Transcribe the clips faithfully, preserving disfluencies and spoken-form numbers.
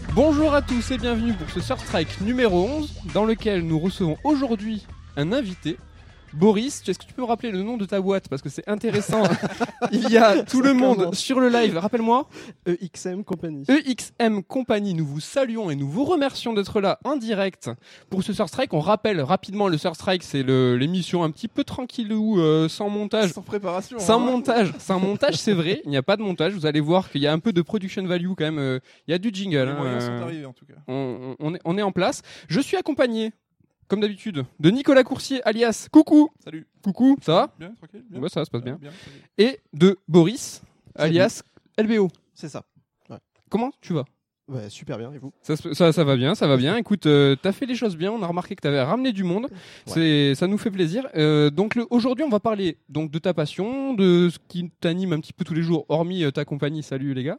Bonjour à tous et bienvenue pour ce Third Strike numéro onze dans lequel nous recevons aujourd'hui un invité. Boris, est-ce que tu peux me rappeler le nom de ta boîte parce que c'est intéressant. Il y a tout le monde sur le live. Rappelle-moi. E X M Company. E X M Company, nous vous saluons et nous vous remercions d'être là en direct pour ce Third Strike. On rappelle rapidement le Third Strike, c'est le, l'émission un petit peu tranquillou, euh, sans montage. Sans préparation. Sans hein. montage. Sans montage, c'est vrai. Il n'y a pas de montage. Vous allez voir qu'il y a un peu de production value quand même. Euh, il y a du jingle. Les hein, moyens euh, sont arrivés en tout cas. on, on, est, on est en place. Je suis accompagné, comme d'habitude, de Nicolas Coursier, alias Coucou. Salut. Coucou, ça va? Bien, tranquille. Bien. Ouais, ça va, se passe bien. bien tranquille. Et de Boris, Salut. alias L B O. C'est ça. Comment tu vas? Ouais, super bien. Et vous? ça, ça, ça va bien, ça va bien. Écoute, euh, t'as fait les choses bien. On a remarqué que t'avais ramené du monde. Ouais. C'est, ça nous fait plaisir. Euh, donc le, aujourd'hui, on va parler donc de ta passion, de ce qui t'anime un petit peu tous les jours, hormis euh, ta compagnie. Salut les gars.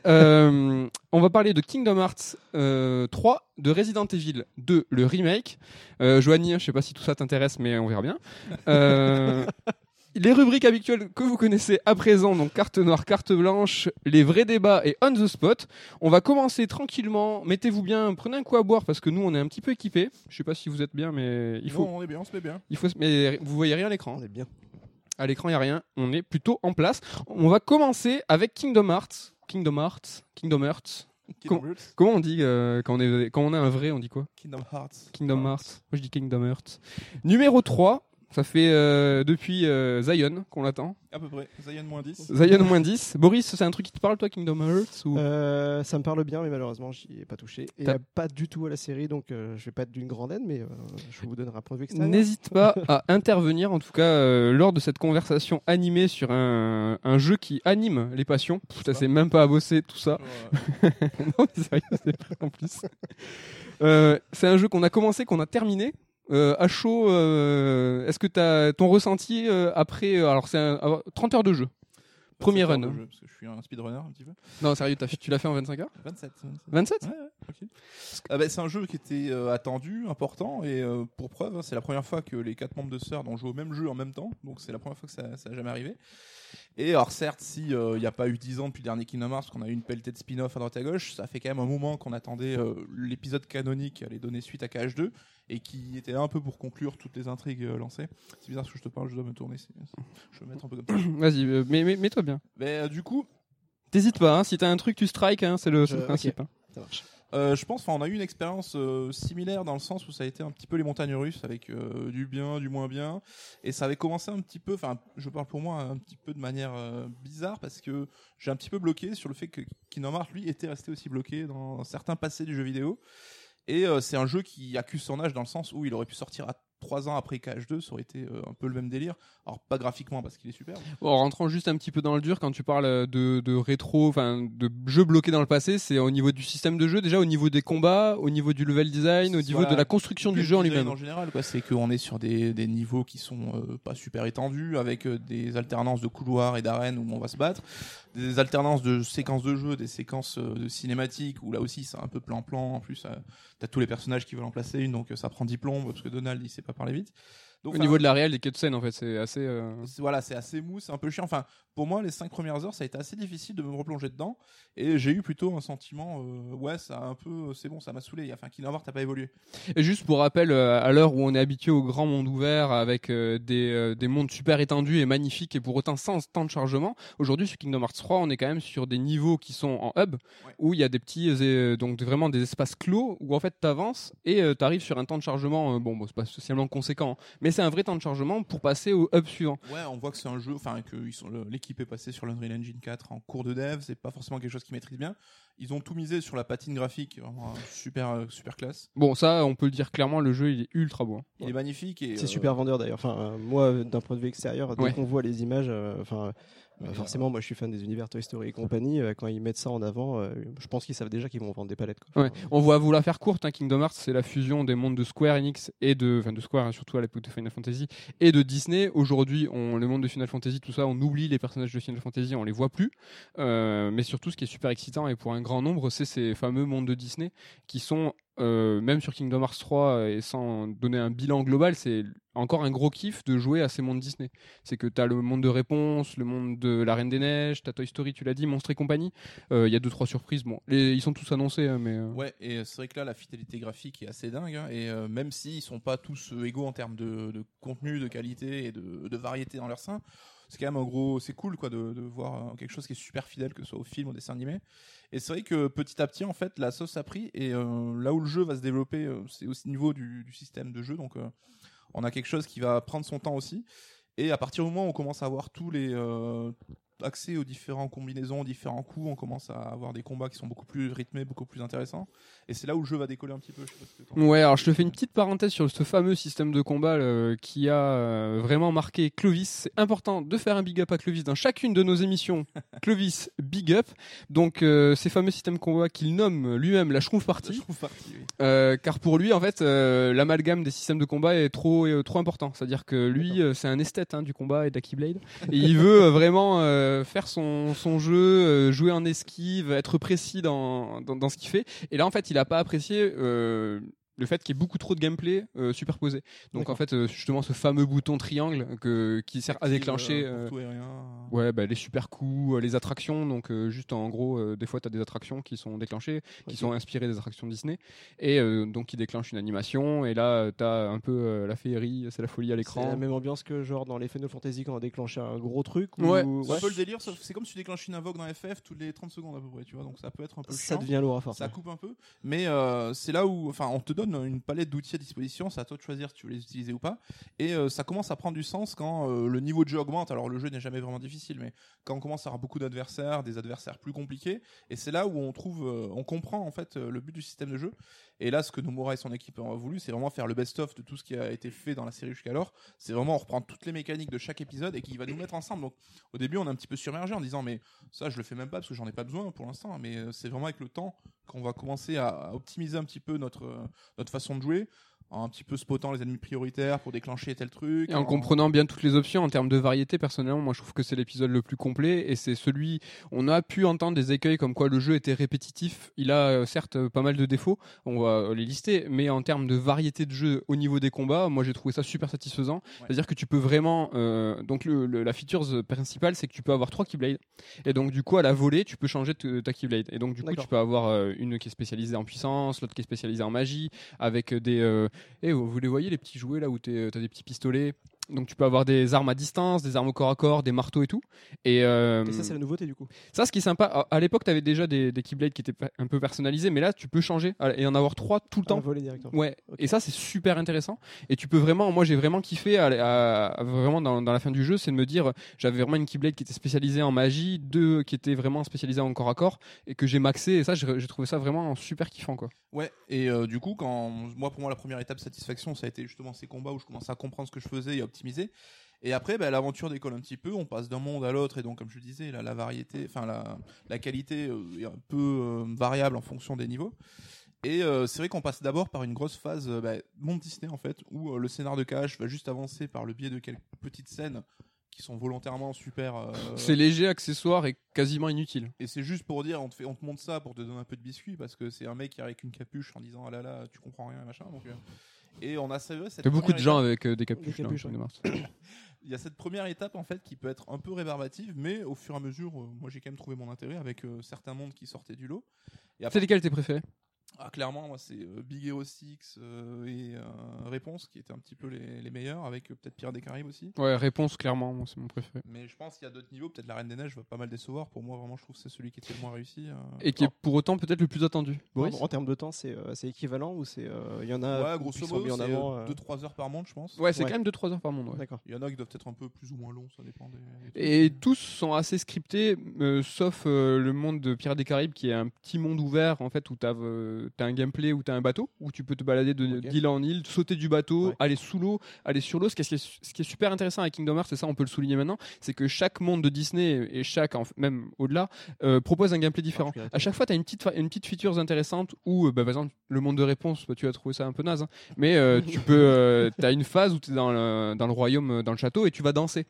Euh, on va parler de Kingdom Hearts euh, trois, de Resident Evil deux, le remake. Euh, Joanie, je sais pas si tout ça t'intéresse, mais on verra bien. Euh, Les rubriques habituelles que vous connaissez à présent, donc carte noire, carte blanche, les vrais débats et on the spot. On va commencer tranquillement. Mettez-vous bien, prenez un coup à boire parce que nous on est un petit peu équipés. Je sais pas si vous êtes bien, mais il faut. Non, on est bien, on se met bien. Il faut. Mais vous voyez rien à l'écran. On est bien. À l'écran il y a rien. On est plutôt en place. On va commencer avec Kingdom Hearts. Kingdom Hearts. Kingdom Hearts. Kingdom Com- Hearts. Comment on dit euh, quand on est quand on a un vrai, on dit quoi? Kingdom Hearts. Kingdom Hearts. Moi je dis Kingdom Hearts. Numéro trois. Ça fait euh, depuis euh, Zion qu'on l'attend. À peu près. Zion moins dix. Zion moins dix. Boris, c'est un truc qui te parle toi, Kingdom Hearts ou... Euh, ça me parle bien, mais malheureusement, j'y ai pas touché. Et T'as- euh, pas du tout à la série, donc euh, je vais pas être d'une grande aide, mais euh, je vous donnerai un point de vue extérieur. N'hésite pas à intervenir, en tout cas, euh, lors de cette conversation animée sur un, un jeu qui anime les passions. Pff, ça, c'est même pas à bosser, tout ça. Ouais. Non, mais sérieux, c'est vrai en plus. Euh, c'est un jeu qu'on a commencé, qu'on a terminé. Euh, à chaud, euh, est-ce que t'as ton ressenti euh, après euh, alors c'est un, euh, trente heures de jeu. Premier vingt-sept run. heures de jeu, parce que je suis un speedrunner un petit peu. Non, sérieux, t'as, tu l'as fait en vingt-cinq heures? vingt-sept. vingt-sept. vingt-sept? Ouais, ouais, tranquille. Ah bah, c'est un jeu qui était euh, attendu, important, et euh, pour preuve, hein, c'est la première fois que les quatre membres de Third ont joué au même jeu en même temps, donc c'est la première fois que ça, ça a jamais arrivé. Et alors certes, si il euh, n'y a pas eu dix ans depuis le dernier Kingdom Hearts, parce qu'on a eu une pelletée de spin-off à droite à gauche, ça fait quand même un moment qu'on attendait euh, l'épisode canonique qui allait donner suite à K H deux, et qui était là un peu pour conclure toutes les intrigues euh, lancées. C'est bizarre parce que je te parle, je dois me tourner, c'est- je vais me mettre un peu comme ça. Vas-y, euh, mais, mais mets-toi bien. Mais euh, du coup, T'hésites pas, hein, si t'as un truc, tu strikes, hein, c'est le, c'est Je- le principe. ok. hein. ça marche. Euh, je pense, enfin, on a eu une expérience euh, similaire dans le sens où ça a été un petit peu les montagnes russes avec euh, du bien, du moins bien, et ça avait commencé un petit peu, enfin, je parle pour moi un petit peu de manière euh, bizarre parce que j'ai un petit peu bloqué sur le fait que Kingdom Hearts lui était resté aussi bloqué dans certains passés du jeu vidéo, et euh, c'est un jeu qui accuse son âge dans le sens où il aurait pu sortir à trois ans après K H deux, ça aurait été euh, un peu le même délire. Alors pas graphiquement parce qu'il est super. Bon, en rentrant juste un petit peu dans le dur, quand tu parles de, de rétro, enfin de jeux bloqués dans le passé, c'est au niveau du système de jeu, déjà au niveau des combats, au niveau du level design, au niveau Voilà, de la construction du jeu en design lui-même. En général, quoi, c'est qu'on est sur des, des niveaux qui sont euh, pas super étendus, avec euh, des alternances de couloirs et d'arènes où on va se battre, des alternances de séquences de jeu, des séquences euh, de cinématiques où là aussi c'est un peu plan-plan. En plus, euh, t'as tous les personnages qui veulent en placer une, donc euh, ça prend dix plombes parce que Donald il sait pas parler vite. Donc, Au enfin, niveau de la réelle des cutscenes, en fait, c'est assez. euh, c'est- voilà, c'est assez mou, c'est un peu chiant. Enfin, pour moi, les cinq premières heures, ça a été assez difficile de me replonger dedans. Et j'ai eu plutôt un sentiment, euh, ouais, ça a un peu, c'est bon, ça m'a saoulé. Enfin, Kingdom Hearts, t'as pas évolué. Et juste pour rappel, euh, à l'heure où on est habitué au grand monde ouvert avec euh, des, euh, des mondes super étendus et magnifiques et pour autant sans temps de chargement, aujourd'hui sur Kingdom Hearts trois, on est quand même sur des niveaux qui sont en hub, Ouais. où il y a des petits, euh, donc vraiment des espaces clos où en fait t'avances et euh, t'arrives sur un temps de chargement, euh, bon, bon c'est pas spécialement conséquent, hein, mais c'est un vrai temps de chargement pour passer au hub suivant. Ouais, on voit que c'est un jeu, enfin que ils sont le- l'équipe est passée sur l'Unreal Engine quatre en cours de dev, c'est pas forcément quelque chose qu'ils maîtrisent bien. Ils ont tout misé sur la patine graphique, vraiment super euh, super classe. Bon, ça, on peut le dire clairement, le jeu il est ultra beau. hein. Il est magnifique et C'est euh, super vendeur d'ailleurs. Enfin, euh, moi, euh, d'un point de vue extérieur, dès Ouais. qu'on voit les images, euh, enfin, euh, Ouais, forcément, moi, je suis fan des univers Toy Story et compagnie. euh, quand ils mettent ça en avant, euh, je pense qu'ils savent déjà qu'ils vont vendre des palettes. Quoi. Ouais. Enfin, On va vous la faire courte, hein. Kingdom Hearts, c'est la fusion des mondes de Square Enix et de, enfin de Square, hein, surtout à l'époque de Final Fantasy, et de Disney. Aujourd'hui, on, le monde de Final Fantasy, tout ça, on oublie les personnages de Final Fantasy, on les voit plus. Euh, mais surtout, ce qui est super excitant et pour un grand nombre, c'est ces fameux mondes de Disney qui sont, euh, même sur Kingdom Hearts trois, et sans donner un bilan global, c'est encore un gros kiff de jouer à ces mondes Disney. C'est que t'as le monde de Réponse, le monde de La Reine des Neiges, t'as Toy Story, tu l'as dit, Monstres et compagnie. Il euh, y a deux trois surprises. Bon, les, ils sont tous annoncés, hein, mais. Euh... Ouais, et c'est vrai que là, la fidélité graphique est assez dingue. Hein, et euh, même s'ils sont pas tous euh, égaux en termes de, de contenu, de qualité et de, de variété dans leur sein, c'est quand même un gros, c'est cool quoi de, de voir quelque chose qui est super fidèle, que ce soit au film ou au dessin animé. Et c'est vrai que petit à petit, en fait, la sauce a pris. Et euh, là où le jeu va se développer, euh, c'est aussi au niveau du, du système de jeu. Donc, euh, on a quelque chose qui va prendre son temps aussi. Et à partir du moment où on commence à avoir tous les euh, accès aux différentes combinaisons, aux différents coups, on commence à avoir des combats qui sont beaucoup plus rythmés, beaucoup plus intéressants. Et c'est là où le jeu va décoller un petit peu. Je sais pas ce que t'en Ouais, alors je te fais une petite parenthèse sur ce fameux système de combat euh, qui a euh, vraiment marqué Clovis. C'est important de faire un big up à Clovis dans chacune de nos émissions. Clovis, big up. Donc euh, ces fameux systèmes de combat qu'il nomme lui-même la Schtroumpf Party. La Schtroumpf Party, oui. Euh, car pour lui, en fait, euh, l'amalgame des systèmes de combat est trop, euh, trop important. C'est-à-dire que lui, euh, c'est un esthète hein, du combat et d'Aki Blade. Et il veut euh, vraiment euh, faire son, son jeu, euh, jouer en esquive, être précis dans, dans, dans ce qu'il fait. Et là, en fait, il a pas apprécié euh, le fait qu'il y ait beaucoup trop de gameplay euh, superposé. Donc D'accord. en fait, euh, justement, ce fameux bouton triangle que, qui sert à Active, déclencher euh, euh, pour tout et rien. ouais, bah, les super coups, euh, les attractions. Donc euh, juste en gros, euh, des fois, tu as des attractions qui sont déclenchées, qui Ok. sont inspirées des attractions Disney. Et euh, donc qui déclenchent une animation. Et là, tu as un peu euh, la féerie, c'est la folie à C'est l'écran. la même ambiance que genre dans les Final Fantasy quand on a déclenché un gros truc. Ouais. Ou... C'est un peu le délire, sauf que c'est comme si tu déclenches une invoque dans F F toutes les trente secondes à peu près, tu vois. Donc ça peut être un peu Ça chiant. devient lourd à force. Ça ouais. coupe un peu, mais euh, c'est là où, enfin, on te donne une palette d'outils à disposition, c'est à toi de choisir si tu veux les utiliser ou pas, et euh, ça commence à prendre du sens quand euh, le niveau de jeu augmente. Alors le jeu n'est jamais vraiment difficile, mais quand on commence à avoir beaucoup d'adversaires, des adversaires plus compliqués, et c'est là où on trouve, euh, on comprend en fait euh, le but du système de jeu. Et là, ce que Nomura et son équipe ont voulu, c'est vraiment faire le best-of de tout ce qui a été fait dans la série jusqu'alors. C'est vraiment reprendre toutes les mécaniques de chaque épisode et qui va nous mettre ensemble. Donc, au début, on est un petit peu submergé en disant, mais ça, je le fais même pas parce que j'en ai pas besoin pour l'instant. Mais euh, c'est vraiment avec le temps qu'on va commencer à, à optimiser un petit peu notre euh, notre façon de jouer, en un petit peu spotant les ennemis prioritaires pour déclencher tel truc. Et en comprenant bien toutes les options en termes de variété, personnellement, moi je trouve que c'est l'épisode le plus complet et c'est celui. On a pu entendre des écueils comme quoi le jeu était répétitif. Il a euh, certes euh, pas mal de défauts, on va les lister, mais en termes de variété de jeu au niveau des combats, moi j'ai trouvé ça super satisfaisant. Ouais. C'est-à-dire que tu peux vraiment. Euh, donc le, le- la feature principale, c'est que tu peux avoir trois Keyblades et donc du coup à la volée, tu peux changer de, ta Keyblade. Et donc du coup, D'accord. tu peux avoir euh, une qui est spécialisée en puissance, l'autre qui est spécialisée en magie, avec des. Euh, et vous les voyez les petits jouets là où tu as des petits pistolets. Donc tu peux avoir des armes à distance, des armes au corps à corps, des marteaux et tout. Et, euh, Et ça, c'est la nouveauté du coup. ça, ce qui est sympa, à, à l'époque, tu avais déjà des, des Keyblades qui étaient un peu personnalisés, mais là, tu peux changer et en avoir trois tout le À temps. voler directement. Ouais, Ok. et ça c'est super intéressant. Et tu peux vraiment, moi j'ai vraiment kiffé à, à- à- vraiment dans, dans la fin du jeu, c'est de me dire, j'avais vraiment une Keyblade qui était spécialisée en magie, deux qui étaient vraiment spécialisées en corps à corps, et que j'ai maxé. Et ça, j'ai j'ai trouvé ça vraiment super kiffant quoi. Ouais, et euh, du coup, quand moi, pour moi, la première étape de satisfaction, ça a été justement ces combats où je commençais à comprendre ce que je faisais et à optimiser. Et après, bah, l'aventure décolle un petit peu, on passe d'un monde à l'autre, et donc, comme je le disais, la, la variété, enfin, la, la qualité euh, est un peu euh, variable en fonction des niveaux. Et euh, c'est vrai qu'on passe d'abord par une grosse phase euh, bah, monde Disney, en fait, où euh, le scénar de cache va juste avancer par le biais de quelques petites scènes qui sont volontairement super. Euh, C'est léger, accessoire et quasiment inutile. Et c'est juste pour dire, on te, fait, on te montre ça pour te donner un peu de biscuit, parce que c'est un mec qui arrive avec une capuche en disant ah là là, tu comprends rien, machin. Donc, euh, et on a salué cette Il y a beaucoup de gens étape. avec euh, des capuches. Des là, capuches, en ouais. Mars. Il y a cette première étape en fait qui peut être un peu rébarbative, mais au fur et à mesure, euh, moi j'ai quand même trouvé mon intérêt avec euh, certains mondes qui sortaient du lot. Et C'est après, lesquels tes préférés? ah, clairement, moi c'est euh, Big Hero six euh, et euh, Réponse qui étaient un petit peu les, les meilleurs, avec euh, peut-être Pirates des Caraïbes aussi. Ouais, réponse clairement, moi c'est mon préféré. Mais je pense qu'il y a d'autres niveaux, peut-être la Reine des Neiges va pas mal décevoir. Pour moi, vraiment, je trouve que c'est celui qui était le moins réussi. euh. Et qui est pour autant peut-être le plus attendu. Boris En, en termes de temps, c'est euh, c'est équivalent ou c'est euh, il y en a Ouais, qui grosso sont modo, mis en c'est avant. euh, deux trois heures par monde, je pense. Ouais, c'est Ouais. quand même deux trois heures par monde. Ouais. D'accord. Il y en a qui doivent être un peu plus ou moins longs, ça dépend des. des trucs. Et tous sont assez scriptés, euh, sauf euh, le monde de Pirates des Caraïbes qui est un petit monde ouvert en fait où t'as euh, t'as un gameplay où t'as un bateau où tu peux te balader de- Ok. d'île en île, sauter du bateau, Ouais. aller sous l'eau, aller sur l'eau. Ce qui est, ce qui est super intéressant avec Kingdom Hearts, et ça on peut le souligner maintenant, c'est que chaque monde de Disney et chaque en- même au-delà euh, propose un gameplay différent. Particularité. À chaque fois, t'as une petite fa- une petite feature intéressante où euh, bah, par exemple le monde de réponse, bah, tu as trouvé ça un peu naze, hein, mais euh, tu peux, euh, t'as une phase où t'es dans le dans le royaume, euh, dans le château et tu vas danser.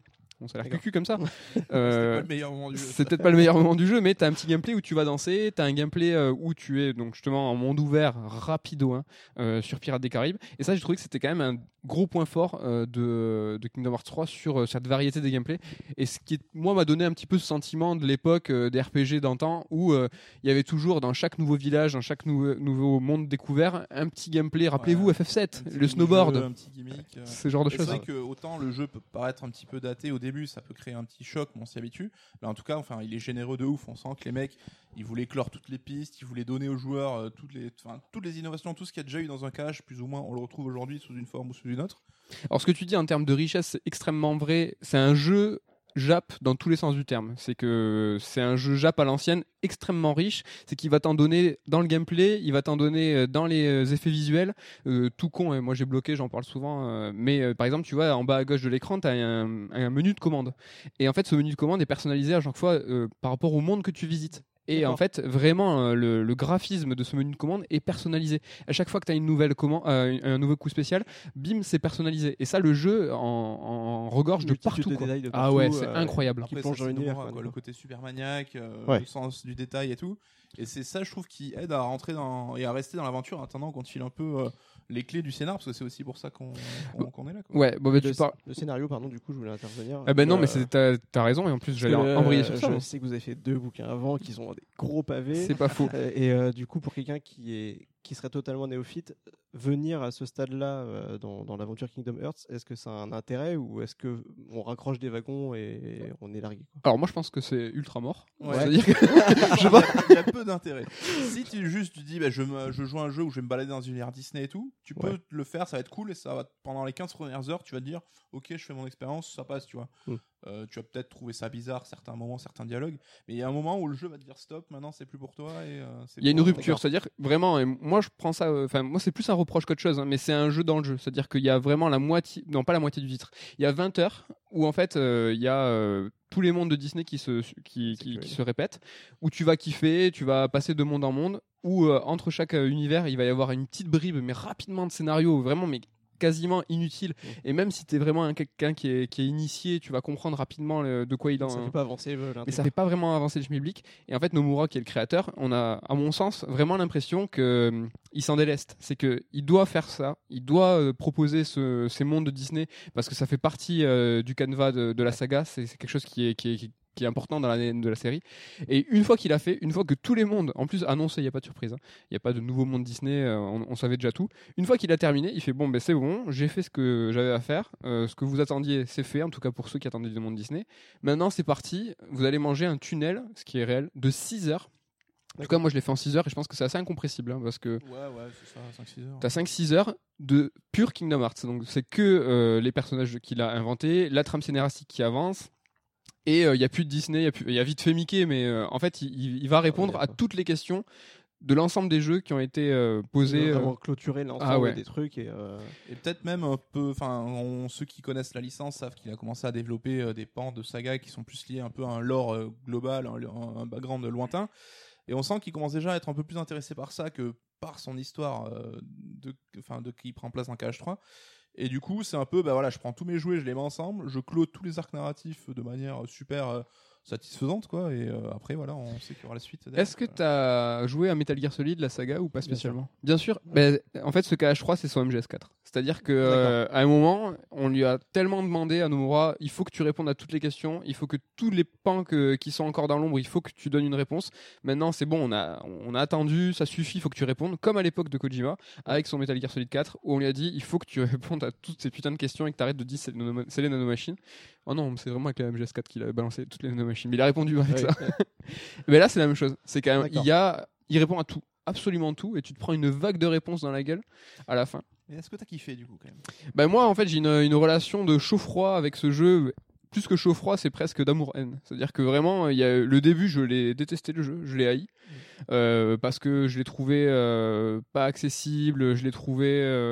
bon, ça a l'air D'accord. cucu comme ça. C'était Euh, pas le meilleur moment du jeu. c'est peut-être pas le meilleur moment du jeu, mais t'as un petit gameplay où tu vas danser, t'as un gameplay euh, où tu es donc justement en monde ouvert, rapido, hein, euh, sur Pirates des Caraïbes. Et ça, j'ai trouvé que c'était quand même un gros point fort euh, de, de Kingdom Hearts trois sur euh, cette variété des gameplays. Et ce qui, est, moi, m'a donné un petit peu ce sentiment de l'époque euh, des R P G d'antan où il euh, y avait toujours dans chaque nouveau village, dans chaque nouveau, nouveau monde découvert, un petit gameplay. Rappelez-vous Ouais, F F sept, Un petit le snowboard, jeu, un petit gimmick. euh. ce genre de Et c'est choses. vrai que autant le jeu peut paraître un petit peu daté au début, ça peut créer un petit choc, mais on s'y habitue. Mais en tout cas, enfin, il est généreux de ouf. On sent que les mecs, ils voulaient clore toutes les pistes, ils voulaient donner aux joueurs euh, toutes les, enfin, toutes les innovations, tout ce qu'il y a déjà eu dans un cache, plus ou moins, on le retrouve aujourd'hui sous une forme ou sous une autre. Alors ce que tu dis en termes de richesse, c'est extrêmement vrai. C'est un jeu Jap dans tous les sens du terme. C'est que c'est un jeu Jap à l'ancienne extrêmement riche. C'est qu'il va t'en donner dans le gameplay, il va t'en donner dans les effets visuels. Euh, tout con, hein, moi j'ai bloqué, j'en parle souvent. Euh, mais euh, par exemple, tu vois, en bas à gauche de l'écran, tu as un, un menu de commande. Et en fait, ce menu de commande est personnalisé à chaque fois euh, par rapport au monde que tu visites. Et D'accord. en fait, vraiment, euh, le, le graphisme de ce menu de commande est personnalisé. À chaque fois que tu as une nouvelle commande, euh, un nouveau coup spécial, bim, c'est personnalisé. Et ça, le jeu en, en regorge de Multitude partout. de quoi. détails de Ah partout, ouais, c'est euh, incroyable. qui Après, plonge ça, dans c'est l'univers, Nomura, quoi, quoi, le d'accord. côté super maniaque, euh, Ouais. le sens du détail et tout. Et c'est ça, je trouve, qui aide à rentrer dans et à rester dans l'aventure en attendant qu'on te file un peu euh, les clés du scénar, parce que c'est aussi pour ça qu'on qu'on, qu'on est là. Quoi. Ouais, bon, bah, le, tu parles. le scénario, pardon, du coup, je voulais intervenir. Ah ben non, Euh, mais c'est- t'as t'as raison, et en plus, parce j'allais que, euh, embrayer sur ça. Je moi. sais que vous avez fait deux bouquins avant qui sont des gros pavés. C'est pas faux. Euh, et euh, du coup, pour quelqu'un qui est qui serait totalement néophyte, venir à ce stade-là euh, dans, dans l'aventure Kingdom Hearts, est-ce que ça a un intérêt ou est-ce que on raccroche des wagons et on est largué, quoi? Alors moi, je pense que c'est ultra mort. Ouais. C'est-à-dire que Je vois, il y a peu d'intérêt. Si tu juste tu dis bah, je, me, je joue à un jeu où je vais me balader dans une univers Disney et tout, tu peux Ouais. le faire, ça va être cool et ça va pendant les quinze premières heures, tu vas te dire ok, je fais mon expérience, ça passe, tu vois. Mm. Euh, tu vas peut-être trouver ça bizarre certains moments, certains dialogues, mais il y a un moment où le jeu va te dire stop, maintenant c'est plus pour toi et euh, c'est il y a une pour- rupture, c'est-à-dire vraiment, et moi je prends ça, enfin moi c'est plus un reproche qu'autre chose, hein, mais c'est un jeu dans le jeu, c'est-à-dire qu'il y a vraiment la moitié, non pas la moitié du titre, il y a vingt heures où en fait euh, il y a euh, tous les mondes de Disney qui se, qui, qui, qui se répètent, où tu vas kiffer, tu vas passer de monde en monde, où euh, entre chaque euh, univers il va y avoir une petite bribe, mais rapidement de scénario, vraiment mais quasiment inutile. Mmh. Et même si tu es vraiment un, quelqu'un qui est, qui est initié, tu vas comprendre rapidement le- de quoi il en Ça fait pas avancer euh, l'intérêt. mais ça fait pas vraiment avancer le schmilblick. Et en fait, Nomura, qui est le créateur, on a, à mon sens, vraiment l'impression que hum, il s'en déleste. C'est que il doit faire ça, il doit euh, proposer ce, ces mondes de Disney parce que ça fait partie euh, du canevas de, de la saga. C'est, c'est quelque chose qui est, qui est, qui qui est important dans l'A D N de la série. Et une fois qu'il a fait, une fois que tous les mondes, en plus annoncé, il n'y a pas de surprise, hein, il n'y a pas de nouveau monde Disney, euh, on, on savait déjà tout. Une fois qu'il a terminé, il fait bon, ben c'est bon, j'ai fait ce que j'avais à faire, euh, ce que vous attendiez, c'est fait, en tout cas pour ceux qui attendaient du monde Disney. Maintenant, c'est parti, vous allez manger un tunnel, ce qui est réel, de six heures. En tout cas, moi je l'ai fait en six heures et je pense que c'est assez incompressible hein, parce que Ouais, ouais, c'est ça, cinq six heures. t'as cinq six heures de pur Kingdom Hearts. Donc c'est que euh, les personnages qu'il a inventés, la trame scénaristique qui avance. Et il euh, n'y a plus de Disney, il y, y a vite fait Mickey, mais euh, en fait, il, il va répondre à toutes les questions de l'ensemble des jeux qui ont été euh, posés. Vraiment euh... clôturer l'ensemble ah ouais. des trucs. Et, euh... et peut-être même un peu, enfin, ceux qui connaissent la licence savent qu'il a commencé à développer euh, des pans de saga qui sont plus liés un peu à un lore euh, global, un, un background lointain. Et on sent qu'il commence déjà à être un peu plus intéressé par ça que par son histoire euh, de, enfin, de qui prend place dans K H trois. Et du coup, c'est un peu, bah voilà, je prends tous mes jouets, je les mets ensemble, je clôt tous les arcs narratifs de manière super euh, satisfaisante, quoi. Et euh, après, voilà, on sait qu'il y aura la suite. Est-ce que tu as joué à Metal Gear Solid, la saga, ou pas spécialement? Bien sûr. Bien sûr. Bah, en fait, ce K H trois, c'est son M G S quatre. C'est-à-dire que euh, à un moment, on lui a tellement demandé à Nomura, il faut que tu répondes à toutes les questions, il faut que tous les pans que, qui sont encore dans l'ombre, il faut que tu donnes une réponse. Maintenant, c'est bon, on a, on a attendu, ça suffit, il faut que tu répondes. Comme à l'époque de Kojima, avec son Metal Gear Solid quatre, où on lui a dit, il faut que tu répondes à toutes ces putains de questions et que tu arrêtes de dire c'est les nanomachines. Oh non, c'est vraiment avec la M G S quatre qu'il a balancé toutes les nanomachines. Mais il a répondu avec Oui. ça. Mais là, c'est la même chose. C'est quand même, D'accord. il y a, il répond à tout, absolument tout, et tu te prends une vague de réponses dans la gueule à la fin. Et est-ce que t'as kiffé du coup quand même? Ben moi, en fait, j'ai une, une relation de chaud-froid avec ce jeu. Plus que chaud-froid, c'est presque d'amour-haine. C'est-à-dire que vraiment, il y a le début, je l'ai détesté le jeu, je l'ai haï. Euh, parce que je l'ai trouvé euh, pas accessible, je l'ai trouvé euh,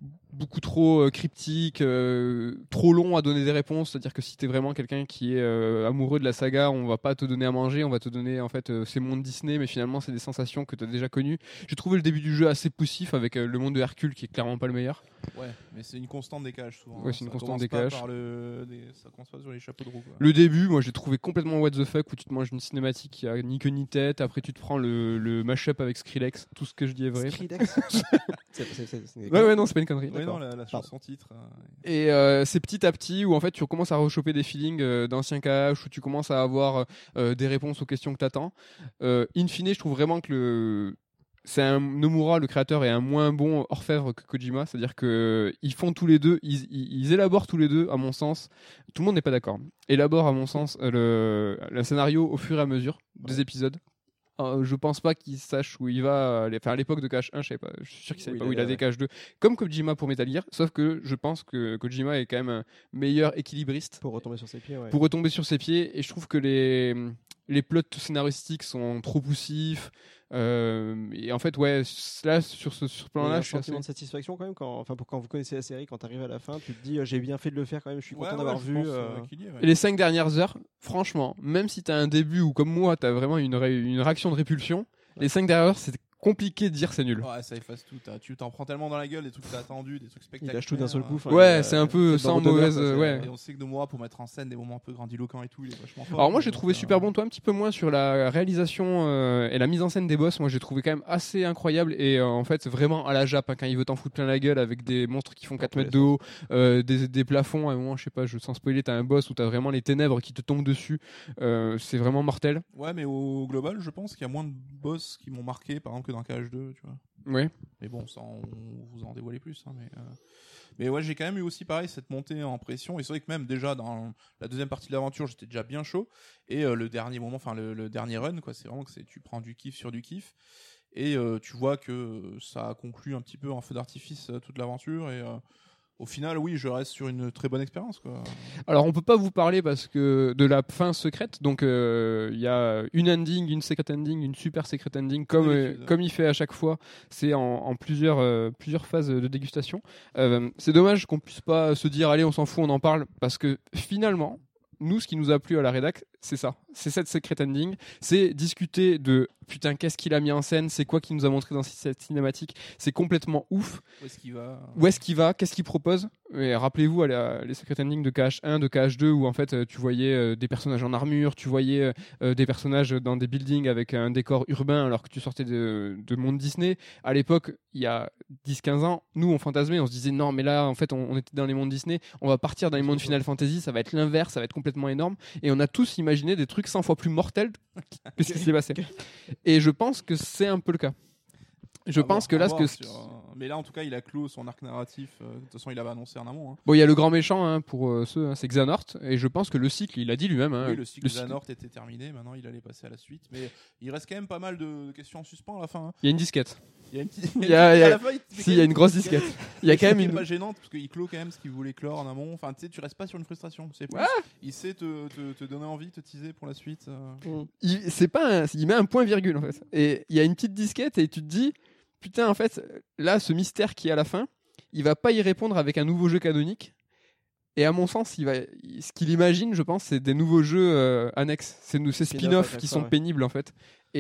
beaucoup trop euh, cryptique, euh, trop long à donner des réponses. C'est-à-dire que si t'es vraiment quelqu'un qui est euh, amoureux de la saga, on va pas te donner à manger, on va te donner en fait euh, ces mondes Disney, mais finalement c'est des sensations que t'as déjà connues. J'ai trouvé le début du jeu assez poussif avec euh, le monde de Hercule qui est clairement pas le meilleur. Ouais, mais c'est une constante des cages souvent. Ouais, c'est une Ça constante commence des pas cages. par le... des- Ça commence pas sur les chapeaux de roue. Quoi. Le début, moi j'ai trouvé complètement what the fuck où tu te manges une cinématique qui a ni queue ni tête. Après tu te prends le, le mash-up avec Skrillex. Tout ce que je dis est vrai. Skrillex. C'est- c'est- c'est- c'est- Ouais, ouais, non, c'est pas une connerie. Ouais, non, la, la chanson titre. euh, Et euh, c'est petit à petit où en fait tu recommences à rechoper des feelings euh, d'anciens K H où tu commences à avoir euh, des réponses aux questions que t'attends. Euh, in fine, je trouve vraiment que le c'est un Nomura, le créateur, est un moins bon orfèvre que Kojima, c'est-à-dire que ils font tous les deux, ils, ils, ils élaborent tous les deux, à mon sens. Tout le monde n'est pas d'accord. Élaborent à mon sens le, le scénario au fur et à mesure des épisodes. Euh, je pense pas qu'il sache où il va. Enfin, à l'époque de K H un, je sais pas. Je suis sûr qu'il savait Oui, pas il où il a avait, des K H deux. Comme Kojima pour Metal Gear, sauf que je pense que Kojima est quand même un meilleur équilibriste Pour retomber sur ses pieds, ouais. pour retomber sur ses pieds. Et je trouve que les les plots scénaristiques sont trop poussifs. Euh, et en fait, ouais, là sur ce sur ce Il y a plan-là, un je suis assez... sentiment de satisfaction quand même quand, enfin, pour quand vous connaissez la série, quand tu arrives à la fin, tu te dis euh, j'ai bien fait de le faire quand même, je suis Ouais, content ouais, d'avoir je vu. pense, euh, euh, qu'il y est, ouais. Et les cinq dernières heures, franchement, même si t'as un début où comme moi, t'as vraiment une ré- une réaction de répulsion, les cinq dernières heures, c'est compliqué de dire c'est nul. Ouais, ça efface tout. t'as- Tu t'en prends tellement dans la gueule, des trucs que t'as attendus, des trucs Il spectaculaires. lâche tout d'un seul coup. enfin, Ouais, il, c'est euh, un peu c'est sans le bordonneur, mauvaise, quoi, c'est- ouais. Et on sait que Nomura, pour mettre en scène des moments un peu grandiloquents et tout, il est vachement fort. Alors moi j'ai Donc, trouvé euh, super bon, toi un petit peu moins sur la réalisation euh, et la mise en scène des boss. Moi j'ai trouvé quand même assez incroyable et euh, en fait vraiment à la Jap hein, quand il veut t'en foutre plein la gueule avec des monstres qui font quatre tous les mètres de haut, euh, des, des plafonds. À un moment je sais pas, je sans spoiler, t'as un boss où t'as vraiment les ténèbres qui te tombent dessus. Euh, c'est vraiment mortel. Ouais, mais au global, je pense qu'il y a moins de boss qui m'ont marqué, par exemple, que dans K H deux, tu vois. Ouais. Mais bon, ça, on vous en dévoilez plus. Hein, mais, euh... mais ouais, j'ai quand même eu aussi pareil cette montée en pression. Et c'est vrai que même déjà dans la deuxième partie de l'aventure, j'étais déjà bien chaud. Et euh, le dernier moment, enfin le, le dernier run, quoi, c'est vraiment que c'est tu prends du kiff sur du kiff. Et euh, tu vois que ça a conclu un petit peu en feu d'artifice euh, toute l'aventure. Et euh, au final, oui, je reste sur une très bonne expérience, quoi. Alors on peut pas vous parler parce que de la fin secrète. Donc il euh, y a une ending, une secret ending, une super secret ending comme euh, comme il fait à chaque fois. C'est en, en plusieurs euh, plusieurs phases de dégustation. Euh, c'est dommage qu'on puisse pas se dire allez on s'en fout on en parle parce que finalement nous ce qui nous a plu à la rédac c'est ça, c'est cette secret ending, c'est discuter de putain qu'est-ce qu'il a mis en scène, c'est quoi qu'il nous a montré dans cette cinématique, c'est complètement ouf. Où est-ce qu'il va Où est-ce qu'il va, qu'est-ce qu'il propose. Et rappelez-vous à la, les secret endings de K H un, de K H deux où en fait tu voyais euh, des personnages en armure, tu voyais euh, des personnages dans des buildings avec un décor urbain alors que tu sortais de, de monde Disney. À l'époque, il y a dix quinze ans, nous on fantasmait, on se disait non mais là en fait on, on était dans les mondes Disney, on va partir dans les mondes Final Fantasy, ça va être l'inverse, ça va être complètement énorme. Et on a tous imaginé des trucs cent fois plus mortels que ce qui s'est passé. Et je pense que c'est un peu le cas. Je à pense voir, que là, à ce voir que sur, euh, mais là en tout cas il a clos son arc narratif. euh, De toute façon il avait annoncé en amont. Hein. bon, il y a le grand méchant hein, pour euh, ceux, hein, c'est Xehanort, et je pense que le cycle, il a dit lui-même. Hein, Oui, le cycle le Xehanort était terminé. Maintenant il allait passer à la suite. Mais il reste quand même pas mal de questions en suspens à la fin. Hein. Il y a une disquette. Il y a une petite. Il y a, il y a- à la fin, il te fait si, quand il y a même une grosse disquette. disquette. Il y a quand même C'est une. pas gênante parce qu'il clôt quand même ce qu'il voulait clore en amont. Enfin, tu sais, tu restes pas sur une frustration. C'est plus. Ouais. Il sait te, te, te donner envie, te teaser pour la suite. euh. Il, c'est pas un- il met un point virgule en fait. Et il y a une petite disquette et tu te dis putain en fait là ce mystère qui est à la fin, il va pas y répondre avec un nouveau jeu canonique. Et à mon sens, il va, ce qu'il imagine, je pense, c'est des nouveaux jeux euh, annexes. C'est nous- ces Spin-off à spin-offs chaque qui fois, sont ouais. pénibles en fait.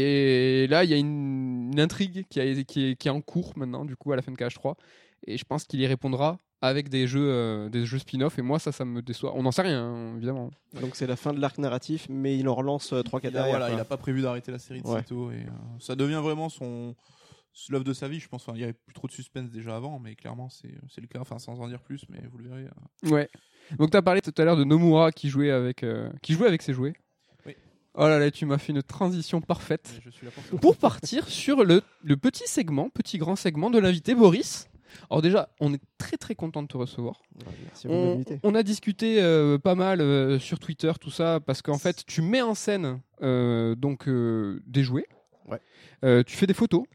Et là, il y a une, une intrigue qui, a, qui, est, qui est en cours maintenant, du coup, à la fin de K H trois. Et je pense qu'il y répondra avec des jeux, euh, des jeux spin-off. Et moi, ça, ça me déçoit. On n'en sait rien, hein, évidemment. Donc c'est la fin de l'arc narratif, mais il en relance trois quatre Il a, derrière. voilà, quoi. il a pas prévu d'arrêter la série de Ouais. sitôt. Et, euh, ça devient vraiment son. L'œuvre de sa vie, je pense. Enfin, il y avait plus trop de suspense déjà avant, mais clairement, c'est c'est le cas. Enfin, sans en dire plus, mais vous le verrez. euh. Ouais. Donc, tu as parlé tout à l'heure de Nomura qui jouait avec, euh, qui jouait avec ses jouets. Oui. Oh là là, tu m'as fait une transition parfaite. Mais je suis là pour ça. Pour partir sur le, le petit segment, petit grand segment de l'invité Boris. Alors déjà, on est très très content de te recevoir. Ouais, merci à vous de On, m'inviter. on a discuté euh, pas mal euh, sur Twitter, tout ça, parce qu'en fait, tu mets en scène euh, donc euh, des jouets. Ouais. Euh, tu fais des photos.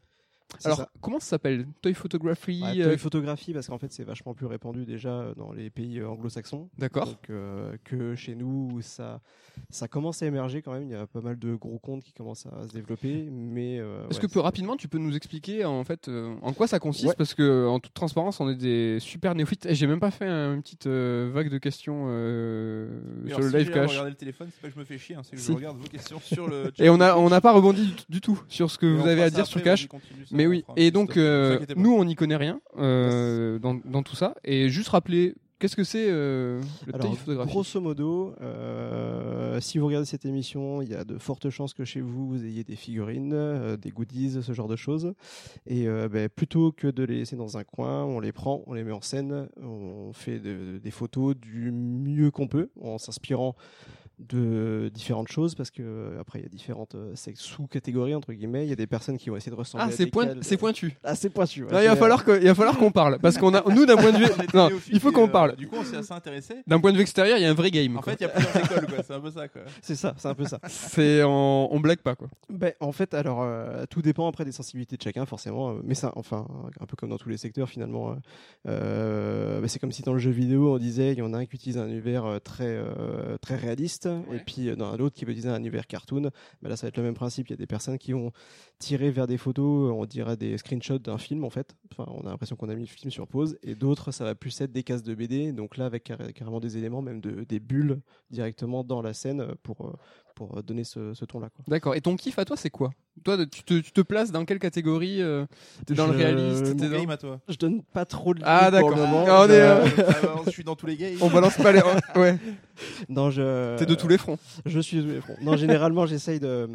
C'est Alors, ça. comment ça s'appelle? Toy Photography Ouais, euh, toy photographie, parce qu'en fait, c'est vachement plus répandu déjà dans les pays euh, anglo-saxons. D'accord. Donc, euh, que chez nous, où ça, ça commence à émerger quand même. Il y a pas mal de gros comptes qui commencent à se développer. Mais, euh, Est-ce ouais, que peu rapidement, tu peux nous expliquer en fait euh, en quoi ça consiste? Ouais. Parce que en toute transparence, on est des super néophytes. Et j'ai même pas fait un- une petite euh, vague de questions euh, Et sur alors, le si live j'ai l'air de cache. regarder le téléphone, c'est pas que je me fais chier, hein, c'est que Si. je regarde vos questions sur le chat. Et on a on n'a pas rebondi du, du tout sur ce que Mais vous on avez fera à ça dire après, sur vas-y, Cache. continue ça, Mais on oui. fera un Et petit donc stop. Ne euh, vous inquiétez pas. nous, on n'y connaît rien euh, dans dans tout ça. Et juste rappeler. Qu'est-ce que c'est euh, le Alors, toy photographie? grosso modo, euh, si vous regardez cette émission, il y a de fortes chances que chez vous, vous ayez des figurines, euh, des goodies, ce genre de choses. Et euh, ben, plutôt que de les laisser dans un coin, on les prend, on les met en scène, on fait de- des photos du mieux qu'on peut, en s'inspirant de différentes choses, parce que euh, après il y a différentes euh, sous-catégories entre guillemets. Il y a des personnes qui vont essayer de ressembler Ah, à c'est des point, cales. c'est pointu. Ah, c'est pointu. ouais. Non, il va C'est, falloir que, il va falloir qu'on parle parce qu'on a nous d'un point de vue. On était Non, néophytes il faut et, qu'on euh, parle. Du coup, on s'est assez intéressé. D'un point de vue extérieur, il y a un vrai game. En quoi. fait, il y a plusieurs écoles, quoi. C'est un peu ça, quoi. c'est ça, c'est un peu ça. C'est on, on blague pas quoi. Ben, en fait, alors, euh, tout dépend après des sensibilités de chacun, forcément. euh, mais ça, enfin, un peu comme dans tous les secteurs, finalement. euh, euh, ben, c'est comme si dans le jeu vidéo, on disait, il y en a un qui utilise un univers euh, très, euh, très réaliste, Ouais. et puis euh, dans un autre qui veut utiliser un univers cartoon. Ben, là, ça va être le même principe. Il y a des personnes qui vont tirer vers des photos, on dirait des screenshots d'un film, en fait. Enfin, on a l'impression qu'on a mis le film sur pause. Et d'autres, ça va plus être des cases de B D. Donc là, avec carré- carrément des éléments, même de, des bulles directement dans la scène euh, pour, euh, pour donner ce, ce ton-là, quoi. D'accord. Et ton kiff à toi, c'est quoi? Toi, tu te, tu te places dans quelle catégorie euh, T'es dans le Je- réaliste Mon t'es Mon dans... game à toi. Je donne pas trop de Ah, limites pour d'accord. le moment. Ah, on est, Euh, euh, Ah, bah, je suis dans tous les games. On balance pas les. Ouais. Non, je. T'es de tous les fronts. Je suis de tous les fronts. Non, généralement, j'essaye de,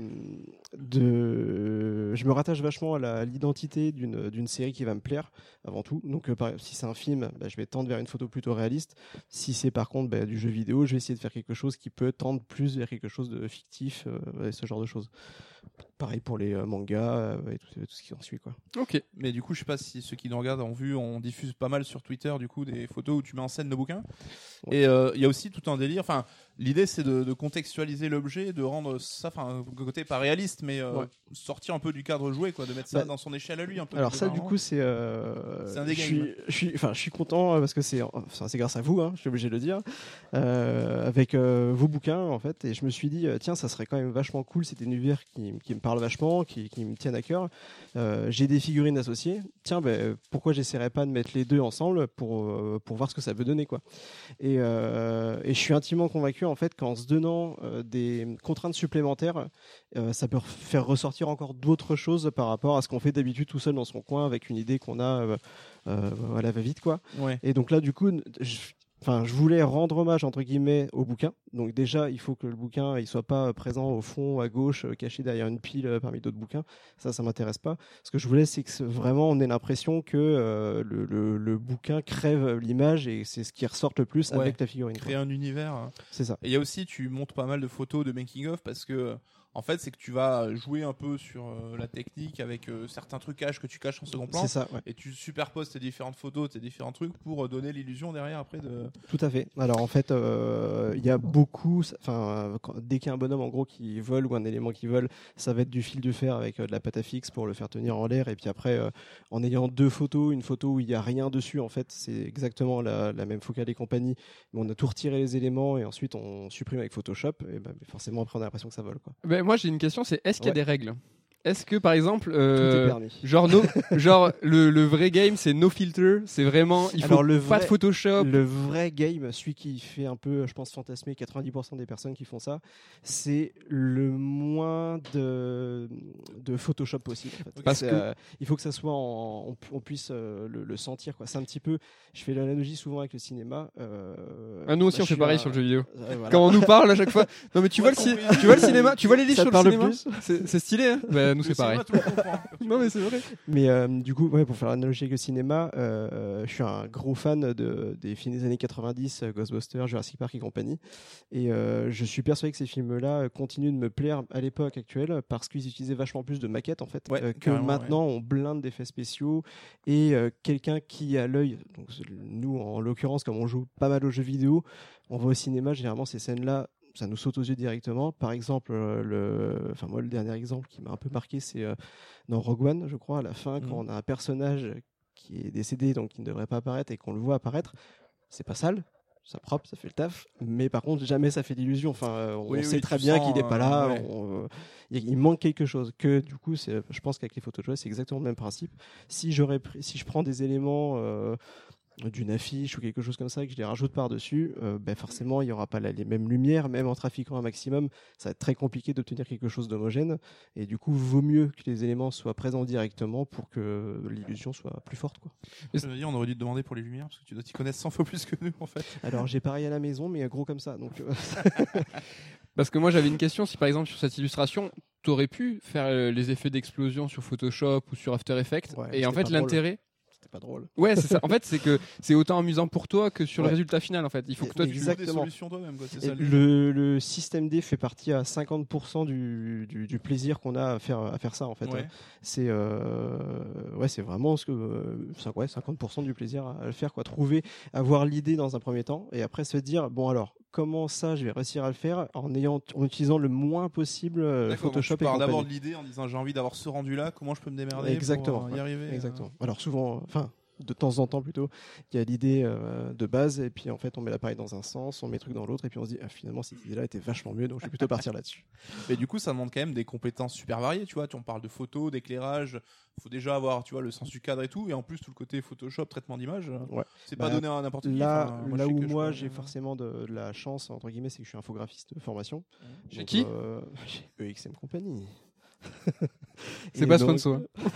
de. Je me rattache vachement à la- à l'identité d'une d'une série qui va me plaire avant tout. Donc, euh, par- si c'est un film, bah, je vais tendre vers une photo plutôt réaliste. Si c'est par contre bah, du jeu vidéo, je vais essayer de faire quelque chose qui peut tendre plus vers quelque chose de fictif euh, et ce genre de choses. Pareil pour les euh, mangas euh, et tout, tout ce qui en suit, quoi. Ok. Mais du coup, je sais pas si ceux qui nous regardent ont vu, on diffuse pas mal sur Twitter du coup des photos où tu mets en scène nos bouquins. Ouais. Et euh, il y a aussi tout un délire. Enfin, l'idée c'est de, de contextualiser l'objet, de rendre ça, enfin, le côté pas réaliste, mais euh, Ouais. sortir un peu du cadre joué, quoi, de mettre ça Bah, dans son échelle à lui un peu. Alors ça, du différemment. coup, c'est. euh, C'est un des je games. suis, je suis, enfin, je suis content euh, parce que c'est, enfin, c'est grâce à vous, hein, je suis obligé de le dire, euh, avec euh, vos bouquins en fait. Et je me suis dit, euh, tiens, ça serait quand même vachement cool. C'est un univers qui, qui me parle vachement, qui, qui me tienne à cœur. Euh, j'ai des figurines associées. Tiens, ben, pourquoi j'essaierais pas de mettre les deux ensemble pour euh, pour voir ce que ça peut donner, quoi. Et, euh, et je suis intimement convaincu en fait qu'en se donnant euh, des contraintes supplémentaires, euh, ça peut faire ressortir encore d'autres choses par rapport à ce qu'on fait d'habitude tout seul dans son coin avec une idée qu'on a euh, euh, à la va-vite, quoi. Ouais. Et donc là, du coup, je, enfin, je voulais rendre hommage entre guillemets au bouquin. Donc déjà, il faut que le bouquin il soit pas présent au fond, à gauche, euh, caché derrière une pile euh, parmi d'autres bouquins. Ça, ça m'intéresse pas. Ce que je voulais, c'est que ce- vraiment on ait l'impression que euh, le, le, le bouquin crève l'image et c'est ce qui ressort le plus Ouais. avec la figurine, quoi. Créer un univers. hein. C'est ça. Et il y a aussi, tu montes pas mal de photos de making of parce que en fait, c'est que tu vas jouer un peu sur euh, la technique avec euh, certains trucages que tu caches en second plan. C'est ça, ouais. Et tu superposes tes différentes photos, tes différents trucs pour euh, donner l'illusion derrière après de. Tout à fait. Alors en fait, euh, il y a beaucoup. Enfin, quand- dès qu'il y a un bonhomme en gros qui vole ou un élément qui vole, ça va être du fil de fer avec euh, de la pâte à fixe pour le faire tenir en l'air. Et puis après, euh, en ayant deux photos, une photo où il n'y a rien dessus, en fait, c'est exactement la, la même focale et compagnie. Mais on a tout retiré les éléments et ensuite on supprime avec Photoshop. Et ben, forcément après on a l'impression que ça vole, quoi. Ben, moi, j'ai une question. C'est est-ce qu'il y a Ouais. des règles? Est-ce que par exemple, Tout est euh, permis. genre, no, genre le, le vrai game, c'est no filter, c'est vraiment, il faut Alors, le pas vrai- de Photoshop. Le vrai game, celui qui fait un peu, je pense, fantasmer quatre-vingt-dix pour cent des personnes qui font ça, c'est le moins de, de Photoshop possible. En fait. Parce C'est, que- euh, il faut que ça soit, en, on, pu- on puisse euh, le, le sentir, quoi. C'est un petit peu, je fais l'analogie souvent avec le cinéma. euh, Ah, nous aussi, bah, on je fait suis pareil un- sur le jeu vidéo. euh, voilà. Quand on nous parle à chaque fois. Non mais tu vois le, ci- tu vois le cinéma, tu vois les livres Ça sur te le parle cinéma. plus C'est c'est stylé. Hein bah, nous c'est Le pareil. cinéma, tout le monde comprend. Non mais c'est vrai. Mais euh, du coup, ouais, pour faire l'analogie avec le cinéma, euh, je suis un gros fan de, des films des années quatre-vingt-dix, euh, Ghostbusters, Jurassic Park et compagnie. Et euh, je suis persuadé que ces films-là euh, continuent de me plaire à l'époque actuelle parce qu'ils utilisaient vachement plus de maquettes en fait, Ouais, euh, que carrément, maintenant on blinde d'effets spéciaux et euh, quelqu'un qui a l'œil, donc nous en l'occurrence comme on joue pas mal aux jeux vidéo, on va au cinéma, généralement ces scènes-là ça nous saute aux yeux directement. Par exemple, euh, le, enfin moi le dernier exemple qui m'a un peu marqué, c'est euh, dans Rogue One, je crois, à la fin, mmh. quand on a un personnage qui est décédé, donc qui ne devrait pas apparaître, et qu'on le voit apparaître, c'est pas sale. Ça propre, ça fait le taf, mais par contre jamais ça fait d'illusion. Enfin, euh, on oui, sait oui, très bien sens, qu'il n'est pas là. euh, ouais. On, euh, il, il manque quelque chose. Que du coup, c'est, je pense qu'avec les photos de choix, c'est exactement le même principe. Si j'aurais, pris, si je prends des éléments euh, d'une affiche ou quelque chose comme ça et que je les rajoute par-dessus, euh, ben forcément il n'y aura pas la, les mêmes lumières, même en trafiquant un maximum, ça va être très compliqué d'obtenir quelque chose d'homogène, et du coup vaut mieux que les éléments soient présents directement pour que l'illusion soit plus forte, quoi. Je veux dire, on aurait dû te demander pour les lumières, parce que tu dois t'y connaître cent fois plus que nous en fait. Alors j'ai pareil à la maison, mais gros comme ça, donc... Parce que moi j'avais une question, si par exemple sur cette illustration, tu aurais pu faire euh, les effets d'explosion sur Photoshop ou sur After Effects, ouais, et en fait l'intérêt... C'était pas drôle. Ouais, c'est ça. En fait, c'est que c'est autant amusant pour toi que sur ouais. le résultat final. En fait, il faut que toi tu trouves des solutions toi-même. Quoi. C'est ça, le, le système D fait partie à cinquante pour cent du, du, du plaisir qu'on a à faire à faire ça en fait. Ouais. C'est euh, ouais, c'est vraiment ce que euh, ouais, cinquante pour cent du plaisir à le faire, quoi. Trouver, avoir l'idée dans un premier temps, et après se dire bon alors comment ça je vais réussir à le faire en ayant en utilisant le moins possible euh, Photoshop. Tu pars d'abord de l'idée en disant j'ai envie d'avoir ce rendu là, comment je peux me démerder exactement, pour y ouais. arriver. Exactement. Euh... Alors souvent, enfin. de temps en temps plutôt, il y a l'idée euh, de base, et puis en fait on met l'appareil dans un sens, on met le truc dans l'autre, et puis on se dit ah, finalement cette idée là était vachement mieux, donc je vais plutôt partir là-dessus. Mais du coup ça demande quand même des compétences super variées, tu vois, tu en parles de photos, d'éclairage, faut déjà avoir, tu vois, le sens du cadre et tout, et en plus tout le côté Photoshop, traitement d'image, ouais. c'est bah, pas donné à n'importe qui. Là, enfin, moi, là où moi moi peux... j'ai forcément de, de la chance entre guillemets, c'est que je suis infographiste de formation. Chez donc, qui euh, Chez E X M Company. C'est pas sponsor.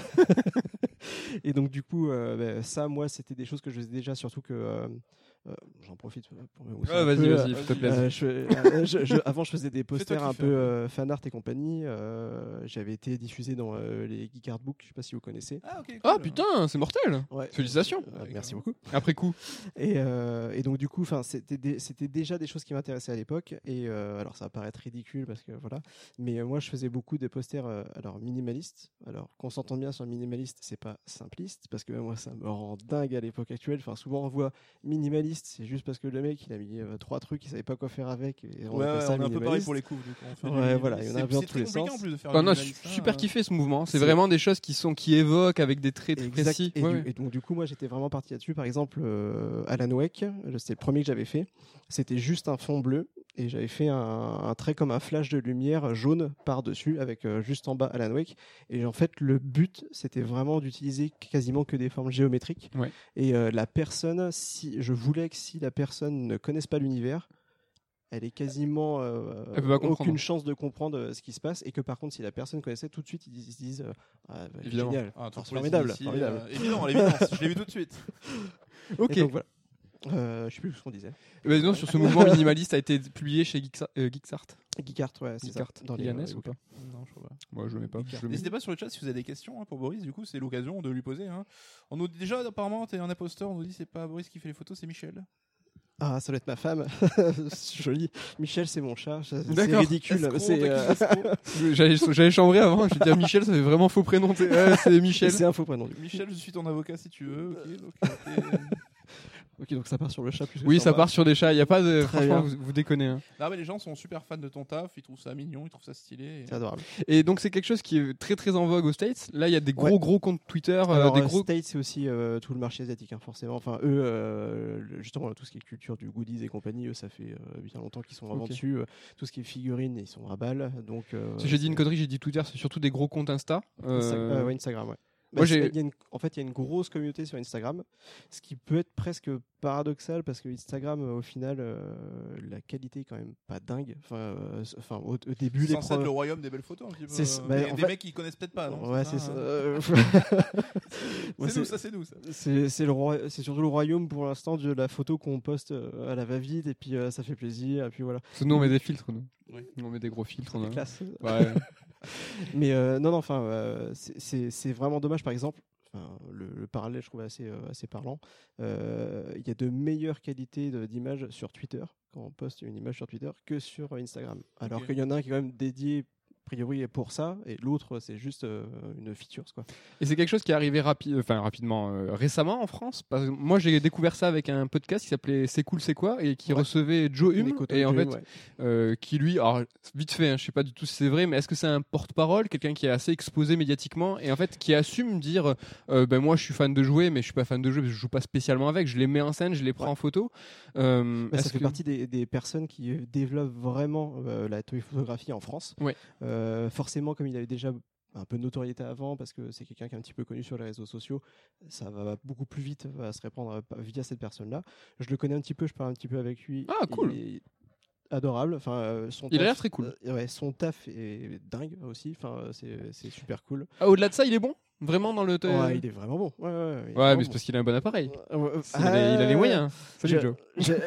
Et donc du coup, euh, bah, ça, moi, c'était des choses que je faisais déjà, surtout que euh, euh, j'en profite pour me ah, vas-y, peu, vas-y, s'il te plaît. Euh, je, euh, je, je, avant, je faisais des posters un peu euh, fan art et compagnie. Euh, j'avais été diffusé dans euh, les Geek Art Book, je sais pas si vous connaissez. Ah, okay, cool. Ah putain, c'est mortel. Ouais. Félicitations. Euh, euh, merci beaucoup. Après coup. Et, euh, et donc du coup, enfin, c'était des, c'était déjà des choses qui m'intéressaient à l'époque. Et euh, alors, ça va paraître ridicule parce que voilà, mais euh, moi, je faisais beaucoup de posters euh, alors minimalistes. Alors, qu'on s'entende bien sur le minimaliste, c'est pas simpliste parce que moi, ça me rend dingue à l'époque actuelle. Enfin, souvent on voit minimaliste, c'est juste parce que le mec il a mis euh, trois trucs, il savait pas quoi faire avec. Et on ouais, ouais, ça on est un peu pareil pour les coups. Ouais, voilà, il y en a un peu dans tous les sens. En plus de faire bah, non, super hein, kiffé ce mouvement. C'est, c'est vraiment des choses qui sont qui évoquent avec des traits très exact. précis. Et, ouais, du, ouais. et donc du coup, moi j'étais vraiment parti là-dessus. Par exemple, euh, Alan Wake, c'était le premier que j'avais fait. C'était juste un fond bleu. Et j'avais fait un, un trait comme un flash de lumière jaune par-dessus, avec euh, juste en bas Alan Wake. Et en fait, le but, c'était vraiment d'utiliser quasiment que des formes géométriques. Ouais. Et euh, la personne, si je voulais que si la personne ne connaisse pas l'univers, elle est quasiment euh, elle peut pas aucune chance de comprendre euh, ce qui se passe, et que par contre si la personne connaissait, tout de suite ils se disent euh, ah, bah, génial, ah, c'est formidable, ici, formidable. Euh, évident, l'évidence, je l'ai vu tout de suite. Ok. Et donc, voilà. Euh, je sais plus ce qu'on disait. Bah, non, sur ce mouvement minimaliste a été publié chez Geeksart. Euh, Geeksart. Geekart, ouais, c'est Geekart. ça. Dans les Yannis ou pas? Non, je sais pas. Moi, je mets pas. Je N'hésitez pas sur le chat si vous avez des questions hein, pour Boris. Du coup, c'est l'occasion de lui poser. Hein. On nous dit déjà, apparemment, t'es un imposteur. On nous dit c'est pas Boris qui fait les photos, c'est Michel. Ah, ça doit être ma femme. C'est joli. Michel, c'est mon chat. C'est D'accord. ridicule. C'est, euh... j'allais, j'allais chambrer avant. Je vais dire Michel, ça fait vraiment faux prénom. Ouais, c'est Michel. C'est un faux prénom. Michel, je suis ton avocat si tu veux. Ok, donc, okay. Ok, donc ça part sur le chat plus que oui, ça bas. part sur des chats. Il y a pas de. Très franchement, bien. vous, vous déconnez. Hein. Non, mais les gens sont super fans de ton taf. Ils trouvent ça mignon, ils trouvent ça stylé. Et... C'est adorable. Et donc c'est quelque chose qui est très très en vogue aux States. Là, il y a des gros ouais. gros comptes Twitter. Alors, euh, des gros... States, c'est aussi euh, tout le marché asiatique, hein, forcément. Enfin, eux, euh, justement, tout ce qui est culture du goodies et compagnie, eux, ça fait euh, bien longtemps qu'ils sont avant okay. dessus. Euh, tout ce qui est figurines, ils sont à balle. Donc. Euh, si j'ai dit une connerie, j'ai dit Twitter. C'est surtout des gros comptes Insta. Euh... Insta- euh, ouais, Instagram, ouais. Bah, Moi, j'ai... Y a une, en fait, il y a une grosse communauté sur Instagram, ce qui peut être presque paradoxal parce que Instagram, euh, au final, euh, la qualité est quand même pas dingue. Enfin, euh, enfin au, au début, c'est les censé pro... être le royaume des belles photos. Un petit peu. C'est, Euh, bah, des en des fait... mecs qui connaissent peut-être pas. Non ouais, c'est c'est ça. ça. Euh... c'est, c'est, c'est nous, ça, c'est nous. Ça. C'est, c'est le roi... c'est surtout le royaume pour l'instant de la photo qu'on poste à la va-vite et puis euh, ça fait plaisir et puis voilà. Parce que nous on met des filtres, nous. Oui. Nous on met des gros filtres. C'est classe. Ouais. Mais euh, non, non, enfin, euh, c'est, c'est, c'est vraiment dommage. Par exemple. Enfin, le, le parallèle, je trouve assez, euh, assez parlant. Il euh, y a de meilleures qualités de, d'images sur Twitter, quand on poste une image sur Twitter, que sur Instagram. Alors okay. qu'il y en a un qui est quand même dédié priori est pour ça, et l'autre c'est juste euh, une feature quoi. Et c'est quelque chose qui est arrivé rapi- enfin, rapidement, euh, récemment en France. Parce que moi j'ai découvert ça avec un podcast qui s'appelait C'est cool, c'est quoi et qui Ouais. recevait Joe Hume et en Joe fait Hume, ouais. euh, qui lui, alors vite fait, hein, je sais pas du tout si c'est vrai, mais est-ce que c'est un porte-parole, quelqu'un qui est assez exposé médiatiquement et en fait qui assume dire euh, ben moi je suis fan de jouets, mais je suis pas fan de jouets parce que je joue pas spécialement avec, je les mets en scène, je les prends Ouais. en photo. Euh, Bah, ça est-ce fait que- partie des, des personnes qui euh, développent vraiment euh, la toy photographie en France. Ouais. Euh, forcément, comme il avait déjà un peu de notoriété avant, parce que c'est quelqu'un qui est un petit peu connu sur les réseaux sociaux, ça va beaucoup plus vite à se répandre euh, via cette personne-là. Je le connais un petit peu, je parle un petit peu avec lui. Ah, cool. Il est adorable. Enfin, euh, son Il a taf- l'air très cool. euh, ouais, son taf est dingue aussi. Enfin, euh, c'est, c'est super cool. Ah, au-delà de ça, il est bon, vraiment dans le. Ouais, il est vraiment bon. Ouais, ouais, ouais, il est Ouais, mais vraiment c'est parce qu'il a un bon appareil. bon. Ouais, ouais, Il a, les- il a les euh, moyens. Salut je- Joe. j'ai-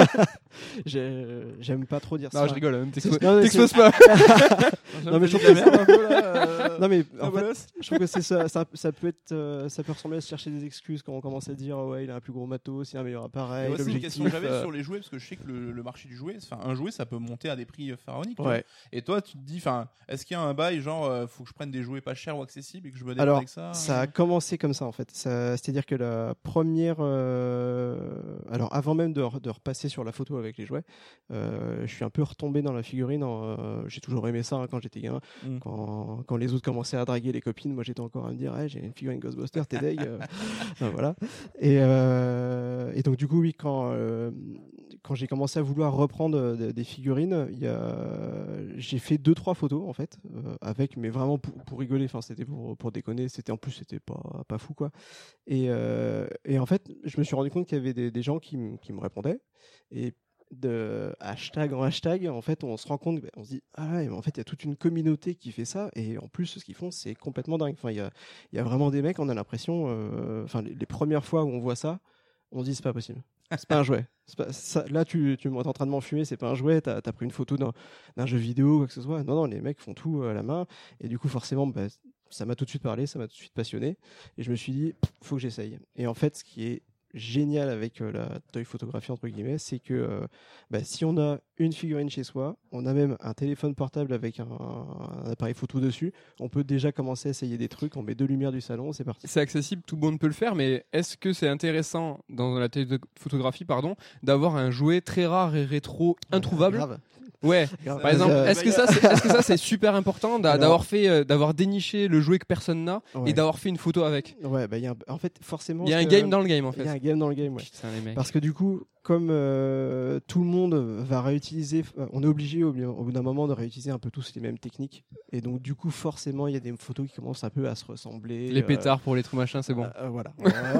j'ai- J'aime pas trop dire Non, ça. je rigole. hein, C'est- T'exposes non, mais t'exposes c'est- pas. Non, mais je trouve la que merde un peu là. euh, Non mais la en fait, bolosse. je trouve que c'est ça, ça, ça peut être, euh, ça peut ressembler à se chercher des excuses quand on commence à dire ouais il a un plus gros matos, il a un meilleur Et appareil, ouais, c'est une l'objectif. question que j'avais euh, sur les jouets parce que je sais que le, le marché du jouet, enfin un jouet, ça peut monter à des prix pharaoniques. tu vois. Ouais. Et toi, tu te dis, enfin, est-ce qu'il y a un bail genre, euh, faut que je prenne des jouets pas chers ou accessibles et que je me démerde Alors, avec ça ça euh a commencé comme ça en fait. Ça- C'est-à-dire que la première, euh, alors avant même de, re- de repasser sur la photo avec les jouets, euh, je suis un peu retombé dans la figurine. en, euh, J'ai toujours aimé ça hein, quand j'étais gamin. Mm. Quand, quand les autres commençaient à draguer les copines, moi j'étais encore à me dire hey, j'ai une figurine Ghostbuster, t'es deg. euh. Enfin, voilà. Et, euh, et donc du coup oui quand euh, quand j'ai commencé à vouloir reprendre euh, des figurines, il y a... j'ai fait deux trois photos en fait euh, avec, mais vraiment pour, pour rigoler. Enfin c'était pour, pour déconner. C'était en plus c'était pas pas fou quoi. Et, euh, et en fait je me suis rendu compte qu'il y avait des, des gens qui, m- qui me répondaient et de hashtag en hashtag, en fait, on se rend compte, on se dit, ah ouais, mais en fait, il y a toute une communauté qui fait ça, et en plus, ce qu'ils font, c'est complètement dingue. Enfin, il y a, il y a vraiment des mecs, on a l'impression, euh, enfin, les, les premières fois où on voit ça, on se dit, c'est pas possible. C'est pas un jouet. C'est pas, ça, là, tu, tu es en train de m'enfumer, c'est pas un jouet, t'as as pris une photo d'un d'un jeu vidéo, quoi que ce soit. Non, non, les mecs font tout à la main, et du coup, forcément, bah, ça m'a tout de suite parlé, ça m'a tout de suite passionné, et je me suis dit, faut que j'essaye. Et en fait, ce qui est génial avec euh, la toy photographie entre guillemets, c'est que euh, bah, si on a une figurine chez soi, on a même un téléphone portable avec un, un appareil photo dessus, on peut déjà commencer à essayer des trucs, on met deux lumières du salon, c'est parti. C'est accessible, tout le monde peut le faire, mais est-ce que c'est intéressant dans la photographie, pardon, d'avoir un jouet très rare et rétro introuvable? Grave. Ouais. Grave. Par exemple, Euh, est-ce que ça, c'est, est-ce que ça c'est super important d'a- Alors- d'avoir fait, euh, d'avoir déniché le jouet que personne n'a Ouais. et d'avoir fait une photo avec? Ouais, bah, y a un- en fait, forcément. Il y a un ce que- game dans le game en Il y a fait. un game dans le game, ouais. Putain, les mecs. Parce que du coup, comme euh, tout le monde va réutiliser, euh, on est obligé au, au bout d'un moment de réutiliser un peu tous les mêmes techniques. Et donc, du coup, forcément, il y a des photos qui commencent un peu à se ressembler. Les euh, pétards pour les trucs machin, c'est bon. Euh, euh, voilà.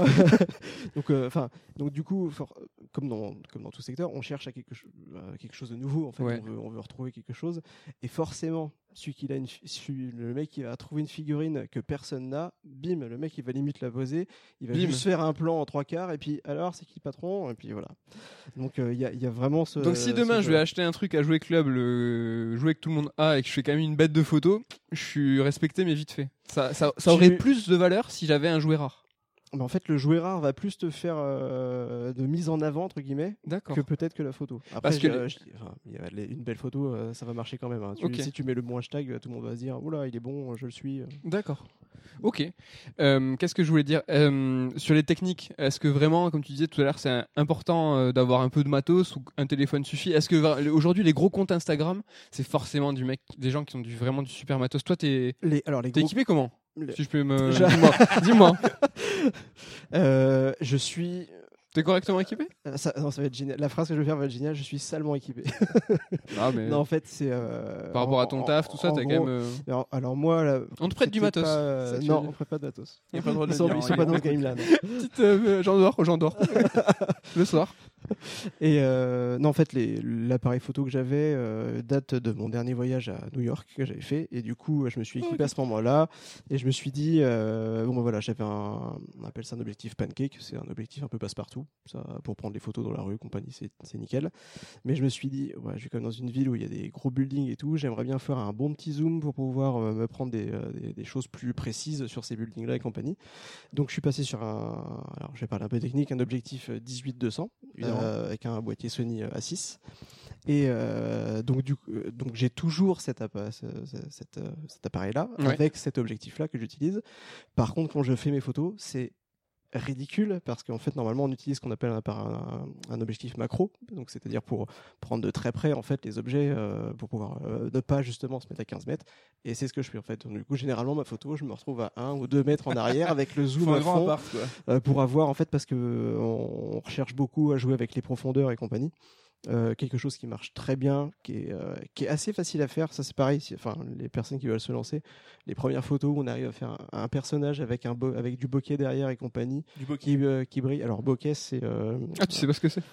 donc, euh, enfin, donc du coup, for- comme dans comme dans tout secteur, on cherche à quelque, cho- à quelque chose de nouveau. En fait, Ouais. on, veut, on veut retrouver quelque chose. Et forcément, celui qui a une, fi- celui- le mec qui va trouver une figurine que personne n'a, bim, le mec il va limite la poser, il va Bim. juste faire un plan en trois quarts. Et puis alors, c'est qui le patron? Et puis voilà. Donc il y, a, y a vraiment ce. Donc si demain ce je jeu. vais acheter un truc à jouer club, le jouet que tout le monde a et que je fais quand même une bête de photos, je suis respecté mais vite fait. Ça, ça, ça Tu- aurait plus de valeur si j'avais un jouet rare. Mais en fait, le jouet rare va plus te faire euh, de mise en avant entre guillemets. D'accord. Que peut-être que la photo. Après, Parce que j'ai- les- je- enfin, il y a les- une belle photo, euh, ça va marcher quand même. hein. Tu- Ok. Si tu mets le bon hashtag, tout le monde va se dire oula, il est bon, je le suis. D'accord. Ok. Euh, Qu'est-ce que je voulais dire Euh, sur les techniques? Est-ce que vraiment, comme tu disais tout à l'heure, c'est un- important euh, d'avoir un peu de matos ou un téléphone suffit? Est-ce que va- aujourd'hui les gros comptes Instagram, c'est forcément du mec, des gens qui ont du, vraiment du super matos? Toi, t'es Les, alors les t'es gros- équipé comment? les- Si je peux me. Je- Dis-moi. Dis-moi. Euh, je suis. T'es correctement équipé? euh, Ça, non, ça va être génial. La phrase que je vais faire va être géniale. Je suis salement équipé. Ah, mais non, en fait, c'est. euh, par rapport en- à ton en- taf, tout ça, en t'as gros- quand même. euh, Alors, alors moi, là, On te prête du c'était matos. pas, euh, c'est ça que tu non, veux on prête pas de matos. Il y a pas le droit de Ils le sont, dire, ils hein, sont il pas y a dans le beaucoup de- game là. non. Petite, euh, j'en dors, j'en dors. Le soir. Et euh, non, en fait, les- l'appareil photo que j'avais euh, date de mon dernier voyage à New York que j'avais fait. Et du coup, je me suis équipé à ce moment-là. Et je me suis dit, euh, bon, ben voilà, j'avais un, on appelle ça un objectif pancake. C'est un objectif un peu passe-partout. Ça, pour prendre les photos dans la rue, compagnie, c'est c'est nickel. Mais je me suis dit, ouais, je suis quand même dans une ville où il y a des gros buildings et tout. J'aimerais bien faire un bon petit zoom pour pouvoir euh, me prendre des, euh, des, des choses plus précises sur ces buildings-là et compagnie. Donc, je suis passé sur un, alors je vais parler un peu technique, un objectif dix-huit deux cents. Évidemment. Euh, avec un boîtier Sony A six. Et euh, donc, du coup, donc j'ai toujours cet, appa- ce- ce- cet, euh, cet appareil-là, Ouais. avec cet objectif-là que j'utilise. Par contre, quand je fais mes photos, c'est ridicule parce qu'en fait normalement on utilise ce qu'on appelle un, un, un objectif macro, donc c'est-à-dire pour prendre de très près en fait les objets euh, pour pouvoir euh, ne pas justement se mettre à quinze mètres, et c'est ce que je fais en fait. Donc, du coup généralement ma photo je me retrouve à un ou deux mètres en arrière avec le zoom Faut un à grand fond appart, quoi. euh, pour avoir en fait, parce que euh, on, on recherche beaucoup à jouer avec les profondeurs et compagnie. Euh, quelque chose qui marche très bien, qui est, euh, qui est assez facile à faire. Ça c'est pareil, si, enfin les personnes qui veulent se lancer, les premières photos où on arrive à faire un, un personnage avec un bo- avec du bokeh derrière et compagnie, Du bokeh. qui, euh, qui brille. Alors bokeh c'est euh, Ah, tu sais pas ce que c'est?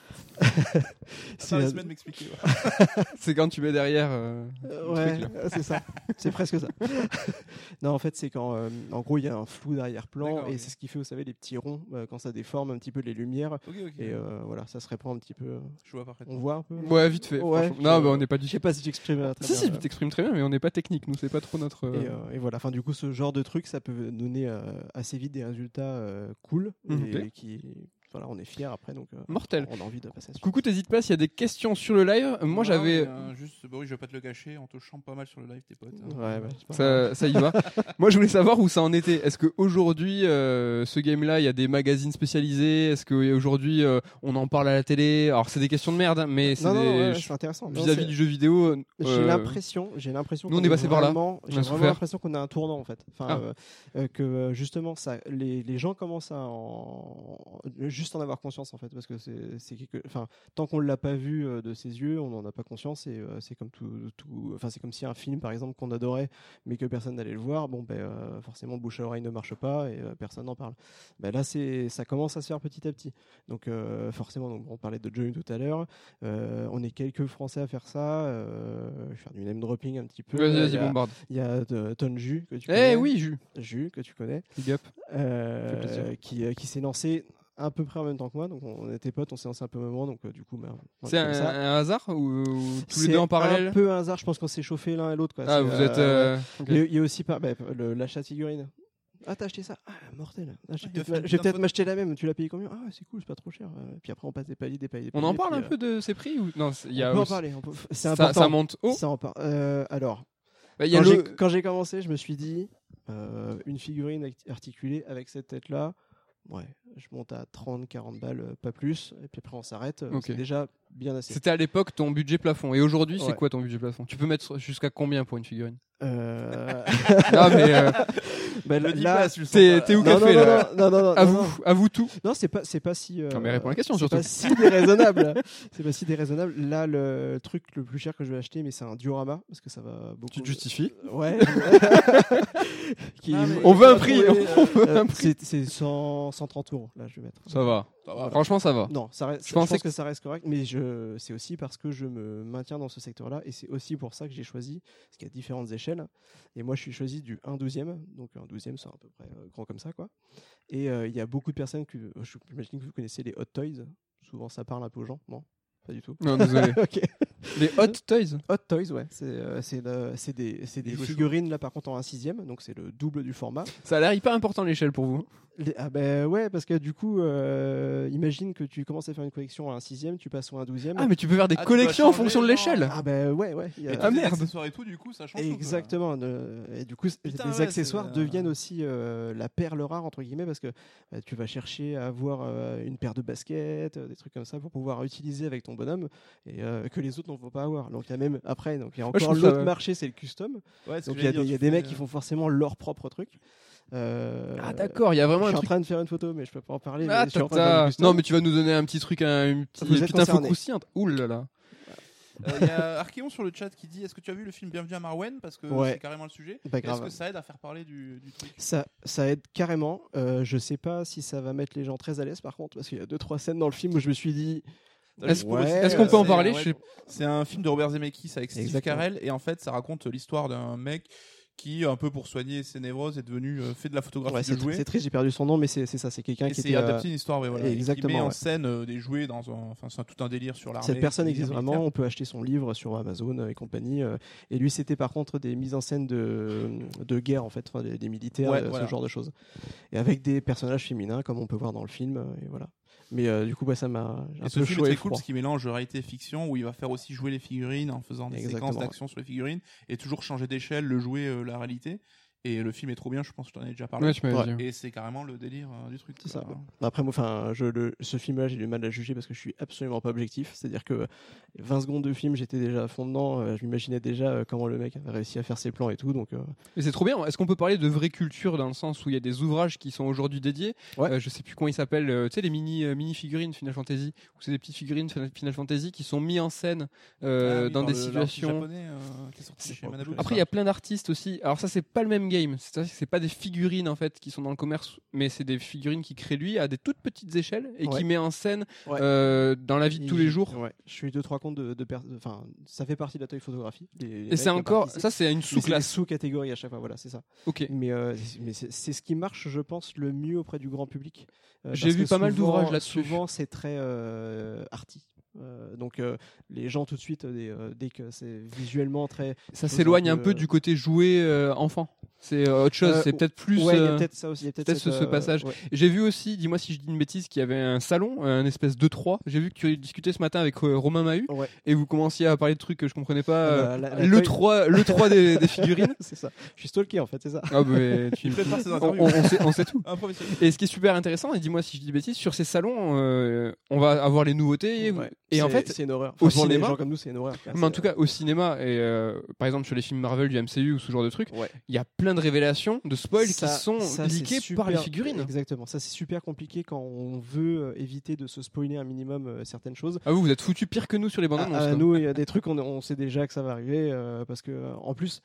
c'est Ça, la euh, semaine m'expliquer. Ouais. C'est quand tu mets derrière. euh, euh, le ouais, truc, là. c'est ça, c'est presque ça. Non, en fait c'est quand euh, en gros il y a un flou d'arrière-plan, D'accord, et ok. c'est ce qui fait, vous savez, les petits ronds euh, quand ça déforme un petit peu les lumières, Ok, ok. et euh, voilà, ça se répand un petit peu. Je vois parfaitement. On voit un peu. Ouais, vite fait. Ouais, franchement. je- Non, bah, on n'est pas du Je sais pas si j'exprime euh, très Si, bien, si, euh, tu t'exprimes très bien, mais on n'est pas technique, nous, c'est pas trop notre. euh, Et, euh, et voilà, enfin du coup ce genre de truc ça peut donner euh, assez vite des résultats euh, cool, Mhm. et qui, voilà, on est fiers après, donc euh, Mortel. on a envie de passer à la suite. Coucou, t'hésites pas s'il y a des questions sur le live. Moi, Non, j'avais. mais, euh, juste, bah oui, je vais pas te le cacher, on te chante pas mal sur le live, tes potes. hein. Ouais, ouais, c'est pas Ça, ça y va. Moi, je voulais savoir où ça en était. Est-ce qu'aujourd'hui, euh, ce game-là, il y a des magazines spécialisés? Est-ce qu'aujourd'hui, euh, on en parle à la télé? Alors, c'est des questions de merde, hein, mais c'est non, non, des... ouais, ouais, je- c'est intéressant. Non, vis-à-vis c'est- du jeu vidéo. J'ai euh, l'impression, j'ai l'impression nous, on qu'on est passé par là. vraiment- On a J'ai vraiment souffert. l'impression qu'on a un tournant en fait. Enfin, Ah. euh, euh, que euh, justement, ça, les, les gens commencent à en, juste en avoir conscience en fait, parce que c'est, c'est quelque, enfin, tant qu'on l'a pas vu euh, de ses yeux, on n'en a pas conscience, et euh, c'est comme tout, tout, enfin, c'est comme si un film par exemple qu'on adorait, mais que personne n'allait le voir, bon ben euh, forcément bouche à oreille ne marche pas, et euh, personne n'en parle. Ben là, c'est, ça commence à se faire petit à petit. Donc euh, forcément, donc, on parlait de Johnny tout à l'heure. Euh, on est quelques Français à faire ça. Euh, je vais faire du name dropping un petit peu. Vas-y, Il vas-y, y a- bombarde. Il y a euh, Tonju que tu Eh connais. oui, Jus. Jus que tu connais. Big up. Euh, Fait plaisir. qui, euh, qui s'est lancé à peu près en même temps que moi. Donc on était potes, on s'est lancé un peu au même moment. Donc euh, du coup, ben, on est C'est comme un, ça. un hasard ou, ou tous les C'est deux en parallèle? un peu un hasard. Je pense qu'on s'est chauffé l'un et l'autre, quoi. Ah, C'est, vous euh, êtes. euh, ok. Il y a- il y a aussi pas, bah, le, l'achat de figurines. Ah, t'as acheté ça? Ah, mortel. Ah, je vais Ah, il peut-être, va faire m'a- une je vais putain de peut-être photo. m'acheter la même. Tu l'as payé combien? Ah, c'est cool, c'est pas trop cher. Euh, Puis après, on passe des paliers, des paliers. des On paliers, en parle puis, un euh, peu de ces prix ou non? Il y a on peut en aussi- parler. on peut- C'est Ça, important. ça monte haut. Ça en parle. Euh, alors, Bah, il y a quand, j'ai, le- quand j'ai commencé, je me suis dit, euh, une figurine act- articulée avec cette tête-là, ouais, je monte à trente, quarante balles, euh, pas plus. Et puis après, on s'arrête. euh, Ok. C'est déjà bien assez. C'était à l'époque ton budget plafond. Et aujourd'hui, c'est Ouais. quoi ton budget plafond? Tu peux mettre jusqu'à combien pour une figurine? Euh... Non, mais euh, bah, Le dis là, pas, je le sens t'es pas. t'es où non, café non, là? non, non, non, non, À non, vous, non. à vous tout. Non, c'est pas, c'est pas si. euh, Non, mais réponds à la question, c'est surtout. pas si déraisonnable. C'est pas si déraisonnable. Là, le truc le plus cher que je vais acheter, mais c'est un diorama parce que ça va beaucoup. Tu te justifies? Ouais. Qui- Ah, mais On veut un pas prix. trouvé, On veut Euh, un prix. c'est c'est cent, cent trente euros. Là, je vais mettre. Ça va. Ça va. Franchement, ça va. Non, ça reste, Je je, pensais pense que ça reste correct, mais je, c'est aussi parce que je me maintiens dans ce secteur-là, et c'est aussi pour ça que j'ai choisi, parce qu'il y a différentes échelles, et moi je suis choisi du un douzième, donc un douzième c'est à peu près euh, grand comme ça, quoi. Et euh, il y a beaucoup de personnes, que, je- j'imagine que vous connaissez les Hot Toys, souvent ça parle un peu aux gens, non? Pas du tout. Non, désolé. Ok. Les Hot Toys. Hot Toys, ouais, c'est, euh, c'est, le- c'est des, c'est des jouets figurines, là par contre en un sixième, donc c'est le double du format. Ça a l'air hyper important l'échelle pour vous. Les- ah ben ouais, parce que du coup, euh, imagine que tu commences à faire une collection à un sixième, tu passes au un douzième. Ah, mais tu peux faire des Ah, tu collections dois en fonction de changer, l'échelle. non. Ah ben ouais, ouais. il y a- Et Ah, tous les merde. accessoires et tout, du coup, ça change tout, quoi. Exactement. de- Et du coup, c- Putain, les ouais, accessoires c'est, euh, deviennent aussi euh, la perle rare entre guillemets, parce que bah, tu vas chercher à avoir euh, une paire de baskets, euh, des trucs comme ça pour pouvoir utiliser avec ton bonhomme, et euh, que les autres n'en vont pas avoir. Donc il y a même après, donc il y a je encore trouve ça, l'autre ouais. marché, c'est le custom. Ouais, c'est ce Donc que il y a j'allais des, il y a dire, des tu mecs fais, qui euh, font forcément leur propre truc. Euh, Ah, d'accord, il y a vraiment Je un suis en truc. train de faire une photo, mais je peux pas en parler. Ah, mais je suis en train de tata. faire du custom. Non, mais tu vas nous donner un petit truc, un, une petite, Vous êtes petite info concerné. croustillante. Ouh là là. Euh, Il y a Archeon sur le chat qui dit: est-ce que tu as vu le film Bienvenue à Marwen? Parce que Ouais. c'est carrément le sujet. Pas Est-ce grave. que ça aide à faire parler du, du truc? Ça, ça aide carrément. Euh, je sais pas si ça va mettre les gens très à l'aise par contre, parce qu'il y a deux trois scènes dans le film où je me suis dit. Est-ce Ouais, est-ce qu'on peut en c'est- parler? ouais, Je sais- C'est un film de Robert Zemeckis avec Steve Exactement. Carell, et en fait, ça raconte l'histoire d'un mec qui, un peu pour soigner ses névroses, est devenu euh, fait de la photographie Ouais, de c'est, jouets. c'est triste, j'ai perdu son nom, mais c'est, c'est ça, c'est quelqu'un Et qui c'est était. euh, adapté une histoire, ouais, voilà, et qui exactement, met en ouais. scène euh, des jouets dans un, enfin, c'est un- tout un délire sur l'armée. Cette personne les existe militaires. vraiment, on peut acheter son livre sur Amazon euh, et compagnie. euh, Et lui, c'était par contre des mises en scène de, de guerre, en fait, enfin, des, des militaires, Ouais, euh, voilà. ce genre de choses. Et avec des personnages féminins, comme on peut voir dans le film, euh, et voilà. Mais euh, du coup, bah, ça m'a un et ce peu film chaud est et très cool froid. parce qu'il mélange réalité et fiction, où il va faire aussi jouer les figurines en faisant des Exactement, séquences d'action sur les figurines et toujours changer d'échelle, le jouer euh, la réalité. Et le film est trop bien, je pense que je t'en ai déjà parlé. Ouais, tu m'avais Ouais. dit. Et c'est carrément le délire euh, du truc. C'est quoi. ça. Bah, après, moi, enfin, je, le, ce film-là, j'ai du mal à juger parce que je suis absolument pas objectif. C'est-à-dire que vingt secondes de film, j'étais déjà à fond dedans. Euh, je m'imaginais déjà euh, comment le mec avait réussi à faire ses plans et tout. Donc, euh... Mais c'est trop bien. Est-ce qu'on peut parler de vraie culture dans le sens où il y a des ouvrages qui sont aujourd'hui dédiés Ouais. euh, Je sais plus comment ils s'appellent. euh, tu sais, les mini euh, mini figurines Final Fantasy, ou c'est des petites figurines Final Final Fantasy qui sont mis en scène euh, Ah oui, dans des le- situations. l'artiste japonais, euh, qui est sorti chez Manabu, Après, il y a plein d'artistes aussi. Alors ça, c'est pas le même game. C'est c'est pas des figurines en fait qui sont dans le commerce, mais c'est des figurines qui crée lui à des toutes petites échelles et Ouais. qui met en scène Ouais. euh, dans la vie de tous Et- les jours. Ouais. Je suis deux trois comptes de, de per- ça fait partie de la toy photographie. Les- les Et mecs c'est qui encore, participent. ça c'est une Mais c'est des sous-classe. sous-catégories à chaque fois. Voilà, c'est ça. Ok. Mais, euh, c'est- mais c'est c'est ce qui marche, je pense, le mieux auprès du grand public. Euh, J'ai parce vu que pas mal souvent- d'ouvrages là-dessus. Souvent, c'est très euh, arty. Euh, donc euh, les gens tout de suite, dès, euh, dès que c'est visuellement très, Ça chose s'éloigne un un peu, peu du côté jouet euh, enfant. C'est euh, autre chose. Euh, c'est peut-être plus. ouais, il y a euh, peut-être ça aussi. Il y a peut-être peut-être cette, ce- ce euh, passage. ouais. J'ai vu aussi, dis-moi si je dis une bêtise, qu'il y avait un salon, un espèce de trois. J'ai vu que tu discutais ce matin avec euh, Romain Mahut Ouais. et vous commenciez à parler de trucs que je comprenais pas. Ah bah, euh, la- la le toy- trois, le trois des, des figurines. c'est ça. Je suis stalké en fait, c'est ça. Ah bah, tu Il prépare ses on, interviews. on- on sait, on sait tout. Un professionnel. Et ce qui est super intéressant, et dis-moi si je dis des bêtises, sur ces salons, euh, on va avoir les nouveautés. Ouais. Et en C'est- fait, c'est une horreur. au Enfin, pour les cinéma- gens comme nous, c'est une horreur. mais en tout cas, au cinéma, et euh, par exemple sur les films Marvel du M C U ou ce genre de trucs, ouais. il y a plein de révélations, de spoils Ça- qui sont ça, c'est liqués super- par les figurines. Exactement. Ça, c'est super compliqué quand on veut euh, éviter de se spoiler un minimum euh, certaines choses. Ah vous, vous êtes foutus pire que nous sur les bandes Ah, annonces. ah, quoi. nous, il y a des trucs, on, on sait déjà que ça va arriver euh, parce que, euh, en plus,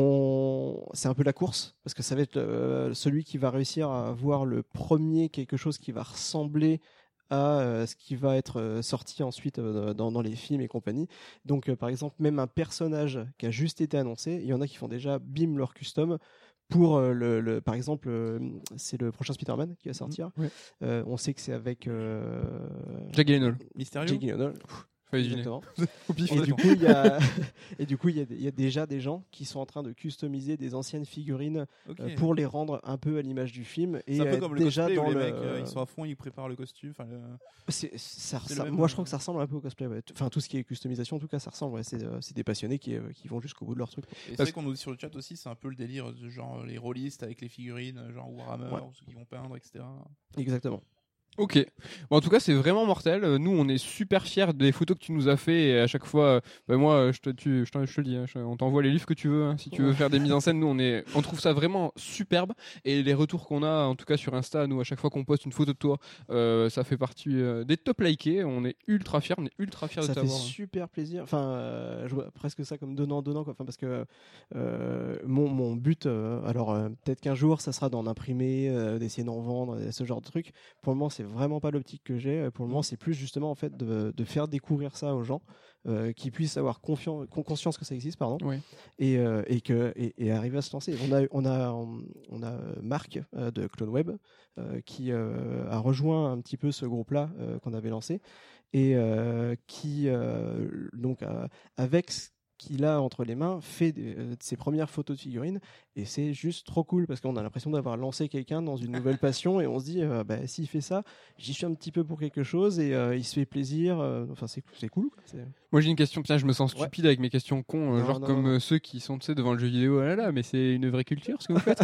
on... c'est un peu la course parce que ça va être euh, celui qui va réussir à voir le premier quelque chose qui va ressembler à euh, ce qui va être euh, sorti ensuite euh, dans, dans les films et compagnie. Donc, euh, par exemple, même un personnage qui a juste été annoncé, il y en a qui font déjà bim leur custom. Pour euh, le, le, par exemple, euh, c'est le prochain Spider-Man qui va sortir. Ouais. Euh, on sait que c'est avec euh, Jack Gyllenhaal. Mysterio. Jake Gyllenhaal. Fallait deviner. Exactement. Au pif. Et du coup, il y a, et du coup, il y a, il y a déjà des gens qui sont en train de customiser des anciennes figurines Ok. euh, pour les rendre un peu à l'image du film. Et C'est un peu euh, comme le déjà cosplay où dans les le, mecs euh, ils sont à fond, ils préparent le costume. enfin, le- c'est, ça, c'est le ça- même, moi, euh, je trouve que ça ressemble un peu au cosplay. Ouais. Enfin, tout ce qui est customisation, en tout cas, ça ressemble. Ouais. C'est, euh, c'est des passionnés qui, euh, qui vont jusqu'au bout de leur truc. Et c'est Parce- vrai qu'on nous dit sur le chat aussi, c'est un peu le délire de genre les rôlistes avec les figurines, genre Warhammer, Ouais. ou ceux qui vont peindre, et cetera. Exactement. Ok. Bon, en tout cas, c'est vraiment mortel. Euh, Nous, on est super fiers des photos que tu nous as fait. Et à chaque fois, euh, bah, moi, euh, je te, tu- je, t'en- je te le dis, hein, je- on t'envoie les livres que tu veux. hein. Si tu veux faire des mises en scène, nous, on est, on trouve ça vraiment superbe. Et les retours qu'on a, en tout cas sur Insta, nous, à chaque fois qu'on poste une photo de toi, euh, ça fait partie euh, des top likés. On est ultra fiers. On est ultra fiers de Ça fait t'avoir. hein. super plaisir. Enfin, euh, je vois presque ça comme donnant, donnant. Quoi. Enfin, parce que euh, mon, mon but, euh, alors euh, peut-être qu'un jour, ça sera d'en imprimer, euh, d'essayer d'en vendre, euh, ce genre de truc. Pour le moment, c'est vraiment pas l'optique que j'ai. Pour le moment, c'est plus justement en fait de, de faire découvrir ça aux gens, euh, qui puissent avoir confiance, conscience que ça existe, pardon, Oui. et, euh, et que et, et arriver à se lancer. On a on a on a Marc euh, de CloneWeb euh, qui euh, a rejoint un petit peu ce groupe-là euh, qu'on avait lancé et euh, qui euh, donc euh, avec ce qu'il a entre les mains fait des, euh, de ses premières photos de figurines et c'est juste trop cool parce qu'on a l'impression d'avoir lancé quelqu'un dans une nouvelle passion et on se dit euh, bah, s'il fait ça j'y suis un petit peu pour quelque chose et euh, il se fait plaisir euh, enfin c'est, c'est cool quoi. C'est... Moi, j'ai une question. Putain, je me sens Ouais. stupide avec mes questions cons, euh, Non, genre non, comme non. euh, ceux qui sont tu sais, devant le jeu vidéo. Ah là là, mais c'est une vraie culture ce que vous faites.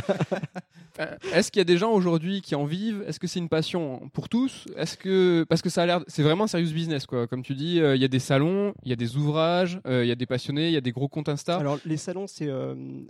Euh, Est-ce qu'il y a des gens aujourd'hui qui en vivent? Est-ce que c'est une passion pour tous? Est-ce que parce que ça a l'air, c'est vraiment un serious business quoi. Comme tu dis, euh, il y a des salons, il y a des ouvrages, euh, il y a des passionnés, il y a des gros comptes Insta. Alors les salons, c'est euh,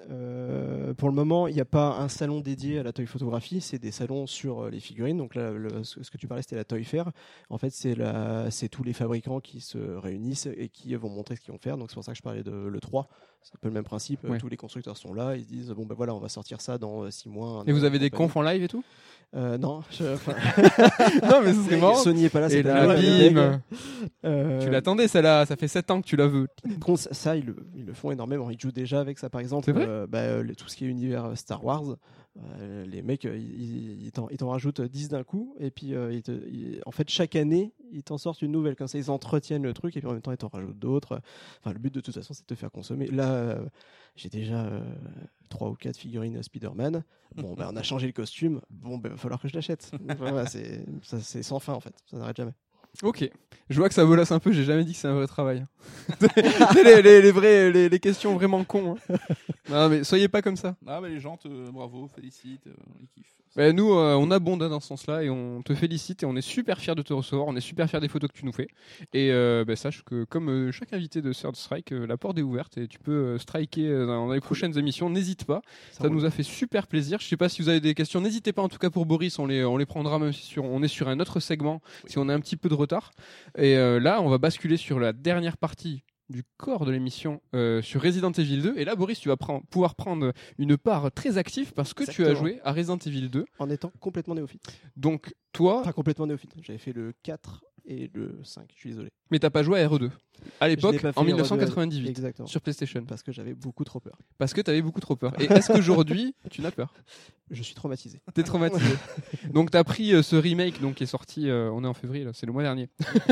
euh, pour le moment, il n'y a pas un salon dédié à la toy photographie, c'est des salons sur euh, les figurines. Donc là, le, ce ce que tu parlais, c'était la Toy Fair. En fait, c'est la, c'est tous les fabricants qui se réunissent et qui vont montrer ce qu'ils vont faire. Donc c'est pour ça que je parlais de l'E trois. C'est un peu le même principe. Ouais. Tous les constructeurs sont là, ils se disent bon ben voilà, on va sortir ça dans euh, six mois. un Et an, vous avez des compagnie. confs en live et tout? euh, Non, je, enfin, Non, mais ce serait marrant. Sony est pas là. Et cette là, année, bim. euh, Tu l'attendais celle-là, ça fait sept ans que tu la veux. Par contre, ça, ça, ils, le, ils le font énormément. Ils jouent déjà avec ça, par exemple. C'est vrai euh, bah, euh, le- tout ce qui est univers euh, Star Wars, euh, les mecs, euh, ils, ils, t'en, ils t'en rajoutent dix d'un coup. Et puis, euh, ils te, ils- en fait, chaque année, ils t'en sortent une nouvelle. Comme ça, ils entretiennent le truc et puis en même temps, ils t'en rajoutent d'autres. Enfin, le but de toute façon, c'est de te faire consommer. Là, euh, j'ai déjà euh, trois ou quatre figurines Spider-Man. Bon, ben, on a changé le costume. Bon, ben, il va falloir que je l'achète. Voilà, c'est, ça, c'est sans fin en fait. Ça n'arrête jamais. Ok, je vois que ça volasse un peu, j'ai jamais dit que c'est un vrai travail. les, les, les, vrais, les, les questions vraiment cons. Hein. Non mais soyez pas comme ça. Ah mais les gens te bravo, félicitent, euh, ils kiffent. Bah, nous euh, on abonde dans ce sens-là et on te félicite et on est super fiers de te recevoir, on est super fiers des photos que tu nous fais. Et euh, bah, sache que comme euh, chaque invité de Third Strike, euh, la porte est ouverte et tu peux euh, striker euh, dans les prochaines émissions, n'hésite pas. Ça, ça nous a fait super plaisir. Je sais pas si vous avez des questions, n'hésitez pas en tout cas pour Boris, on les, on les prendra même si sur, on est sur un autre segment, oui. Si on a un petit peu de retard. Et euh, là on va basculer sur la dernière partie du corps de l'émission euh, sur Resident Evil deux. Et là, Boris, tu vas prendre, pouvoir prendre une part très active parce que Exactement. Tu as joué à Resident Evil deux. En étant complètement néophyte. Donc, toi... Pas complètement néophyte. J'avais fait le quatre et le cinq, je suis désolé. Mais t'as pas joué à R E deux à l'époque, en dix-neuf cent quatre-vingt-dix-huit, Exactement. Sur PlayStation. Parce que j'avais beaucoup trop peur. Parce que t'avais beaucoup trop peur. Et est-ce qu'aujourd'hui, tu n'as peur? Je suis traumatisé. T'es traumatisé. Donc t'as pris euh, ce remake donc, qui est sorti, euh, on est en février, là, c'est le mois dernier.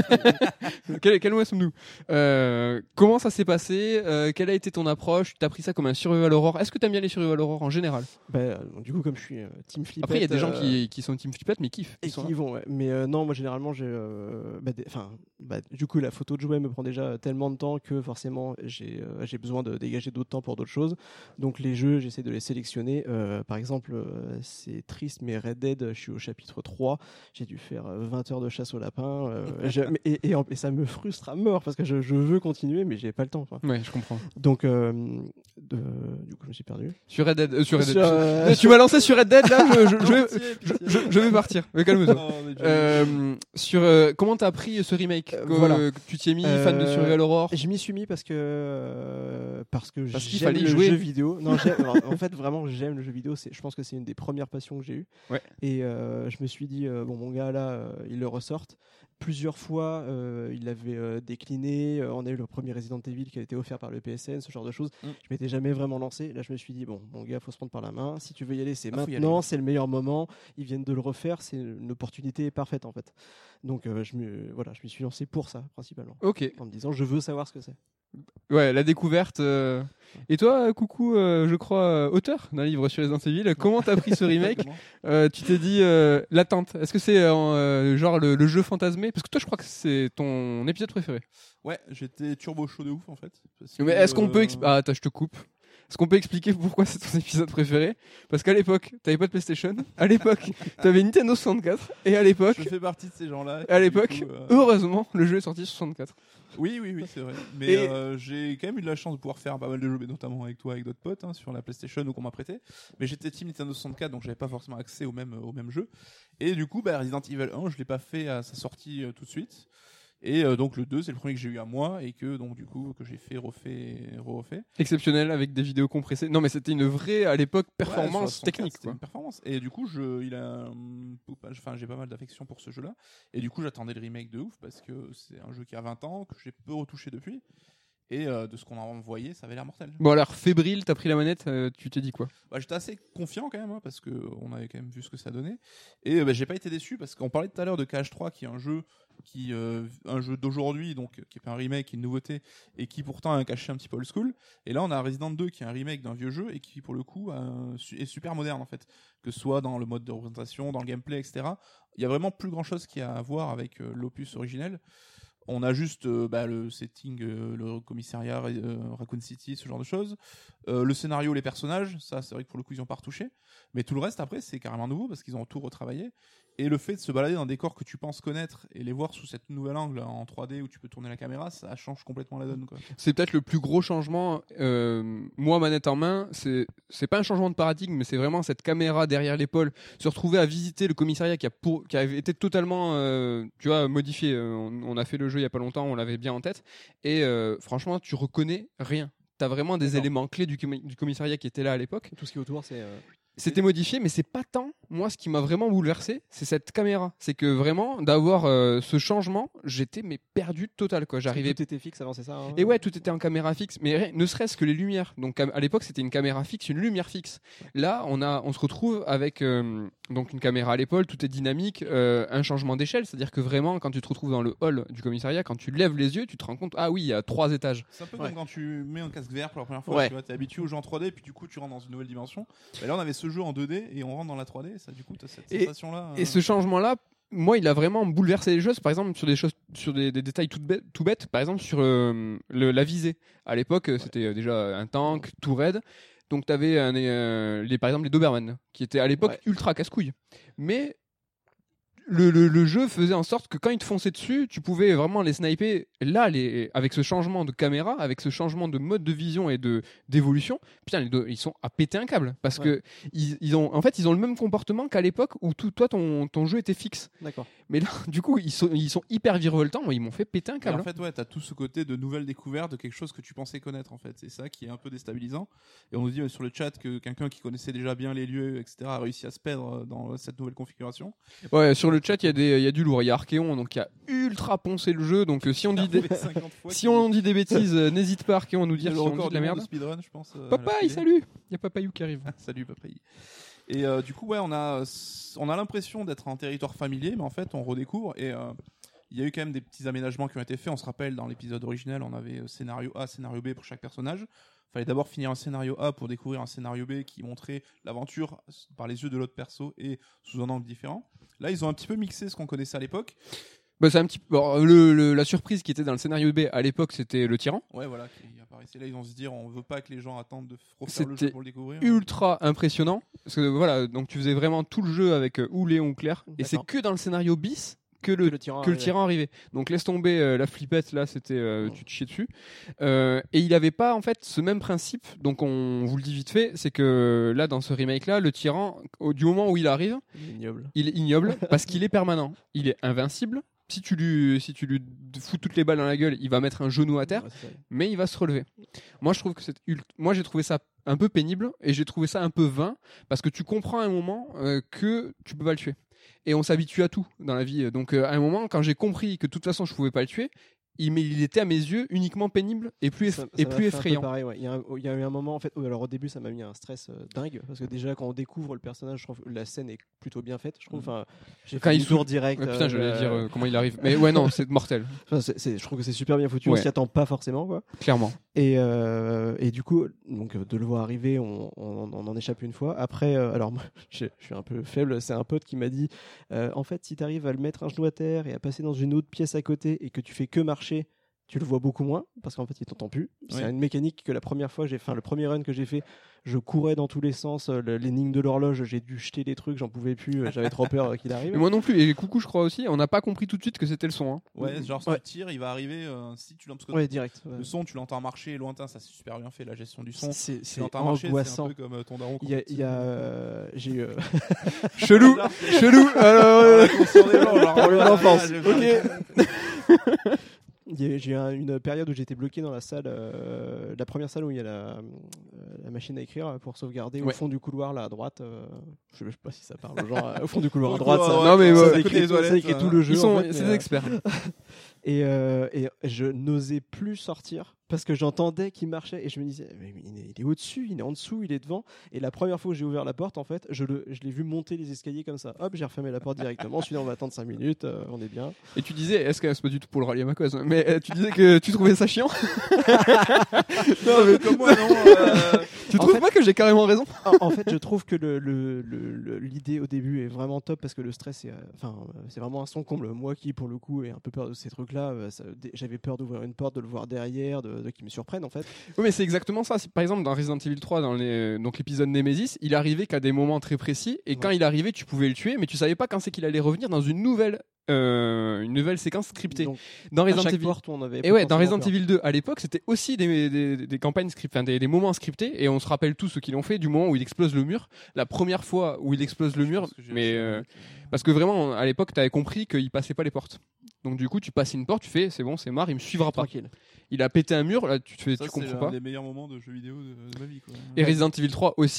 quel, quel mois sommes-nous euh, Comment ça s'est passé euh, Quelle a été ton approche? T'as pris ça comme un survival horror? Est-ce que t'aimes bien les survival horror en général? Bah, du coup, comme je suis euh, team flippette... Après, il y a des gens euh... qui, qui sont team flippette, mais kiffent. Et qui y vont, ouais. Mais euh, non, moi, généralement, j'ai... Euh, bah, des... enfin, bah, du coup, la photo de jouet me prend déjà tellement de temps que forcément, j'ai, euh, j'ai besoin de dégager d'autres temps pour d'autres choses. Donc, les jeux, j'essaie de les sélectionner. Euh, par exemple, euh, c'est triste, mais Red Dead, je suis au chapitre trois. J'ai dû faire vingt heures de chasse au lapin. Euh, et, et, et ça me frustre à mort parce que je, je veux continuer, mais j'ai pas le temps. Quoi. Ouais, je comprends. Donc, euh, de... du coup, je me suis perdu. Sur Red Dead. Euh, sur Red Dead. Sur, euh... Tu, tu m'as lancé sur Red Dead, là, je, je, je, je, je, je vais partir. Mais calme-toi. Oh, euh, sur, euh, comment t'as appris ce remake euh, voilà. euh, Tu t'y es mis, fan de survival horror? Je m'y suis mis parce que, euh, parce que parce j'aime le jouer. jeu vidéo. Non, alors, en fait, vraiment, j'aime le jeu vidéo. C'est, je pense que c'est une des premières passions que j'ai eues. Ouais. Et euh, je me suis dit, euh, bon, mon gars, là, euh, il le ressorte. Plusieurs fois, euh, il l'avait euh, décliné. Euh, on a eu le premier Resident Evil qui a été offert par le P S N, ce genre de choses. Mm. Je m'étais jamais vraiment lancé. Là, je me suis dit, bon, mon gars, faut se prendre par la main. Si tu veux y aller, c'est ah, maintenant, c'est le meilleur moment. Ils viennent de le refaire, c'est une opportunité parfaite en fait. Donc, euh, je me, voilà, je m'y suis lancé pour ça, principalement. Ok. En me disant, je veux savoir ce que c'est. Ouais, la découverte. Euh... Et toi, coucou, euh, je crois, euh, auteur d'un livre sur les Resident Evil, comment t'as pris ce remake? euh, Tu t'es dit euh, l'attente. Est-ce que c'est euh, genre le, le jeu fantasmé? Parce que toi, je crois que c'est ton épisode préféré. Ouais, j'étais turbo chaud de ouf en fait. Parce Mais que, est-ce qu'on euh... peut exp... ah attends, je te coupe. Est-ce qu'on peut expliquer pourquoi c'est ton épisode préféré? Parce qu'à l'époque, t'avais pas de PlayStation. À l'époque, t'avais Nintendo soixante-quatre. Et à l'époque, je fais partie de ces gens-là. À l'époque, coup, euh... heureusement, le jeu est sorti sur soixante-quatre. Oui, oui, oui, c'est vrai. Mais et... euh, j'ai quand même eu de la chance de pouvoir faire pas mal de jeux, mais notamment avec toi, avec d'autres potes, hein, sur la PlayStation ou qu'on m'a prêté. Mais j'étais team Nintendo soixante-quatre, donc j'avais pas forcément accès au même au même jeu. Et du coup, bah, Resident Evil un, je l'ai pas fait à sa sortie euh, tout de suite. Et euh, donc le deux, c'est le premier que j'ai eu à moi et que donc du coup que j'ai fait refait refait. Exceptionnel avec des vidéos compressées. Non mais c'était une vraie à l'époque performance ouais, technique quoi. Une performance. Et du coup je il a enfin j'ai pas mal d'affection pour ce jeu-là et du coup j'attendais le remake de ouf parce que c'est un jeu qui a vingt ans que j'ai peu retouché depuis. Et euh, de ce qu'on a envoyé, ça avait l'air mortel. Bon alors fébrile, t'as pris la manette, euh, tu t'es dit quoi? Bah, j'étais assez confiant quand même hein, parce que on avait quand même vu ce que ça donnait. Et euh, bah, j'ai pas été déçu parce qu'on parlait tout à l'heure de K H trois qui est un jeu qui euh, un jeu d'aujourd'hui donc qui est pas un remake, qui est une nouveauté et qui pourtant a un cachet un petit peu old school. Et là on a Resident deux qui est un remake d'un vieux jeu et qui pour le coup euh, est super moderne en fait, que ce soit dans le mode de représentation, dans le gameplay, et cetera. Il y a vraiment plus grand chose qui a à voir avec euh, l'opus originel. On a juste euh, bah, le setting, euh, le commissariat, euh, Raccoon City, ce genre de choses. Euh, le scénario, les personnages, ça c'est vrai que pour le coup ils n'ont pas retouché. Mais tout le reste après c'est carrément nouveau parce qu'ils ont tout retravaillé. Et le fait de se balader dans des décors que tu penses connaître et les voir sous cette nouvelle angle en trois D où tu peux tourner la caméra, ça change complètement la donne quoi. C'est peut-être le plus gros changement. Euh, moi, manette en main, c'est c'est pas un changement de paradigme, mais c'est vraiment cette caméra derrière l'épaule, se retrouver à visiter le commissariat qui a pour, qui a été totalement, euh, tu vois, modifié. On, on a fait le jeu il y a pas longtemps, on l'avait bien en tête, et euh, franchement, tu reconnais rien. T'as vraiment des non. éléments clés du, du commissariat qui étaient là à l'époque. Tout ce qui est autour, c'est. Euh... C'était modifié, mais c'est pas tant moi, ce qui m'a vraiment bouleversé, c'est cette caméra. C'est que vraiment, d'avoir euh, ce changement, j'étais mais perdu total, quoi. J'arrivais. Tout était fixe avant, c'est ça hein Et ouais, tout était en caméra fixe, mais ne serait-ce que les lumières. Donc à l'époque, c'était une caméra fixe, une lumière fixe. Là, on a, on se retrouve avec euh, donc une caméra à l'épaule, tout est dynamique, euh, un changement d'échelle, c'est-à-dire que vraiment, quand tu te retrouves dans le hall du commissariat, quand tu lèves les yeux, tu te rends compte, ah oui, il y a trois étages. C'est un peu ouais. comme quand tu mets un casque V R pour la première fois, ouais. tu vois, t'es habitué au jeu en trois D, puis du coup, tu rentres dans une nouvelle dimension. Et là, on avait ce jeu en deux D et on rentre dans la trois D, ça, du coup, t'as cette et, sensation-là. Euh... Et ce changement-là, moi, il a vraiment bouleversé les choses. Par exemple, sur des choses, sur des, des détails tout bêtes, tout bêtes. Par exemple, sur euh, le, la visée. À l'époque, ouais. c'était déjà un tank tout raide. Donc, tu avais un, euh, les, par exemple les Doberman, qui étaient à l'époque ouais. ultra casse-couilles. Mais le, le, le jeu faisait en sorte que quand ils te fonçaient dessus, tu pouvais vraiment les sniper. Là, les, avec ce changement de caméra, avec ce changement de mode de vision et de d'évolution, putain, les deux, ils sont à péter un câble parce ouais. que ils, ils ont, en fait, ils ont le même comportement qu'à l'époque où tout, toi, ton, ton jeu était fixe. D'accord. Mais là, du coup, ils sont, ils sont hyper virevoltants. Ils m'ont fait péter un câble. En fait, ouais, t'as tout ce côté de nouvelles découvertes de quelque chose que tu pensais connaître. En fait, c'est ça qui est un peu déstabilisant. Et on nous dit euh, sur le chat que quelqu'un qui connaissait déjà bien les lieux, et cetera, a réussi à se perdre dans cette nouvelle configuration. Ouais, sur le chat, il y a des, il y a du lourd. Il y a Archeon, donc il y a ultra poncé le jeu. Donc euh, si on dit des, si on dit des bêtises, euh, n'hésite pas Archeon à nous dire si on dit de la merde. Speedrun, je pense. Euh, Papaye, salut. Il y a Papayou qui arrive. Salut Papaye. Et euh, du coup, ouais, on a, on a l'impression d'être en territoire familier, mais en fait, on redécouvre. Et euh, il y a eu quand même des petits aménagements qui ont été faits. On se rappelle, dans l'épisode original, on avait scénario A, scénario B pour chaque personnage. Il fallait d'abord finir un scénario A pour découvrir un scénario B qui montrait l'aventure par les yeux de l'autre perso et sous un angle différent. Là, ils ont un petit peu mixé ce qu'on connaissait à l'époque. Bah, c'est un petit peu... bon, le, le, la surprise qui était dans le scénario B à l'époque, c'était le tyran. Ouais, voilà, qui apparaissait là. Ils vont se dire, on veut pas que les gens attendent de refaire le jeu pour le découvrir. C'était ultra impressionnant. Parce que voilà, donc tu faisais vraiment tout le jeu avec euh, ou Léon ou Claire. D'accord. Et c'est que dans le scénario bis que le, que le tyran, que le tyran arrivait. Donc laisse tomber euh, la flippette, là, c'était euh, oh. tu te chiais dessus. Euh, et il avait pas en fait ce même principe. Donc on vous le dit vite fait, c'est que là dans ce remake là, le tyran, au, du moment où il arrive, il est ignoble. Il est ignoble parce qu'il est permanent. Il est invincible. Si tu lui, si tu lui fous toutes les balles dans la gueule, il va mettre un genou à terre, ouais, mais il va se relever. Moi, je trouve que c'est, moi, j'ai trouvé ça un peu pénible et j'ai trouvé ça un peu vain parce que tu comprends à un moment euh, que tu peux pas le tuer. Et on s'habitue à tout dans la vie. Donc, euh, à un moment, quand j'ai compris que de toute façon, je pouvais pas le tuer, il, mais il était à mes yeux uniquement pénible et plus, eff- ça, et ça plus effrayant. Pareil, ouais. il, y a un, il y a eu un moment en fait. Où, alors au début, ça m'a mis un stress euh, dingue parce que déjà quand on découvre le personnage, je trouve que la scène est plutôt bien faite. Je trouve. Enfin, j'ai quand fait il tour direct. Ouais, putain, euh, j'allais euh... dire euh, comment il arrive. Mais ouais, non, c'est mortel. Enfin, c'est, c'est, je trouve que c'est super bien foutu. Ouais. On s'y attend pas forcément, quoi. Clairement. Et euh, et du coup, donc de le voir arriver, on, on, on en échappe une fois. Après, euh, alors moi, je, je suis un peu faible. C'est un pote qui m'a dit, euh, en fait, si tu arrives à le mettre un genou à terre et à passer dans une autre pièce à côté et que tu fais que marcher, tu le vois beaucoup moins parce qu'en fait il t'entend plus. Oui. C'est une mécanique que la première fois j'ai fait, enfin, le premier run que j'ai fait, je courais dans tous les sens, le, l'énigme de l'horloge, j'ai dû jeter des trucs, j'en pouvais plus, j'avais trop peur qu'il arrive. Mais moi non plus, et coucou je crois aussi, on n'a pas compris tout de suite que c'était le son. Hein. Ouais, genre si ouais. tu tires, il va arriver, euh, si tu l'entends. Ouais, direct. Ouais. Le son, tu l'entends marcher lointain, ça c'est super bien fait, la gestion du son. C'est, c'est marcher, angoissant. C'est un peu comme euh, ton daron. Il y a, il y a euh, j'ai euh... chelou, chelou. Alors, pour l'enfance. Ok. J'ai eu un, une période où j'étais bloqué dans la salle, euh, la première salle où il y a la, euh, la machine à écrire pour sauvegarder ouais. Au fond du couloir là à droite. Euh, je ne sais pas si ça parle aux gens. euh, au fond du couloir à droite, ça, non mais ça, ouais, ça écrit, ça écrit, écrit tout le jeu. Ils sont, en fait, c'est mais, des experts. et, euh, et je n'osais plus sortir parce que j'entendais qu'il marchait et je me disais mais il est, il est au-dessus, il est en dessous, il est devant. Et la première fois où j'ai ouvert la porte, en fait, je, le, je l'ai vu monter les escaliers comme ça. Hop, j'ai refermé la porte directement. Ensuite, on va attendre cinq minutes, euh, on est bien. Et tu disais, est-ce que c'est pas du tout pour le rallier à ma cause, mais euh, tu disais que tu trouvais ça chiant. Non, mais comme moi, non. Euh... Tu trouves fait, pas que j'ai carrément raison? en, en fait, je trouve que le, le, le, le, l'idée au début est vraiment top parce que le stress, c'est, enfin, euh, c'est vraiment un son comble. Moi qui, pour le coup, ai un peu peur de ces trucs-là, euh, ça, d- j'avais peur d'ouvrir une porte, de le voir derrière, de, de qu'il me surprenne en fait. Oui, mais c'est exactement ça. C'est, par exemple, dans Resident Evil trois, dans les, donc l'épisode Nemesis, il arrivait qu'à des moments très précis et ouais. Quand il arrivait, tu pouvais le tuer, mais tu savais pas quand c'est qu'il allait revenir dans une nouvelle. Euh, une nouvelle séquence scriptée. Donc, dans Resident Evil, porte, on avait et ouais, dans Resident Evil deux, à l'époque, c'était aussi des, des, des campagnes scriptées, enfin, des, des moments scriptés, et on se rappelle tous ceux qui l'ont fait du moment où il explose le mur. La première fois où il explose le mur, mais euh, parce que vraiment, à l'époque, t'avais compris qu'il passait pas les portes. Donc du coup, tu passes une porte, tu fais, c'est bon, c'est marre, il me suivra pas. Tranquille. Il a pété un mur, là, tu te fais, ça, tu comprends c'est pas. C'est un des meilleurs moments de jeux vidéo de, de ma vie, quoi. Et Resident Evil trois aussi.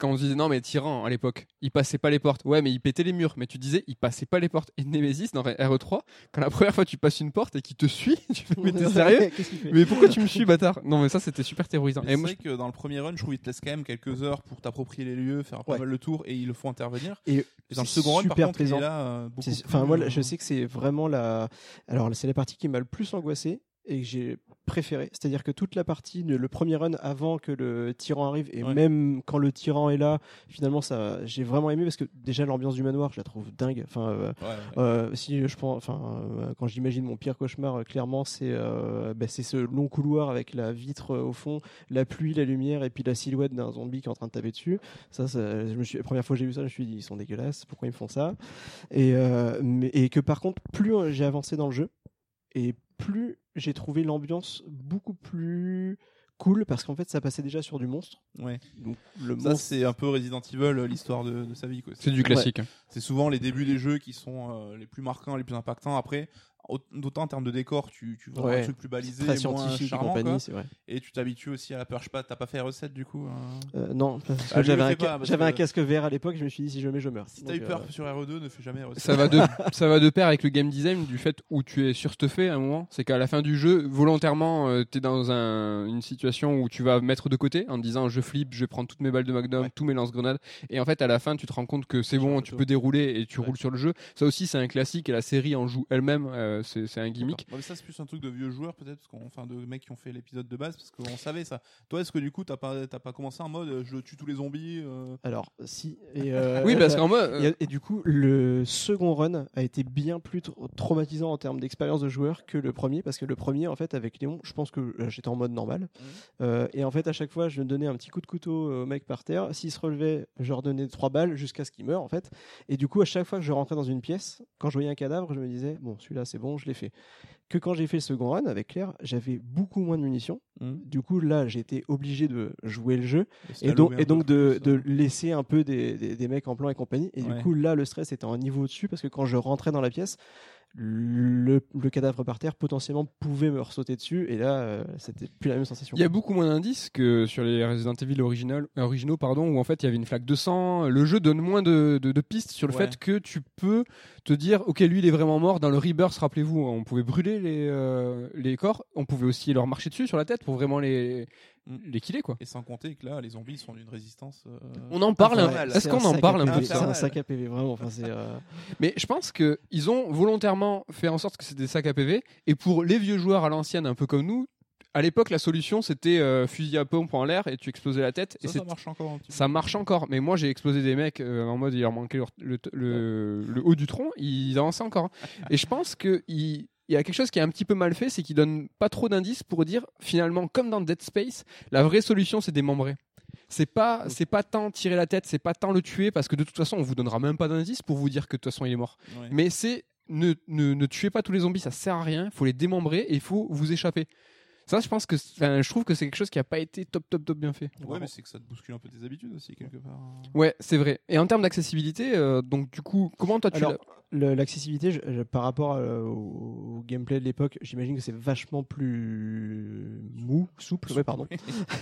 quand on se disait non mais Tyran à l'époque, il passait pas les portes. Ouais, mais il pétait les murs. Mais tu disais il passait pas les portes. Et Nemesis dans R E trois, quand la première fois tu passes une porte et qu'il te suit, tu fais mais t'es sérieux? Mais pourquoi tu me suis, bâtard? Non mais ça c'était super terrorisant. Mais et c'est moi, vrai que dans le premier run, je trouve qu'ils te laissent quand même quelques heures pour t'approprier les lieux, faire pas Ouais. mal le tour et ils le font intervenir. Et, Et dans le c'est second run, par super contre, plaisant. il est là. euh, beaucoup C'est- plus, Enfin, moi, euh, je sais que c'est vraiment la. Alors, c'est la partie qui m'a le plus angoissé et que j'ai préféré. C'est-à-dire que toute la partie, le premier run avant que le tyran arrive et Ouais. même quand le tyran est là, finalement, ça, j'ai vraiment aimé parce que déjà l'ambiance du manoir, je la trouve dingue. Enfin, euh, ouais, ouais. euh, si je pense, enfin, euh, quand j'imagine mon pire cauchemar, euh, clairement, c'est euh, bah, c'est ce long couloir avec la vitre euh, au fond, la pluie, la lumière et puis la silhouette d'un zombie qui est en train de taper dessus. Ça, ça je me suis, la première fois que j'ai vu ça, je me suis dit, ils sont dégueulasses. Pourquoi ils me font ça? Et, euh, mais, et que par contre, plus euh, j'ai avancé dans le jeu, et plus j'ai trouvé l'ambiance beaucoup plus cool, parce qu'en fait, ça passait déjà sur du monstre. Ouais. Donc, le Ça, monstre, c'est un peu Resident Evil, l'histoire de, de sa vie. Quoi. c'est du classique. hein. C'est souvent les débuts des jeux qui sont euh, les plus marquants, les plus impactants. Après, au- d'autant en termes de décor, tu, tu vois Ouais. un truc plus balisé, très moins scientifique et charmant. compagnie, Quoi. c'est vrai. Et tu t'habitues aussi à la peur. Je sais pas, t'as pas fait R E sept du coup hein Euh, non, parce que Ah, je j'avais le un, fais ca- pas, parce j'avais que- un casque vert à l'époque, je me suis dit, si je mets, je meurs. Si t'as eu Donc, peur euh, sur R E deux, ne fais jamais R E sept. Ça va de ça va de pair avec le game design du fait où tu es surstuffé à un moment. C'est qu'à la fin du jeu, volontairement, euh, t'es dans un, une situation où tu vas mettre de côté en te disant je flippe, je vais prendre toutes mes balles de Magnum, Ouais. tous mes lance-grenades. Et en fait, à la fin, tu te rends compte que c'est Sur bon, le tu dos. peux dérouler et tu Ouais. roules sur le jeu. Ça aussi, c'est un classique et la série en joue elle-même. euh, c'est, c'est un gimmick. Ouais, mais ça, c'est plus un truc de vieux joueurs, peut-être, parce qu'on, enfin, de mecs qui ont fait l'épisode de base, parce qu'on savait ça. Toi, est-ce que du coup, t'as pas, t'as pas commencé en mode euh, je tue tous les zombies euh... Alors, si. Et, euh, Oui, parce qu'en moi, euh, Et, et du coup, le second run a été bien plus tra- traumatisant en termes d'expérience de joueur que le premier, parce que le premier, en fait, avec Léon, je pense que euh, j'étais en mode normal. Euh, et en fait, à chaque fois, je donnais un petit coup de couteau au mec par terre. S'il se relevait, je leur donnais trois balles jusqu'à ce qu'il meure, en fait. Et du coup, à chaque fois que je rentrais dans une pièce, quand je voyais un cadavre, je me disais, bon, celui-là, c'est bon, je l'ai fait. Que quand j'ai fait le second run avec Claire, j'avais beaucoup moins de munitions. Mhm. Du coup, là, j'ai été obligé de jouer le jeu. se Et la donc, louer un et donc peu de, plus, de euh. laisser un peu des, des, des mecs en plan et compagnie. Et Ouais. du coup, là, le stress était un niveau au-dessus parce que quand je rentrais dans la pièce, le, le cadavre par terre potentiellement pouvait me ressauter dessus. Et là, euh, c'était plus la même sensation. il y a beaucoup moins d'indices que sur les Resident Evil original, originaux, pardon, où en fait il y avait une flaque de sang. Le jeu donne moins de, de, de pistes sur le Ouais. fait que tu peux te dire, ok, lui il est vraiment mort. Dans le Rebirth, rappelez-vous, on pouvait brûler les, euh, les corps, on pouvait aussi leur marcher dessus sur la tête pour vraiment les, Mm. les killer, quoi. Et sans compter que là, les zombies sont d'une résistance. euh, On en parle, Ouais, hein. c'est Est-ce un qu'on en sac parle à un P V, peu de C'est ça? un sac à P V, vraiment. Enfin, c'est, euh, Mais je pense qu'ils ont volontairement fait en sorte que c'est des sacs à P V. Et pour les vieux joueurs à l'ancienne, un peu comme nous, à l'époque, la solution c'était euh, fusil à pompe en l'air et tu explosais la tête. Ça, et ça c'est- marche encore un petit peu. ça marche encore. Mais moi, j'ai explosé des mecs euh, en mode il leur manquait leur- le, le- le haut du tronc. Ils avançaient encore. Et je pense que il il y a quelque chose qui est un petit peu mal fait, c'est qu'ils donnent pas trop d'indices pour dire finalement, comme dans Dead Space, la vraie solution c'est démembrer. C'est pas, c'est pas tant tirer la tête, c'est pas tant le tuer parce que de toute façon on vous donnera même pas d'indices pour vous dire que de toute façon il est mort. Ouais. Mais c'est ne, ne, ne tuez pas tous les zombies, ça sert à rien. Il faut les démembrer et il faut vous échapper. Ça, je pense que, enfin, je trouve que c'est quelque chose qui a pas été top, top, top bien fait. Ouais, mais c'est que ça te bouscule un peu tes habitudes aussi, quelque part. Ouais, c'est vrai. Et en termes d'accessibilité, euh, donc du coup, comment toi tu Alors, l'as- le- l'accessibilité, je- je- par rapport euh, au, au gameplay de l'époque, j'imagine que c'est vachement plus mou, souple, ouais, pardon.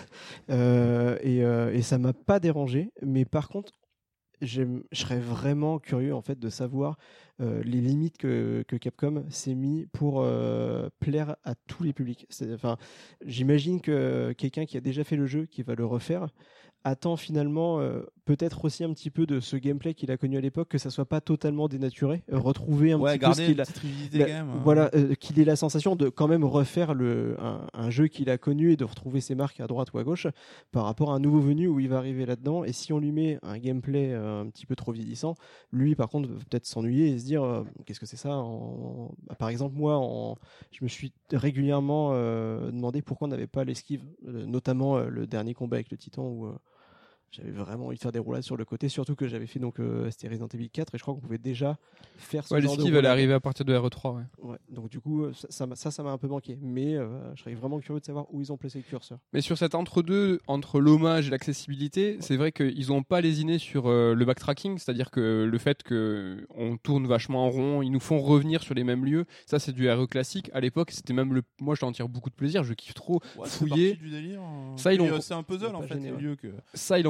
Euh, et, euh, et ça m'a pas dérangé, mais par contre, j'aime- je serais vraiment curieux en fait de savoir euh, les limites que, que Capcom s'est mis pour euh, plaire à tous les publics. C'est- Enfin, j'imagine que quelqu'un qui a déjà fait le jeu, qui va le refaire, attend finalement euh, peut-être aussi un petit peu de ce gameplay qu'il a connu à l'époque, que ça soit pas totalement dénaturé, euh, retrouver un Ouais, petit peu ce garder une qu'il a. petite rigidité La- quand même. hein. Voilà, euh, qu'il ait la sensation de quand même refaire le, un, un jeu qu'il a connu et de retrouver ses marques à droite ou à gauche par rapport à un nouveau venu où il va arriver là-dedans. Et si on lui met un gameplay euh, un petit peu trop vieillissant, lui par contre va peut-être s'ennuyer et se dire euh, qu'est-ce que c'est ça en... Bah, par exemple, moi, en... je me suis régulièrement euh, demandé pourquoi on n'avait pas l'esquive, euh, notamment euh, le dernier combat avec le Titan où. Euh, J'avais vraiment envie de faire des roulades sur le côté, surtout que j'avais fait donc euh, c'était Resident Evil quatre et je crois qu'on pouvait déjà faire ce Ouais, genre de l'esquive elle est roulade. arrivée à partir de R E trois. Ouais. Ouais, donc du coup, ça, ça, m'a- ça, ça m'a un peu manqué. Mais euh, je serais vraiment curieux de savoir où ils ont placé le curseur. Mais sur cet entre-deux, entre l'hommage et l'accessibilité, c'est vrai qu'ils n'ont pas lésiné sur euh, le backtracking, c'est-à-dire que le fait qu'on tourne vachement en rond, ils nous font revenir sur les mêmes lieux, ça c'est du R E classique. À l'époque, c'était même le. Moi, je t'en tire beaucoup de plaisir, je kiffe trop Ouais, c'est fouiller. parti du délire. hein. Ça, ils Puis, l'ont- euh, c'est un puzzle Ils en l'ont fait, pas gêné, les ouais. lieux que. Ça, ils l'ont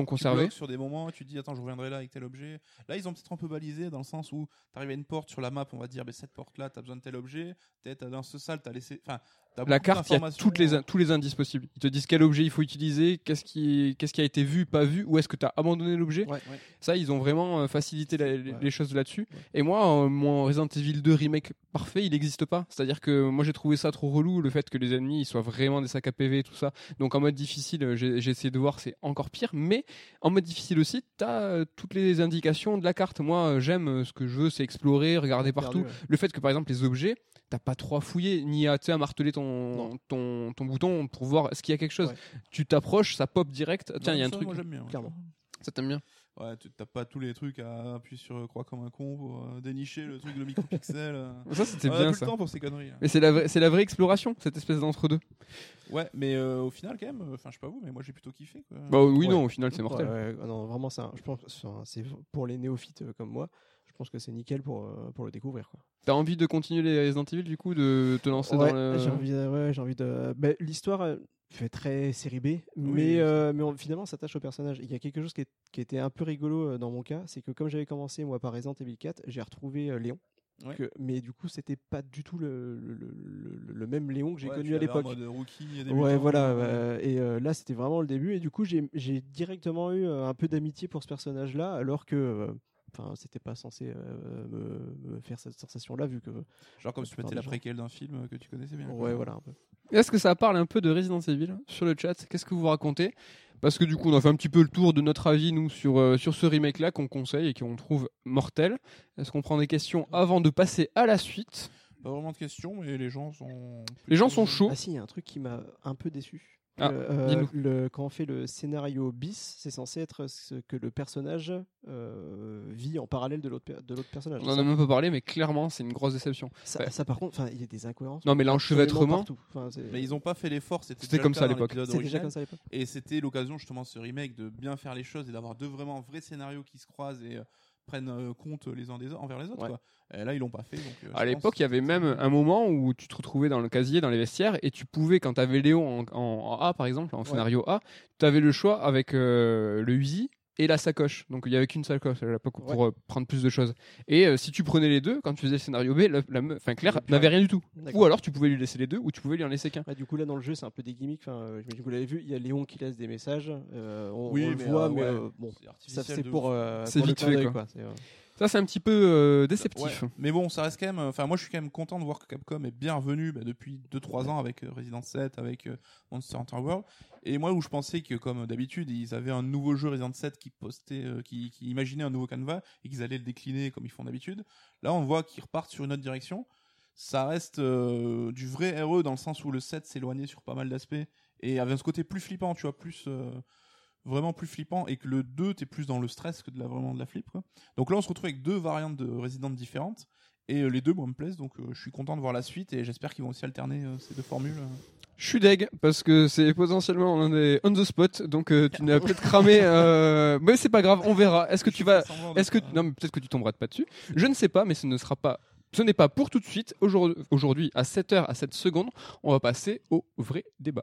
conservé. Tu sur des moments, tu te dis attends, je reviendrai là avec tel objet. Là, ils ont peut-être un peu balisé dans le sens où t'arrives à une porte sur la map, on va dire, ben cette porte-là, t'as besoin de tel objet. Peut-être dans ce salle, t'as laissé, enfin. La carte, il y a toutes les, tous les indices possibles. Ils te disent quel objet il faut utiliser, qu'est-ce qui, qu'est-ce qui a été vu, pas vu, où est-ce que tu as abandonné l'objet. Ouais, ouais. Ça, ils ont vraiment facilité la, les, ouais. les choses là-dessus. Ouais. Et moi, euh, mon Resident Evil deux remake parfait, il n'existe pas. C'est-à-dire que moi, j'ai trouvé ça trop relou, le fait que les ennemis ils soient vraiment des sacs à P V et tout ça. Donc en mode difficile, j'ai, j'ai essayé de voir, c'est encore pire. Mais en mode difficile aussi, tu as euh, toutes les indications de la carte. Moi, j'aime ce que je veux, c'est explorer, regarder partout. Perdu, ouais. Le fait que par exemple les objets, t'as pas trop à fouiller, ni à, à marteler ton, ton, ton bouton pour voir est-ce qu'il y a quelque chose. Ouais. Tu t'approches, ça pop direct. Tiens, il y a un ça, truc. Moi, j'aime bien. Clairement. Ça t'aime bien. Ouais, tu t'as pas tous les trucs à appuyer sur croix comme un con pour euh, dénicher le truc de micropixel. Euh. Ça, c'était on bien. On a plus ça. le temps pour ces conneries. Hein. Mais c'est la, vraie, c'est la vraie exploration, cette espèce d'entre-deux. Ouais, mais euh, au final, quand même, enfin, je sais pas vous, mais moi j'ai plutôt kiffé. Quoi. Bah oui, ouais. non, au final, c'est mortel. Ouais, ouais, non, vraiment, c'est un, je pense, c'est pour les néophytes comme moi. Je pense que c'est nickel pour, euh, pour le découvrir. Quoi. T'as envie de continuer les Resident Evil, du coup, de te lancer ouais, dans le. J'ai envie de, ouais, j'ai envie de. Bah, l'histoire euh, fait très série B, oui, mais, euh, mais on, finalement, on s'attache au personnage. Il y a quelque chose qui, est, qui était un peu rigolo euh, dans mon cas, c'est que comme j'avais commencé, moi, par Resident Evil quatre, j'ai retrouvé euh, Léon. Ouais. Que, mais du coup, c'était pas du tout le, le, le, le même Léon que j'ai ouais, connu à l'époque. En mode rookie et ouais, voilà. Euh, et euh, là, c'était vraiment le début. Et du coup, j'ai, j'ai directement eu un peu d'amitié pour ce personnage-là, alors que. Euh, Enfin, c'était pas censé euh, me, me faire cette sensation-là, vu que. Genre comme si tu mettais la préquelle d'un film que tu connaissais bien. Ouais, voilà, un peu. Est-ce que ça parle un peu de Resident Evil sur le chat ? Qu'est-ce que vous racontez ? Parce que du coup, on a fait un petit peu le tour de notre avis, nous, sur, euh, sur ce remake-là, qu'on conseille et qu'on trouve mortel. Est-ce qu'on prend des questions avant de passer à la suite ? Pas vraiment de questions, mais les gens sont. Les gens sont chauds. Ah si, il y a un truc qui m'a un peu déçu. Ah, euh, le, quand on fait le scénario bis, c'est censé être ce que le personnage euh, vit en parallèle de l'autre, de l'autre personnage. On en a même pas parlé, mais clairement, c'est une grosse déception. Ça, ouais. ça par contre, il y a des incohérences. Non, mais l'enchevêtrement. Mais ils ont pas fait l'effort. C'était, c'était comme ça à l'époque. C'était déjà comme ça à l'époque. Et c'était l'occasion justement de ce remake de bien faire les choses et d'avoir deux vraiment vrais scénarios qui se croisent et euh, prennent euh, compte les uns des autres, envers les autres. Ouais. Quoi. Et là, ils l'ont pas fait. Donc, euh, à l'époque, il y avait même un moment où tu te retrouvais dans le casier, dans les vestiaires, et tu pouvais, quand tu avais Léon en, en, en A, par exemple, en ouais. scénario A, tu avais le choix avec euh, le Uzi et la sacoche. Donc, il n'y avait qu'une sacoche à l'époque pour ouais. euh, prendre plus de choses. Et euh, si tu prenais les deux, quand tu faisais le scénario B, la, la, la, Claire n'avait rien du tout. D'accord. Ou alors, tu pouvais lui laisser les deux, ou tu pouvais lui en laisser qu'un. Ah, du coup, là, dans le jeu, c'est un peu des gimmicks. Enfin, euh, vous l'avez vu, il y a Léon qui laisse des messages. Euh, on, oui, on mais le voit, euh, mais ouais, euh, bon, ça, c'est de pour, euh, c'est pour vite le fait, d'œil, quoi. quoi. C'est, euh... Ça, c'est un petit peu euh, déceptif. Ouais. Mais bon, ça reste quand même. Enfin, moi, je suis quand même content de voir que Capcom est bien revenu bah, depuis deux trois ans avec euh, Resident sept, avec euh, Monster Hunter World. Et moi, où je pensais que, comme d'habitude, ils avaient un nouveau jeu Resident sept qui postait, euh, qui, qui imaginait un nouveau canevas et qu'ils allaient le décliner comme ils font d'habitude. Là, on voit qu'ils repartent sur une autre direction. Ça reste euh, du vrai R E dans le sens où le sept s'éloignait sur pas mal d'aspects et avait ce côté plus flippant, tu vois, plus. Euh, vraiment plus flippant, et que le deux t'es plus dans le stress que de la, vraiment de la flip, quoi. Donc là on se retrouve avec deux variantes de Resident différentes et euh, les deux moi me plaisent, donc euh, je suis content de voir la suite et j'espère qu'ils vont aussi alterner euh, ces deux formules. Je suis deg parce que c'est potentiellement on est on the spot, donc euh, tu n'as peut-être cramé euh... mais c'est pas grave, on verra. Est-ce que tu vas est-ce que non mais peut-être que tu tomberas pas dessus, je ne sais pas, mais ce ne sera pas ce n'est pas pour tout de suite. Aujourd'hui, aujourd'hui à sept heures à sept secondes, on va passer au vrai débat.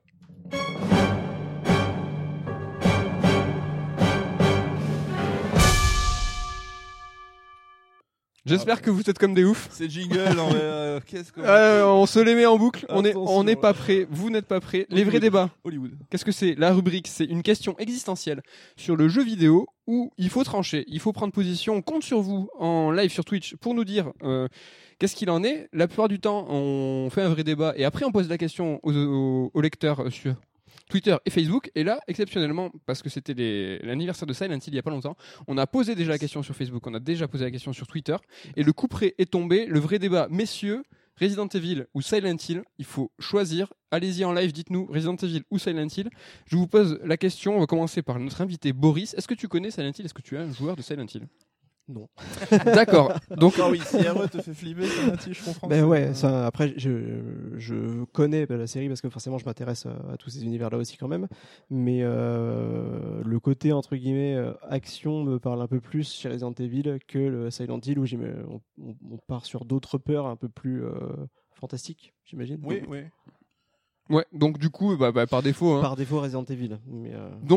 J'espère que vous êtes comme des oufs. C'est jingle, non mais euh, qu'est-ce que... Euh, on se les met en boucle, on est, on n'est pas prêt, vous n'êtes pas prêts. Les vrais débats. Hollywood. Qu'est-ce que c'est ? La rubrique, c'est une question existentielle sur le jeu vidéo où il faut trancher, il faut prendre position. On compte sur vous en live sur Twitch pour nous dire euh, qu'est-ce qu'il en est. La plupart du temps, on fait un vrai débat et après on pose la question aux, aux, aux lecteurs sur Twitter et Facebook, et là, exceptionnellement, parce que c'était les... l'anniversaire de Silent Hill il n'y a pas longtemps, on a posé déjà la question sur Facebook, on a déjà posé la question sur Twitter, et le coup près est tombé. Le vrai débat, messieurs, Resident Evil ou Silent Hill, il faut choisir. Allez-y en live, dites-nous Resident Evil ou Silent Hill. Je vous pose la question, on va commencer par notre invité Boris. Est-ce que tu connais Silent Hill ? Est-ce que tu es un joueur de Silent Hill ? Non. D'accord. Donc ah oui, si R E te fait flipper, Silent Hill, je comprends. Ben ouais, ça, après je, je connais ben, la série parce que forcément je m'intéresse à, à tous ces univers-là aussi quand même, mais euh, le côté entre guillemets euh, action me parle un peu plus chez Resident Evil que le Silent Hill où on, on, on part sur d'autres peurs un peu plus euh, fantastiques, j'imagine. Oui, oui. Ouais, donc du coup, bah, bah, par défaut. Hein. Par défaut Resident Evil. Mais euh... Donc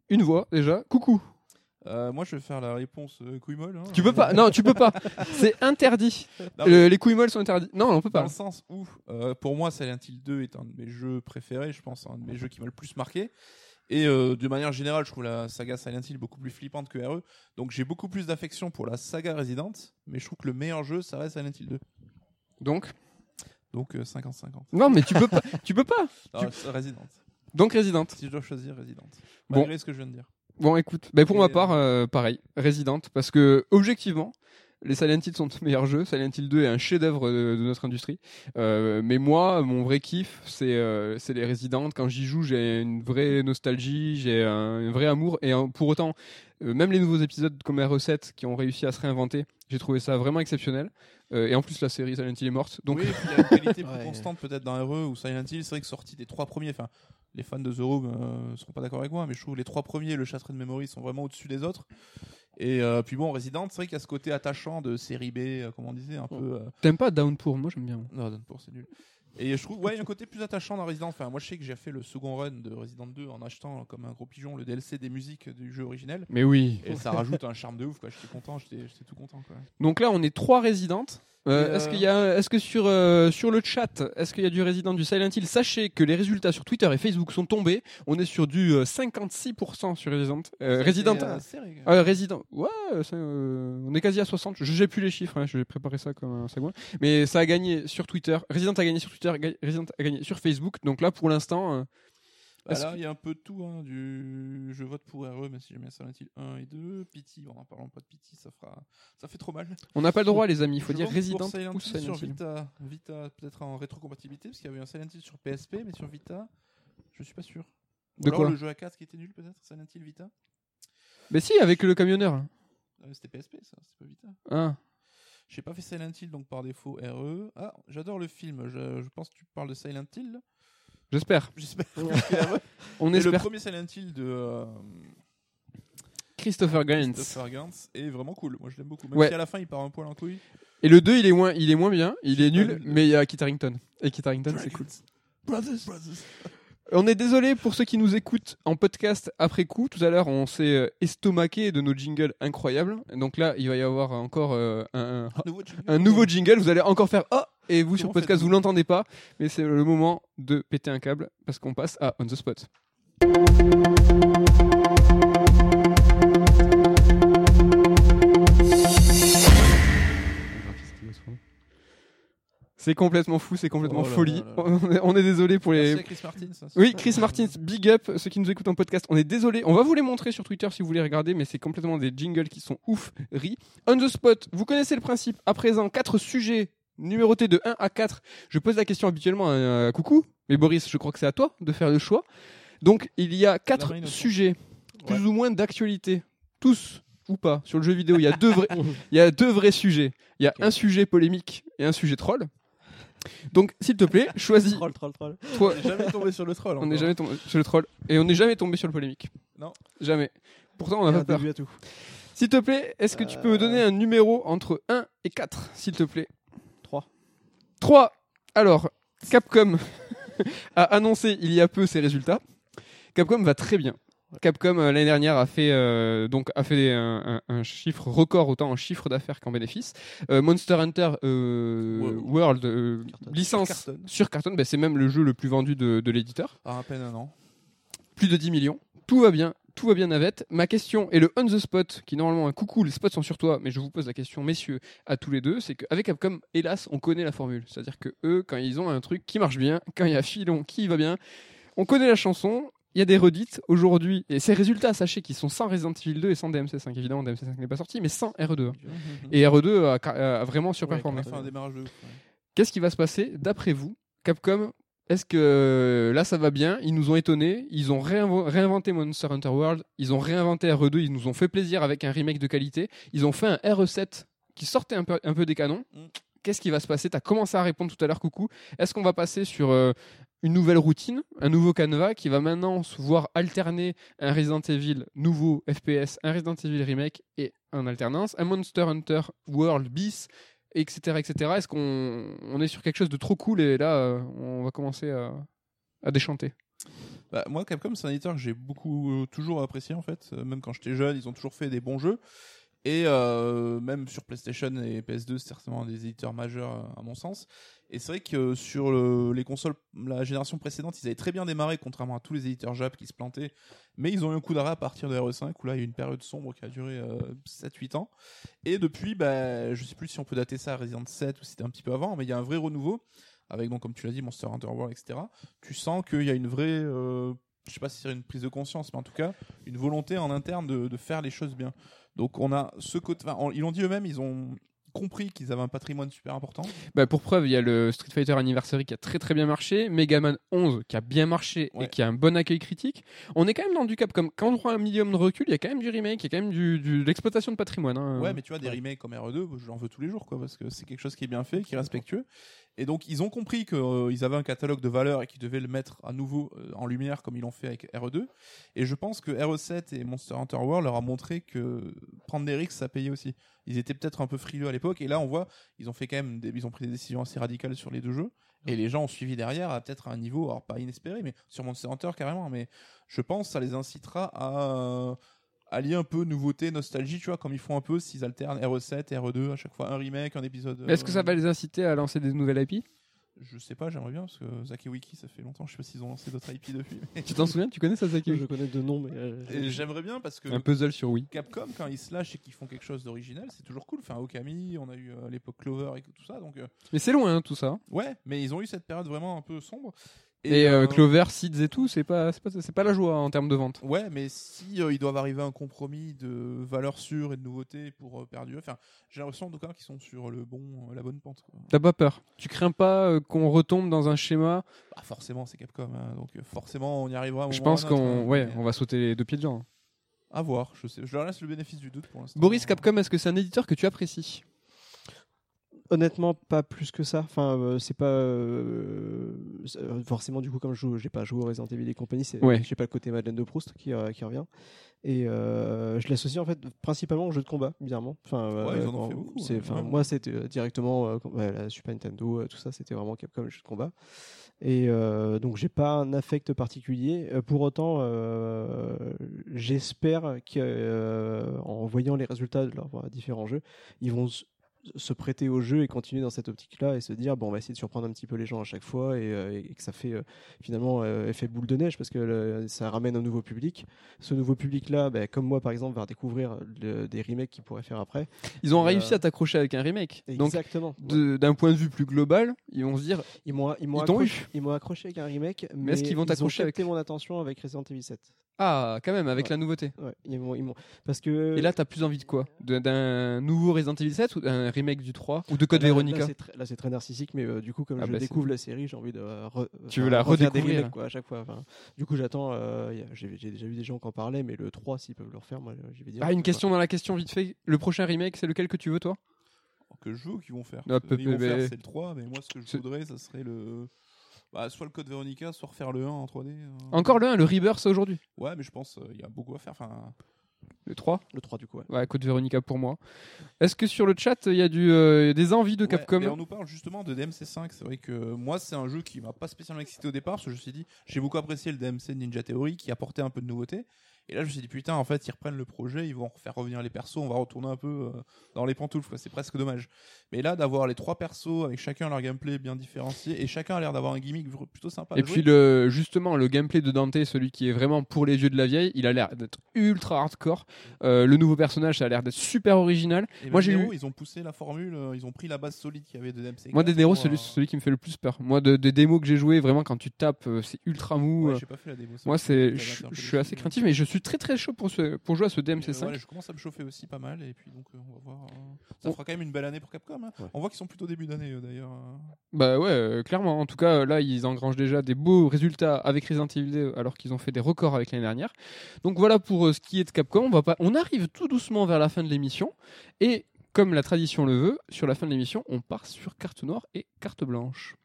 une voix déjà. Coucou. Euh, moi, je vais faire la réponse euh, couille molle. Hein. Tu peux pas. Non, tu peux pas. C'est interdit. Non, Le- les couilles molles sont interdits. Non, on peut Dans pas. le sens où, euh, pour moi, Silent Hill deux est un de mes jeux préférés, je pense, un de mes jeux qui m'a le plus marqué. Et euh, de manière générale, je trouve la saga Silent Hill beaucoup plus flippante que R E. Donc j'ai beaucoup plus d'affection pour la saga Resident, mais je trouve que le meilleur jeu, ça reste Silent Hill deux. Donc. Donc euh, cinquante cinquante. Non, mais tu peux pas. Tu peux pas. Non, c'est Resident. Donc Resident. Si je dois choisir, Resident. Bon. Malgré ce que je viens de dire. Bon, écoute. Ben pour Et ma euh, part, euh, pareil. Resident, parce que objectivement. Les Silent Hill sont de meilleurs jeux. Silent Hill deux est un chef-d'œuvre de, de notre industrie. Euh, mais moi, mon vrai kiff, c'est euh, c'est les Resident. Quand j'y joue, j'ai une vraie nostalgie, j'ai un, un vrai amour. Et euh, pour autant, euh, même les nouveaux épisodes comme R E sept qui ont réussi à se réinventer, j'ai trouvé ça vraiment exceptionnel. Euh, et en plus, la série Silent Hill est morte. Donc, Oui, et puis il y a une qualité plus Ouais. constante peut-être dans R E ou Silent Hill. C'est vrai que sorti des trois premiers, enfin, les fans de The Room ne seront pas d'accord avec moi, mais je trouve les trois premiers, le Shattered Memory, sont vraiment au-dessus des autres. Et euh, puis bon, Resident, c'est vrai qu'il y a ce côté attachant de série B, euh, comme on disait, un peu. Euh... t'aimes pas Downpour? Moi, j'aime bien. Non, Downpour, c'est nul. Et je trouve, ouais, il y a un côté plus attachant dans Resident. Enfin, moi, je sais que j'ai fait le second run de Resident deux en achetant comme un gros pigeon le D L C des musiques du jeu originel. Mais oui. Et ça rajoute un charme de ouf, quoi. J'étais content, j'étais, j'étais tout content, quoi. Donc là, on est trois Resident. Euh, Et euh, Est-ce qu'il y a, est-ce que sur euh, sur le chat, est-ce qu'il y a du Resident, du Silent Hill? Sachez que les résultats sur Twitter et Facebook sont tombés. On est sur du euh, cinquante-six pour cent sur Resident. Euh, Resident. Et, euh, série, Euh, Resident, ouais, ça, euh, on est quasi à soixante. Je j'ai plus les chiffres, hein, je vais préparer ça comme un sagouin. Mais ça a gagné sur Twitter. Resident a gagné sur Twitter, ga- Resident a gagné sur Facebook. Donc là, pour l'instant, euh, Bah est-ce là, que- il y a un peu de tout, hein, du je vote pour R E, mais si j'aime bien Silent Hill un et deux, Pity, bon, en parlant pas de Pity, ça fera, ça fait trop mal. on n'a pas le droit, les amis. Il faut Je dire vote Resident pour Silent ou Hill Silent sur Hill. Vita, Vita peut-être en rétrocompatibilité, parce qu'il y avait un Silent Hill sur P S P, mais sur Vita, je suis pas sûr. Ou De alors quoi le jeu à quatre qui était nul peut-être, Silent Hill Vita. Mais si, avec le camionneur. là. Euh, c'était P S P, ça, c'était pas Vita. Ah. J'ai pas fait Silent Hill, donc par défaut R E. Ah, j'adore le film. Je, je pense que tu parles de Silent Hill. là. J'espère. J'espère. que c'est R E. On Et le espère. premier Silent Hill de euh, Christopher Gaines. Christopher Gans est vraiment cool. Moi, je l'aime beaucoup. Même Ouais. si à la fin, il part un poil en couille. Et le deux, il est moins, il est moins bien. Il est Pas nul, nul. mais il y a Kit Harington. Et Kit Harington, c'est cool. Brothers. Brothers. On est désolé pour ceux qui nous écoutent en podcast après coup. Tout à l'heure, on s'est euh, estomaqué de nos jingles incroyables. Donc là, il va y avoir encore euh, un, un- Nouveau jingle. un nouveau jingle. Vous allez encore faire oh, et vous sur Comment podcast, faites-vous vous l'entendez pas. Mais c'est le moment de péter un câble parce qu'on passe à On the Spot. C'est complètement fou, c'est complètement Oh là folie. là là. On est, on est désolé pour les. Merci à Chris Martin. ça, c'est Oui, super. Chris Martins, big up, ceux qui nous écoutent en podcast. On est désolé, on va vous les montrer sur Twitter si vous voulez regarder, mais c'est complètement des jingles qui sont ouf, ri. On the spot, vous connaissez le principe. À présent, quatre sujets numérotés de un à quatre. Je pose la question habituellement à, à Coucou, mais Boris, je crois que c'est à toi de faire le choix. Donc, il y a quatre main innocente. sujets, plus Ouais. ou moins d'actualité, tous ou pas, sur le jeu vidéo. Il y a deux vrais, il y a deux vrais sujets. Il y a Ok. un sujet polémique et un sujet troll. Donc, s'il te plaît, choisis. Troll, troll, troll. Toi, On n'est jamais tombé sur le troll. on n'est encore. jamais tombé sur le troll et on n'est jamais tombé sur le polémique. Non. Jamais. Pourtant, on Il y n'a a un pas peur. début à tout. S'il te plaît, est-ce que tu peux me donner un numéro entre un et quatre, s'il te plaît? trois. trois. Alors, Capcom a annoncé il y a peu ses résultats. Capcom va très bien. Capcom euh, l'année dernière a fait euh, donc a fait un, un- un chiffre record autant en chiffre d'affaires qu'en bénéfices. Euh, Monster Hunter euh, Wow. World euh, Cartonne. licence Cartonne. sur carton, ben, c'est même le jeu le plus vendu de, de l'éditeur. À à peine un an. Plus de dix millions. Tout va bien. Tout va bien, Navette. Ma question est le on the spot, qui normalement un coucou, les spots sont sur toi, mais je vous pose la question, messieurs, à tous les deux, c'est qu'avec Capcom, hélas, on connaît la formule. C'est-à-dire que eux, quand ils ont un truc qui marche bien, quand il y a Filon qui va bien, on connaît la chanson, il y a des redites aujourd'hui, et ces résultats, sachez qu'ils sont sans Resident Evil deux et sans D M C cinq. Évidemment, D M C cinq n'est pas sorti, mais sans R E deux. Et R E deux a, a vraiment surperformé. On a fait un démarrage de ouf. ouais. Qu'est-ce qui va se passer d'après vous, Capcom? Est-ce que là ça va bien? Ils nous ont étonnés, ils ont réinvo- réinventé Monster Hunter World, ils ont réinventé R E deux, ils nous ont fait plaisir avec un remake de qualité, ils ont fait un R E sept qui sortait un peu, un peu des canons. Mm. Qu'est-ce qui va se passer? Tu as commencé à répondre tout à l'heure, coucou. Est-ce qu'on va passer sur euh, une nouvelle routine, un nouveau canevas qui va maintenant se voir alterner un Resident Evil nouveau F P S, un Resident Evil remake et en alternance, un Monster Hunter World bis, et cetera, et cetera. Est-ce qu'on on est sur quelque chose de trop cool et là, euh, on va commencer à, à déchanter? Bah, moi, Capcom, c'est un éditeur que j'ai beaucoup euh, toujours apprécié en fait. Euh, même quand j'étais jeune, ils ont toujours fait des bons jeux. Et euh, même sur PlayStation et P S deux, c'est certainement des éditeurs majeurs à mon sens. Et c'est vrai que sur le, les consoles, la génération précédente, ils avaient très bien démarré, contrairement à tous les éditeurs Jap qui se plantaient. Mais ils ont eu un coup d'arrêt à partir de R E cinq, où là, il y a eu une période sombre qui a duré euh, sept huit ans. Et depuis, bah, je sais plus si on peut dater ça à Resident sept ou si c'était un petit peu avant, mais il y a un vrai renouveau. Avec, donc, comme tu l'as dit, Monster Hunter World, et cetera. Tu sens qu'il y a une vraie... Euh, je sais pas si c'est une prise de conscience, mais en tout cas, une volonté en interne de, de faire les choses bien. Donc on a ce côté, enfin, ils l'ont dit eux-mêmes, ils ont compris qu'ils avaient un patrimoine super important. Bah pour preuve, il y a le Street Fighter Anniversary qui a très très bien marché, Mega Man onze qui a bien marché ouais. et qui a un bon accueil critique. On est quand même dans du Capcom. Quand on prend un minimum de recul, il y a quand même du remake, il y a quand même du, du, de l'exploitation de patrimoine. Hein. Ouais, mais tu vois, des remakes comme R E deux, j'en veux tous les jours, quoi, parce que c'est quelque chose qui est bien fait, qui est respectueux. Et donc ils ont compris qu'ils euh, avaient un catalogue de valeurs et qu'ils devaient le mettre à nouveau euh, en lumière comme ils l'ont fait avec R E deux. Et je pense que R E sept et Monster Hunter World leur a montré que prendre des risques ça payait aussi. Ils étaient peut-être un peu frileux à l'époque et là on voit ils ont fait quand même des, ils ont pris des décisions assez radicales sur les deux jeux et les gens ont suivi derrière à peut-être un niveau alors pas inespéré mais sur Monster Hunter carrément. Mais je pense que ça les incitera à allier un peu nouveauté, nostalgie, tu vois, comme ils font un peu s'ils alternent R E sept et R E deux à chaque fois un remake, un épisode. Mais est-ce que ça va les inciter à lancer des nouvelles I P ? Je sais pas, j'aimerais bien parce que Zack et Wiki ça fait longtemps, je sais pas s'ils ont lancé d'autres I P depuis. Mais... Tu t'en souviens ? Tu connais ça, Zack et Wiki ? Je connais de nom, mais euh, et j'aimerais bien parce que un puzzle sur Wii. Capcom quand ils se lâchent et qu'ils font quelque chose d'original, c'est toujours cool. Enfin, Okami, on a eu à l'époque Clover et tout ça, donc. Euh... Mais c'est loin hein, tout ça. Ouais, mais ils ont eu cette période vraiment un peu sombre. Et, et euh, Clover, Seeds et tout, c'est pas, c'est pas, c'est pas la joie en termes de vente. Ouais, mais si euh, ils doivent arriver à un compromis de valeurs sûres et de nouveautés pour euh, perdurer, enfin, j'ai l'impression en tout cas qu'ils sont sur le bon, euh, la bonne pente. Quoi. T'as pas peur ? Tu crains pas euh, qu'on retombe dans un schéma ? Bah, forcément, c'est Capcom, hein, donc euh, forcément, on y arrivera. À un je moment pense qu'on, hein, ouais, mais... on va sauter les deux pieds dedans. À voir, je sais, je leur laisse le bénéfice du doute pour l'instant. Boris, Capcom, est-ce que c'est un éditeur que tu apprécies ? Honnêtement, pas plus que ça. Enfin, euh, c'est pas euh, forcément du coup comme je joue, j'ai pas joué au Resident Evil et compagnie, c'est, ouais. j'ai pas le côté Madeleine de Proust qui, euh, qui revient. Et euh, je l'associe en fait principalement au jeu de combat, bizarrement. Enfin, ouais, euh, ils en ont fait beaucoup. C'est, ouais. moi, c'était directement euh, ouais, la Super Nintendo, euh, tout ça, c'était vraiment Capcom le jeu de combat. Et euh, donc j'ai pas un affect particulier. Euh, pour autant, euh, j'espère qu'en euh, voyant les résultats de leurs différents jeux, ils vont se prêter au jeu et continuer dans cette optique-là et se dire bon on va essayer de surprendre un petit peu les gens à chaque fois et, euh, et que ça fait euh, finalement euh, effet boule de neige parce que le, ça ramène un nouveau public. Ce nouveau public-là, bah, comme moi par exemple, va découvrir le, des remakes qu'ils pourraient faire après. Ils ont euh, réussi à t'accrocher avec un remake. Exactement. Donc de, d'un point de vue plus global, ils vont se dire ils m'ont ils m'ont, ils accroché, ils m'ont accroché avec un remake, mais, mais est-ce qu'ils vont t'accrocher ils ont capté avec mon attention avec Resident Evil sept. Ah, quand même, avec ouais. la nouveauté. Ouais, ils m'ont, ils m'ont... Parce que... Et là, t'as plus envie de quoi ? de, D'un nouveau Resident Evil sept ou d'un remake du trois ou de Code là, Veronica ? Là, c'est très, là, c'est très narcissique, mais euh, du coup, comme ah je bah découvre c'est... la série, j'ai envie de. Re... Tu veux la redécouvrir remakes, quoi, à chaque fois. Enfin, du coup, j'attends. Euh, a, j'ai, j'ai déjà vu des gens qui en parlaient, mais le trois, s'ils peuvent le refaire, moi, j'y vais dire. Ah, une question dans la question, vite fait. Le prochain remake, c'est lequel que tu veux, toi ? Que je veux ou qu'ils vont faire ah, peu, Ils vont peu, faire, mais... c'est le trois, mais moi, ce que je c'est... voudrais, ça serait le. Bah, soit le Code Veronica, soit refaire le un en trois D. Euh... Encore le un, le Rebirth aujourd'hui. Ouais, mais je pense qu'il euh, y a beaucoup à faire. Enfin... Le trois ? Le trois, du coup, ouais. Ouais, Code Veronica pour moi. Est-ce que sur le chat, il y a du, euh, des envies de ouais, Capcom ? Et on nous parle justement de D M C cinq. C'est vrai que moi, c'est un jeu qui m'a pas spécialement excité au départ, parce que je me suis dit, j'ai beaucoup apprécié le D M C Ninja Theory, qui apportait un peu de nouveauté. Et là, je me suis dit, putain, en fait, ils reprennent le projet, ils vont faire revenir les persos, on va retourner un peu euh, dans les pantoufles, quoi. C'est presque dommage. Mais là, d'avoir les trois persos avec chacun leur gameplay bien différencié, et chacun a l'air d'avoir un gimmick plutôt sympa. Et puis, le, justement, le gameplay de Dante, celui qui est vraiment pour les vieux de la vieille, il a l'air d'être ultra hardcore. Euh, le nouveau personnage, ça a l'air d'être super original. Et moi, j'ai Nero, eu... ils ont poussé la formule, euh, ils ont pris la base solide qu'il y avait de D M C. Moi, des Nero, c'est pour, celui, celui qui me fait le plus peur. Moi, de, des démos que j'ai joué, vraiment, quand tu tapes, euh, c'est ultra mou. Ouais, j'ai pas fait la démo. Moi, c'est, je, je suis assez craintif, mais je suis très très chaud pour pour jouer à ce D M C cinq. Euh, ouais, je commence à me chauffer aussi pas mal et puis donc euh, on va voir. Euh, ça oh. fera quand même une belle année pour Capcom. Hein. Ouais. On voit qu'ils sont plutôt début d'année euh, d'ailleurs. Euh. Bah ouais, euh, clairement. En tout cas, là, ils engrangent déjà des beaux résultats avec Resident Evil deux, alors qu'ils ont fait des records avec l'année dernière. Donc voilà pour euh, ce qui est de Capcom. On va pas, on arrive tout doucement vers la fin de l'émission et comme la tradition le veut, sur la fin de l'émission, on part sur carte noire et carte blanche.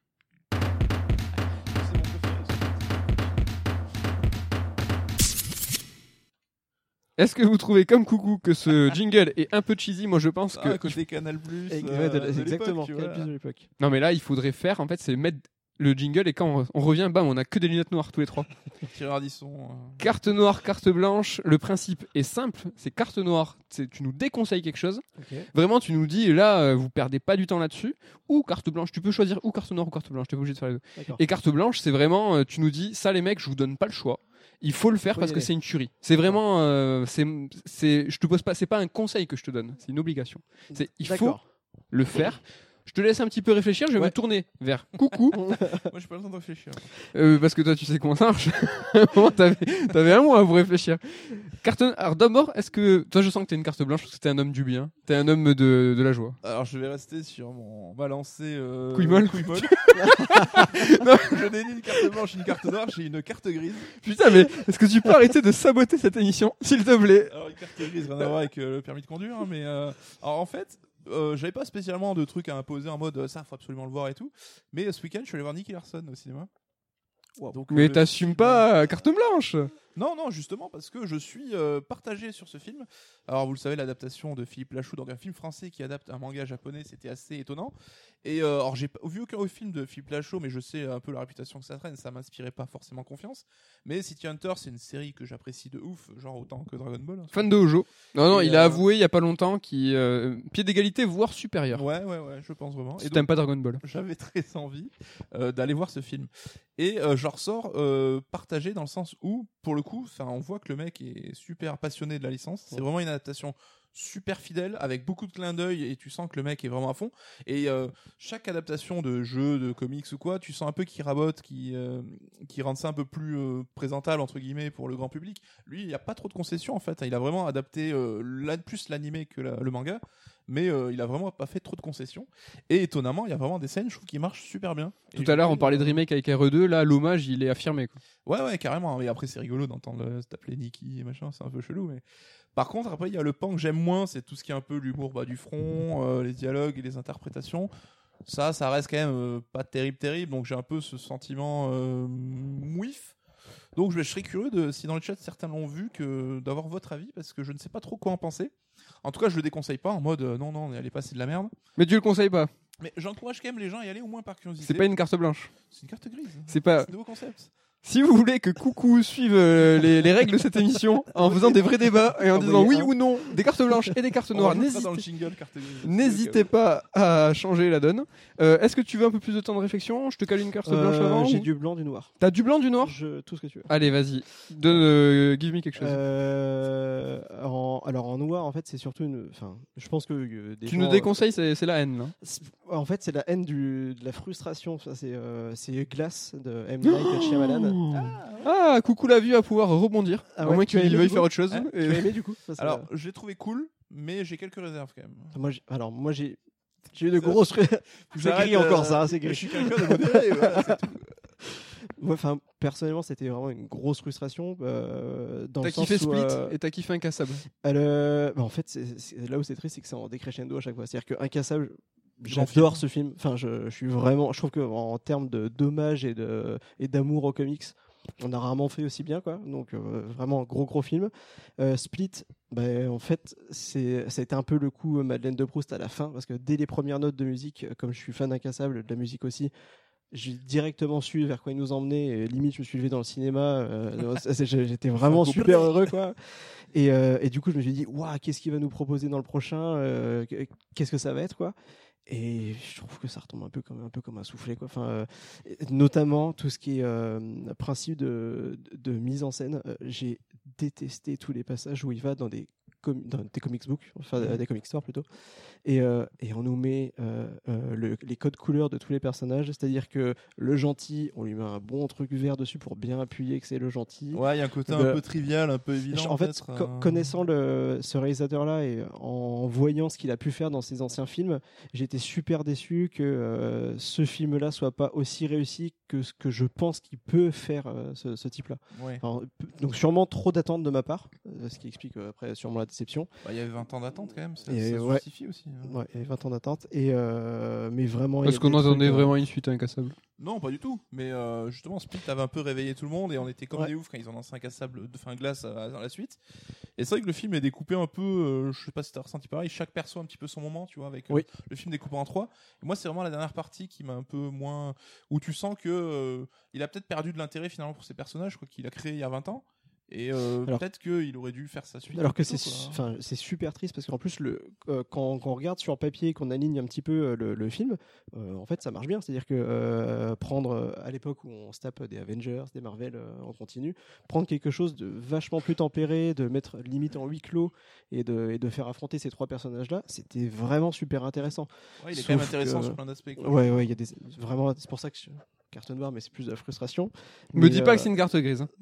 Est-ce que vous trouvez comme Coucou que ce jingle est un peu cheesy ? Moi je pense que... Ah, côté Canal+. Euh, ouais, de, de exactement, Canal+ de l'époque. Non mais là il faudrait faire, en fait c'est mettre le jingle et quand on, on revient, bam, on a que des lunettes noires tous les trois. Thierry Ardisson. Euh... Carte noire, carte blanche. Le principe est simple. C'est carte noire. C'est, tu nous déconseilles quelque chose. Okay. Vraiment, tu nous dis là, euh, vous perdez pas du temps là-dessus. Ou carte blanche. Tu peux choisir ou carte noire ou carte blanche. T'es pas obligé de faire les deux. D'accord. Et carte blanche, c'est vraiment, euh, tu nous dis ça, les mecs, je vous donne pas le choix. Il faut le faire faut parce que c'est une tuerie. C'est vraiment, euh, c'est, c'est, je te pose pas, c'est pas un conseil que je te donne. C'est une obligation. C'est, il D'accord. faut le faire. Je te laisse un petit peu réfléchir, je vais ouais. me tourner vers Coucou. Moi, j'ai pas le temps de réfléchir. Euh, parce que toi, tu sais comment ça marche. t'avais, t'avais un mois pour réfléchir. Carte... Alors d'abord, est-ce que... Toi, je sens que t'es une carte blanche parce que t'es un homme du bien. T'es un homme de, de la joie. Alors, je vais rester sur mon... On va lancer... Euh... Couille molle. Couille molle. Non, je n'ai ni une carte blanche ni une carte noire, j'ai une carte grise. Putain, mais est-ce que tu peux arrêter de saboter cette émission, s'il te plaît? Alors, une carte grise, rien à voir avec euh, le permis de conduire, hein, mais... Euh... Alors, en fait... Euh, j'avais pas spécialement de trucs à imposer en mode ça faut absolument le voir et tout, mais ce week-end je suis allé voir Nicky Larson au cinéma. Wow. Donc, mais t'assumes film... pas carte blanche. Non, non, justement parce que je suis euh, partagé sur ce film. Alors vous le savez, l'adaptation de Philippe Lachaud, donc un film français qui adapte un manga japonais, c'était assez étonnant. Et euh, alors j'ai pas vu aucun film de Philippe Lachaud, mais je sais un peu la réputation que ça traîne, ça m'inspirait pas forcément confiance. Mais City Hunter, c'est une série que j'apprécie de ouf, genre autant que Dragon Ball. Fan de Hojo. Non, non, et il euh... a avoué il y a pas longtemps qu'il euh, pied d'égalité, voire supérieur. Ouais, ouais, ouais, je pense vraiment. Si et t'aimes donc, pas Dragon Ball. J'avais très envie euh, d'aller voir ce film. Et euh, j'en ressors euh, partagé dans le sens où, pour le coup, on voit que le mec est super passionné de la licence. C'est vraiment une adaptation super fidèle, avec beaucoup de clins d'œil, et tu sens que le mec est vraiment à fond. Et euh, chaque adaptation de jeu, de comics ou quoi, tu sens un peu qu'il rabote, qui euh, qui rend ça un peu plus euh, présentable entre guillemets pour le grand public. Lui, il n'y a pas trop de concessions en fait. Il a vraiment adapté euh, la, plus l'animé que la, le manga, mais euh, il a vraiment pas fait trop de concessions. Et étonnamment, il y a vraiment des scènes, je trouve, qui marchent super bien. Tout et à l'heure, on parlait de remake avec R E deux. Là, l'hommage, il est affirmé, quoi. Ouais, ouais, carrément. Et après, c'est rigolo d'entendre euh, s'appeler Nicky et machin. C'est un peu chelou, mais. Par contre, après, il y a le pan que j'aime moins, c'est tout ce qui est un peu l'humour bas du front, euh, les dialogues et les interprétations. Ça, ça reste quand même euh, pas terrible, terrible. Donc j'ai un peu ce sentiment euh, mouif. Donc je serais curieux de, si dans le chat certains l'ont vu, que d'avoir votre avis, parce que je ne sais pas trop quoi en penser. En tout cas, je le déconseille pas en mode euh, non, non, allez pas, c'est de la merde. Mais tu le conseilles pas. Mais j'encourage quand même les gens à y aller au moins par curiosité. C'est pas une carte blanche. C'est une carte grise. C'est pas. C'est un nouveau concept. Si vous voulez que Coucou suive euh, les, les règles de cette émission en faisant des vrais débats et en disant oui ou non, des cartes blanches et des cartes noires, n'hésitez, dans le jingle, carte grise. n'hésitez pas à changer la donne. Euh, est-ce que tu veux un peu plus de temps de réflexion? Je te cale une carte euh, blanche avant. J'ai ou... du blanc, du noir. T'as du blanc, du noir? Je... Tout ce que tu veux. Allez, vas-y. Donne, euh, give me quelque chose. Euh, en... Alors en noir, en fait, c'est surtout une. Enfin, je pense que euh, des tu gens, nous déconseilles, c'est, c'est la haine. Là. En fait, c'est la haine du... de la frustration. Ça, c'est, euh... c'est Glass de M. Night Shyamalan. Ah, Ah, Coucou l'a vu à pouvoir rebondir. Ah au ouais, moins tu as qu'il aimé, veuille du faire coup autre chose. Ouais, et... Tu as aimé du coup ça, ça... Alors, je l'ai trouvé cool, mais j'ai quelques réserves quand même. Moi, j'ai... Alors, moi, j'ai, j'ai eu de grosses réserves. C'est gris euh... encore, ça, c'est gris. Je suis quelqu'un de modéré, voilà, c'est tout. Moi, enfin, personnellement, c'était vraiment une grosse frustration. Euh, dans t'as le sens kiffé où, Split euh... et t'as kiffé Incassable. Euh... Bah, en fait, c'est, c'est... là où c'est triste, c'est que c'est en décrescendo à chaque fois. C'est-à-dire que Incassable, j'adore ce film. Enfin, je, je suis vraiment. Je trouve qu'en termes de d'hommage et de et d'amour aux comics, on a rarement fait aussi bien, quoi. Donc euh, vraiment un gros gros film. Euh, Split, bah, en fait, c'est ça a été un peu le coup Madeleine de Proust à la fin, parce que dès les premières notes de musique, comme je suis fan d'Incassable, de la musique aussi, j'ai directement su vers quoi il nous emmenait. Et limite, je me suis levé dans le cinéma. Euh, j'étais vraiment super heureux, quoi. Et, euh, et du coup, je me suis dit, waouh, qu'est-ce qu'il va nous proposer dans le prochain euh, Qu'est-ce que ça va être, quoi. Et je trouve que ça retombe un peu comme un peu comme un soufflet, quoi. Enfin, euh, notamment tout ce qui est euh, principe de, de, de mise en scène. Euh, j'ai détesté tous les passages où il va dans des com- dans des comics books, enfin mmh. des comic stores plutôt, et euh, et on nous met euh, euh, le, les codes couleurs de tous les personnages, c'est-à-dire que le gentil, on lui met un bon truc vert dessus pour bien appuyer que c'est le gentil. Ouais, il y a un côté de... un peu trivial, un peu évident. En fait, co- euh... connaissant le, ce réalisateur-là et en voyant ce qu'il a pu faire dans ses anciens films, j'étais super déçu que euh, ce film-là soit pas aussi réussi que ce que je pense qu'il peut faire euh, ce, ce type-là. Ouais. Alors, donc sûrement trop d'attentes de ma part, euh, ce qui explique euh, après sûrement la déception. Bah, il y avait vingt ans d'attente quand même, ça, Et ça se ouais. justifie aussi. hein. Ouais, il y avait vingt ans d'attente. Et euh, mais vraiment. il y Parce a qu'on des attendait trucs, euh, vraiment une suite à Incassable. Non, pas du tout. Mais euh, justement, Split avait un peu réveillé tout le monde et on était comme Ouais. des oufs quand ils ont lancé Incassable de fin glace à- dans la suite. Et c'est vrai que le film est découpé un peu, euh, je sais pas si t'as ressenti pareil, chaque perso a un petit peu son moment, tu vois, avec euh, Oui. le film découpé en trois. Et moi, c'est vraiment la dernière partie qui m'a un peu moins, où tu sens que euh, il a peut-être perdu de l'intérêt finalement pour ses personnages, quoi, qu'il a créé il y a vingt ans. Et euh, Alors- peut-être qu'il aurait dû faire sa suite. Alors que plus c'est tôt, su- quoi. enfin c'est super triste parce qu'en plus le euh, quand, quand on regarde sur papier et qu'on aligne un petit peu euh, le, le film, euh, en fait ça marche bien. C'est-à-dire que euh, prendre euh, à l'époque où on se tape des Avengers, des Marvel euh, en continu, prendre quelque chose de vachement plus tempéré, de mettre limite en huis clos et de et de faire affronter ces trois personnages-là, c'était vraiment super intéressant. Ouais, il est Sauf quand même intéressant que- sur plein d'aspects. quoi. Ouais ouais, il y a des vraiment c'est pour ça que je... carte noire, mais c'est plus de la frustration. Me Mais, dis pas euh, que c'est une carte grise. hein.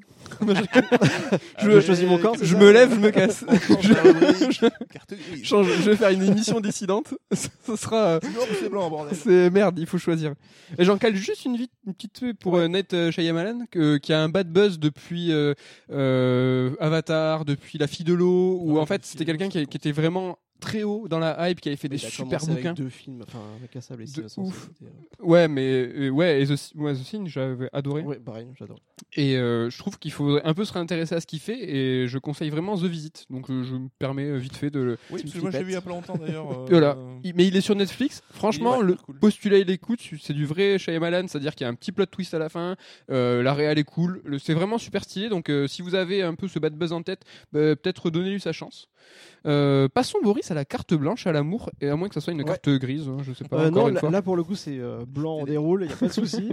je Allez, choisis mon camp, c'est Je ça me lève, je me casse. On change la rubrique. Carte grise. Change, je vais faire une émission dissidente. Ce sera. euh, C'est noir ou c'est blanc, bordel. C'est merde, il faut choisir. Et j'en cale juste une, vite, une petite truc pour euh, Night euh, Shyamalan, que, qui a un bad buzz depuis euh, euh, Avatar, depuis La Fille de l'eau, où Ouais, en fait La Fille c'était de l'eau, quelqu'un qui, c'est qui était vraiment très haut dans la hype, qui avait fait des il a super commencé bouquins. avec deux films, enfin Incassable et De Silence, ouf. c'était, euh, Ouais, mais euh, ouais, et The, ouais, The Thing, j'avais adoré. Ouais, pareil, j'adore. Et euh, je trouve qu'il faut un peu se réintéresser à ce qu'il fait, et je conseille vraiment The Visit. Donc euh, je me permets euh, vite fait de le. Oui, Petite parce que moi je l'ai vu il y a flippette. pas longtemps d'ailleurs. euh, Voilà. euh, Il- mais il est sur Netflix. Franchement, ouais, le cool. postulat il est cool. C'est du vrai Shyamalan, c'est-à-dire qu'il y a un petit plot twist à la fin. Euh, la réal est cool. Le- C'est vraiment super stylé. Donc, euh, si vous avez un peu ce bad buzz en tête, bah, peut-être donnez-lui sa chance. Euh, passons Boris à la carte blanche, à l'amour, et à moins que ça soit une Ouais. carte grise, hein, je sais pas. Euh, encore non, une là, fois. là, pour le coup c'est euh, blanc, on déroule, il y a pas de souci.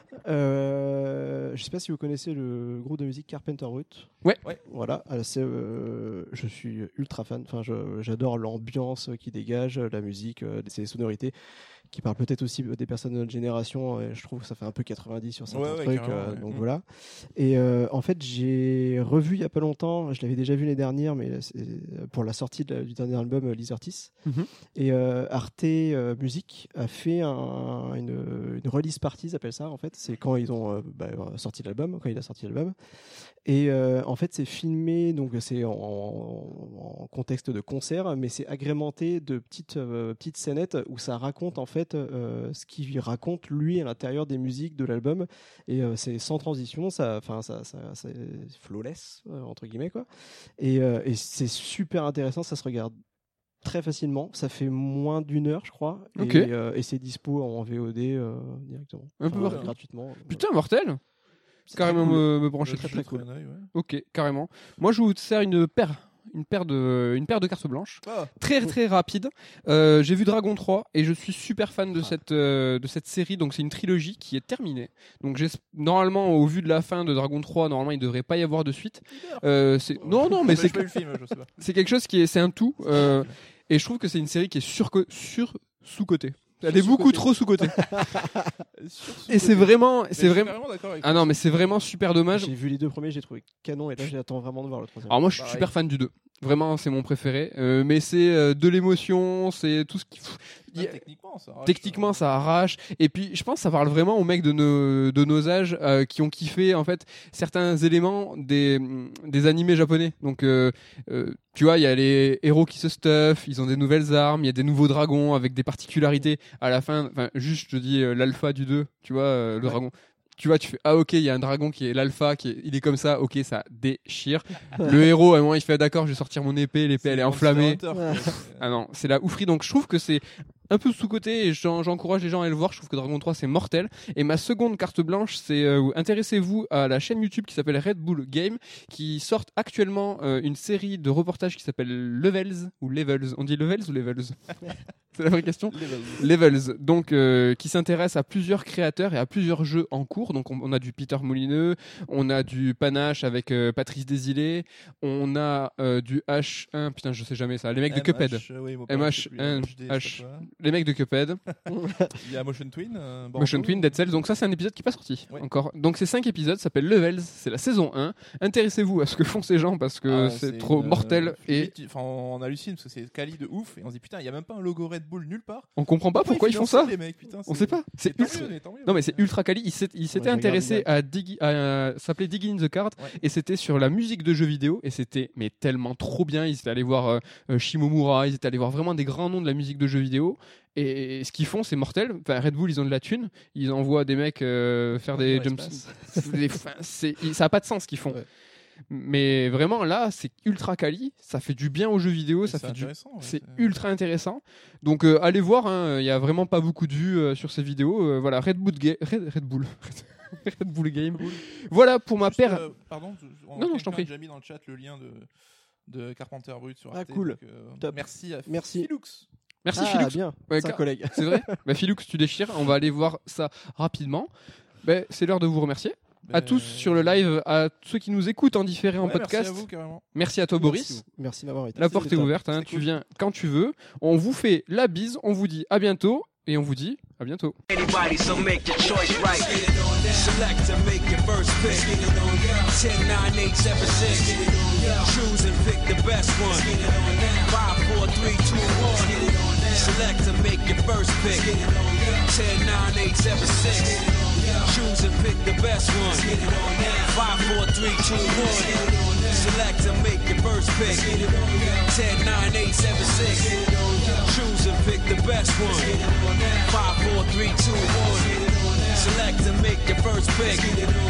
Euh, je sais pas si vous connaissez le groupe de musique Carpenter Brut. Ouais. Ouais. Voilà, euh, c'est, euh, je suis ultra fan. Enfin, je- j'adore l'ambiance qui dégage, la musique, euh, ces sonorités qui parlent peut-être aussi des personnes de notre génération. Et je trouve que ça fait un peu quatre-vingt-dix sur certains Ouais, ouais, trucs. carrément, euh, ouais. donc Mm. voilà. Et euh, en fait, j'ai revu il y a pas longtemps. Je l'avais déjà vu l'année dernière, mais c'est pour la sortie de la- du dernier album euh, Lizartis. Mhm. Et euh, Arte euh, Music a fait un- une, une release party, ils appellent ça en fait. C'est quand ils ont euh, bah, sorti l'album, quand il a sorti l'album. Et euh, en fait, c'est filmé, donc c'est en, en contexte de concert, mais c'est agrémenté de petites euh, petites scénettes où ça raconte en fait euh, ce qu'il raconte lui à l'intérieur des musiques de l'album. Et euh, c'est sans transition, ça, enfin ça, ça, c'est flawless euh, entre guillemets quoi. Et, euh, et c'est super intéressant, ça se regarde très facilement. Ça fait moins d'une heure, je crois. Ok. Et, euh, et c'est dispo en V O D euh, directement. Un peu Enfin, partout. gratuitement. Putain, mortel. C'est Carrément très cool. me, me brancher. très, Je très jetterai cool. un œil, ouais. Ok, carrément. Moi, je vous sers une paire. Une paire de, une paire de cartes blanches. Ah, Très très rapide. Euh, j'ai vu Dragon trois et je suis super fan de cette euh, de cette série. Donc c'est une trilogie qui est terminée. Donc j'es- normalement au vu de la fin de Dragon trois, normalement il devrait pas y avoir de suite. Euh, c'est non non mais j'ai c'est pas vu le film, je sais pas. c'est quelque chose qui est c'est un tout. euh, et je trouve que c'est une série qui est sur sur sous cotée. Elle est beaucoup Sous-cotée. trop sous cotée. Sur ce Et c'est côté. vraiment Mais je c'est suis vraiment carrément d'accord avec ah toi. non mais c'est vraiment super dommage. J'ai vu les deux premiers, j'ai trouvé canon et là j'attends vraiment de voir le troisième. Alors moi je suis Pareil. super fan du deux. Vraiment c'est mon préféré. Euh, mais c'est euh, de l'émotion, c'est tout ce qui il y a- Ah, techniquement, ça arrache, Techniquement, ça arrache. Et puis, je pense que ça parle vraiment aux mecs de nos, de nos âges euh, qui ont kiffé en fait certains éléments des, des animés japonais. Donc, euh, euh, tu vois, il y a les héros qui se stuffent, ils ont des nouvelles armes, il y a des nouveaux dragons avec des particularités. À la fin, enfin, juste, je te dis euh, l'alpha du deux, tu vois, euh, le Ouais. dragon. Tu vois, tu fais ah ok, il y a un dragon qui est l'alpha, qui est, il est comme ça, ok, ça déchire. Le héros, à un moment, il fait ah, d'accord, je vais sortir mon épée, l'épée C'est elle est Monster enflammée. Hunter, quoi. Ah non, c'est la oufrie. Donc je trouve que c'est un peu sous-côté et j'en- j'encourage les gens à le voir. Je trouve que Dragon trois c'est mortel. Et ma seconde carte blanche, c'est euh, intéressez-vous à la chaîne YouTube qui s'appelle Red Bull Game, qui sort actuellement euh, une série de reportages qui s'appelle Levels ou Levels. On dit Levels ou Levels? C'est la vraie question. Levels, donc euh, qui s'intéresse à plusieurs créateurs et à plusieurs jeux en cours. Donc on, on a du Peter Molineux, on a du Panache avec euh, Patrice Désilé, on a euh, du H un, putain je sais jamais ça, les mecs de Cuphead. M H, oui, moi, M H je sais plus, un, H D, H. je sais pas quoi. les mecs de Cuphead. Il y a Motion Twin. Euh, Motion Twin, Dead Cells. Donc ça, c'est un épisode qui n'est pas sorti ouais. encore. Donc c'est cinq épisodes, ça s'appelle Levels. C'est la saison un. Intéressez-vous à ce que font ces gens parce que ah, c'est, c'est trop une, mortel. Euh, et enfin, on hallucine parce que c'est quali de ouf et on se dit putain, il y a même pas un logo Red Bull nulle part. On comprend pas pourquoi, pourquoi ils font ça. Les mecs, putain, on sait pas. C'est, c'est ultra... mieux, mais tant mieux, non mais c'est ultra quali. Il, s'est... il s'était ouais, intéressé à Dig, à euh, s'appelait Dig in the Card ouais. et c'était sur la musique de jeux vidéo et c'était mais tellement trop bien. Ils étaient allés voir euh, Shimomura, ils étaient allés voir vraiment des grands noms de la musique de jeux vidéo. Et ce qu'ils font, c'est mortel. Enfin, Red Bull, ils ont de la thune. Ils envoient des mecs euh, faire des jumps. Enfin, c'est... Ça n'a pas de sens ce qu'ils font. Ouais. Mais vraiment, là, c'est ultra quali. Ça fait du bien aux jeux vidéo. Ça fait du... ouais, c'est, c'est ultra intéressant. Donc, euh, allez voir. Il hein, n'y a vraiment pas beaucoup de vues euh, sur ces vidéos. Euh, voilà, Red Bull, Ga- Red, Red Bull. Red Bull Game. Voilà pour ma paire. Euh, pardon. On non, non, je t'en prie. J'ai déjà mis dans le chat le lien de, de Carpenter Brut sur ah, Arte. Cool. Donc, euh, merci à merci. Philux. Merci ah, Philux. Bien. Ouais, c'est un collègue. C'est vrai. Bah, Philux, tu déchires. On va aller voir ça rapidement. Bah, c'est l'heure de vous remercier. À tous sur le live, à ceux qui nous écoutent en différé en ouais, podcast. Merci à vous, carrément. Merci à toi, Boris. Merci, merci d'avoir été. La porte est ouverte, hein, tu cool. viens quand tu veux. On vous fait la bise, on vous dit à bientôt et on vous dit à bientôt. Anybody, so make your choice right. Select and make your first pick. ten, nine, eight, seven, six. Choose and pick the best one. five, four, three, two, one. Select and make your first pick. ten, nine, eight, seven, six. Choose and pick the best one. five, four, three, two, one. Select and make your first pick. ten, nine, eight, seven, six. Choose and pick the best one. five, four, three, two, one. Select and make your first pick.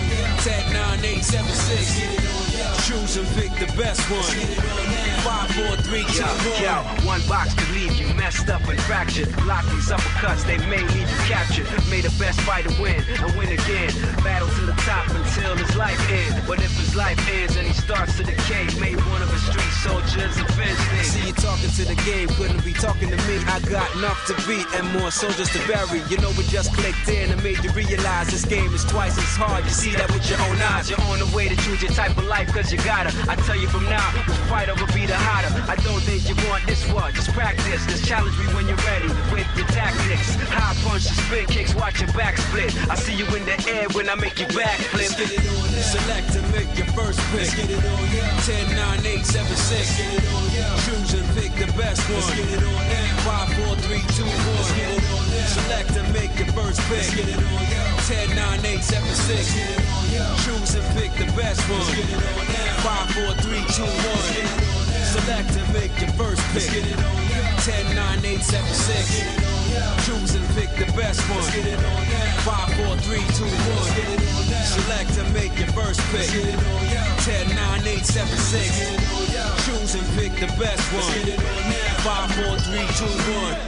ten, nine, eight, seven, six. Choose and pick the best one. five, four, three, two, one. Yo, one box could leave you messed up and fractured. Lock these uppercuts, they may leave you captured. May the best fighter win and win again. Battle to the top until his life ends. But if his life ends and he starts to decay, may one of his street soldiers avenge things. See you talking to the game, couldn't be talking to me. I got enough to beat and more soldiers to bury. You know it just clicked in and made you realize this game is twice as hard. You see that with your own eyes. You're on the way to choose your type of life cause you gotta. I tell you from now, which fighter will be the hotter. I don't think you want this one, just practice. Just challenge me when you're ready with your tactics. High punches, spin kicks, watch your back split. I see you in the air when I make you backflip. Select and make your first pick. ten, nine, eight, seven, six. Choose and pick the best one. five, four, three, two, one. Select and make your first pick. ten, nine, eight, seven, six. Choose and pick the best one. five, four, three, two, one. Select and make your first pick. ten, nine, eight, seven, six. Choose and pick the best one. five, four, three, two, one. Select and make your first pick. ten, nine, eight, seven, six. Choose and pick the best one. five, four, three, two, one.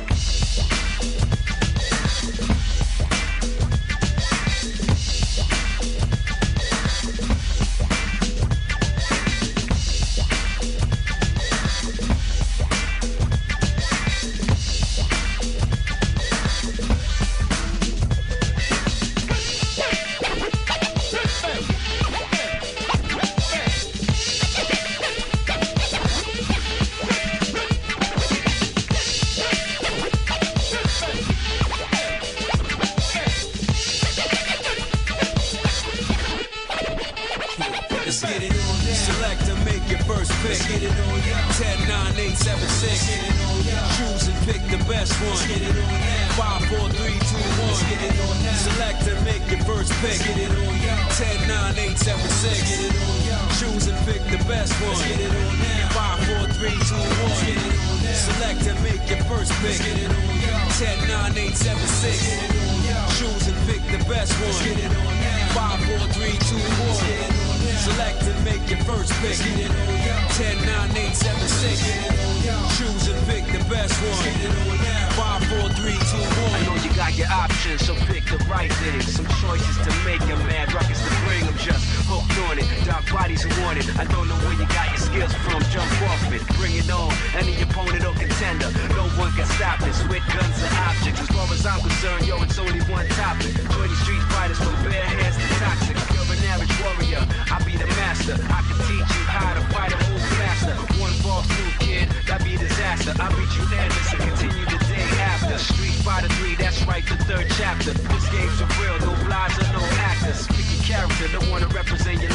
I beat you there, listen, continue the day after. the third chapter. This game's for real, no lies or no actors. Pick your character, don't wanna represent your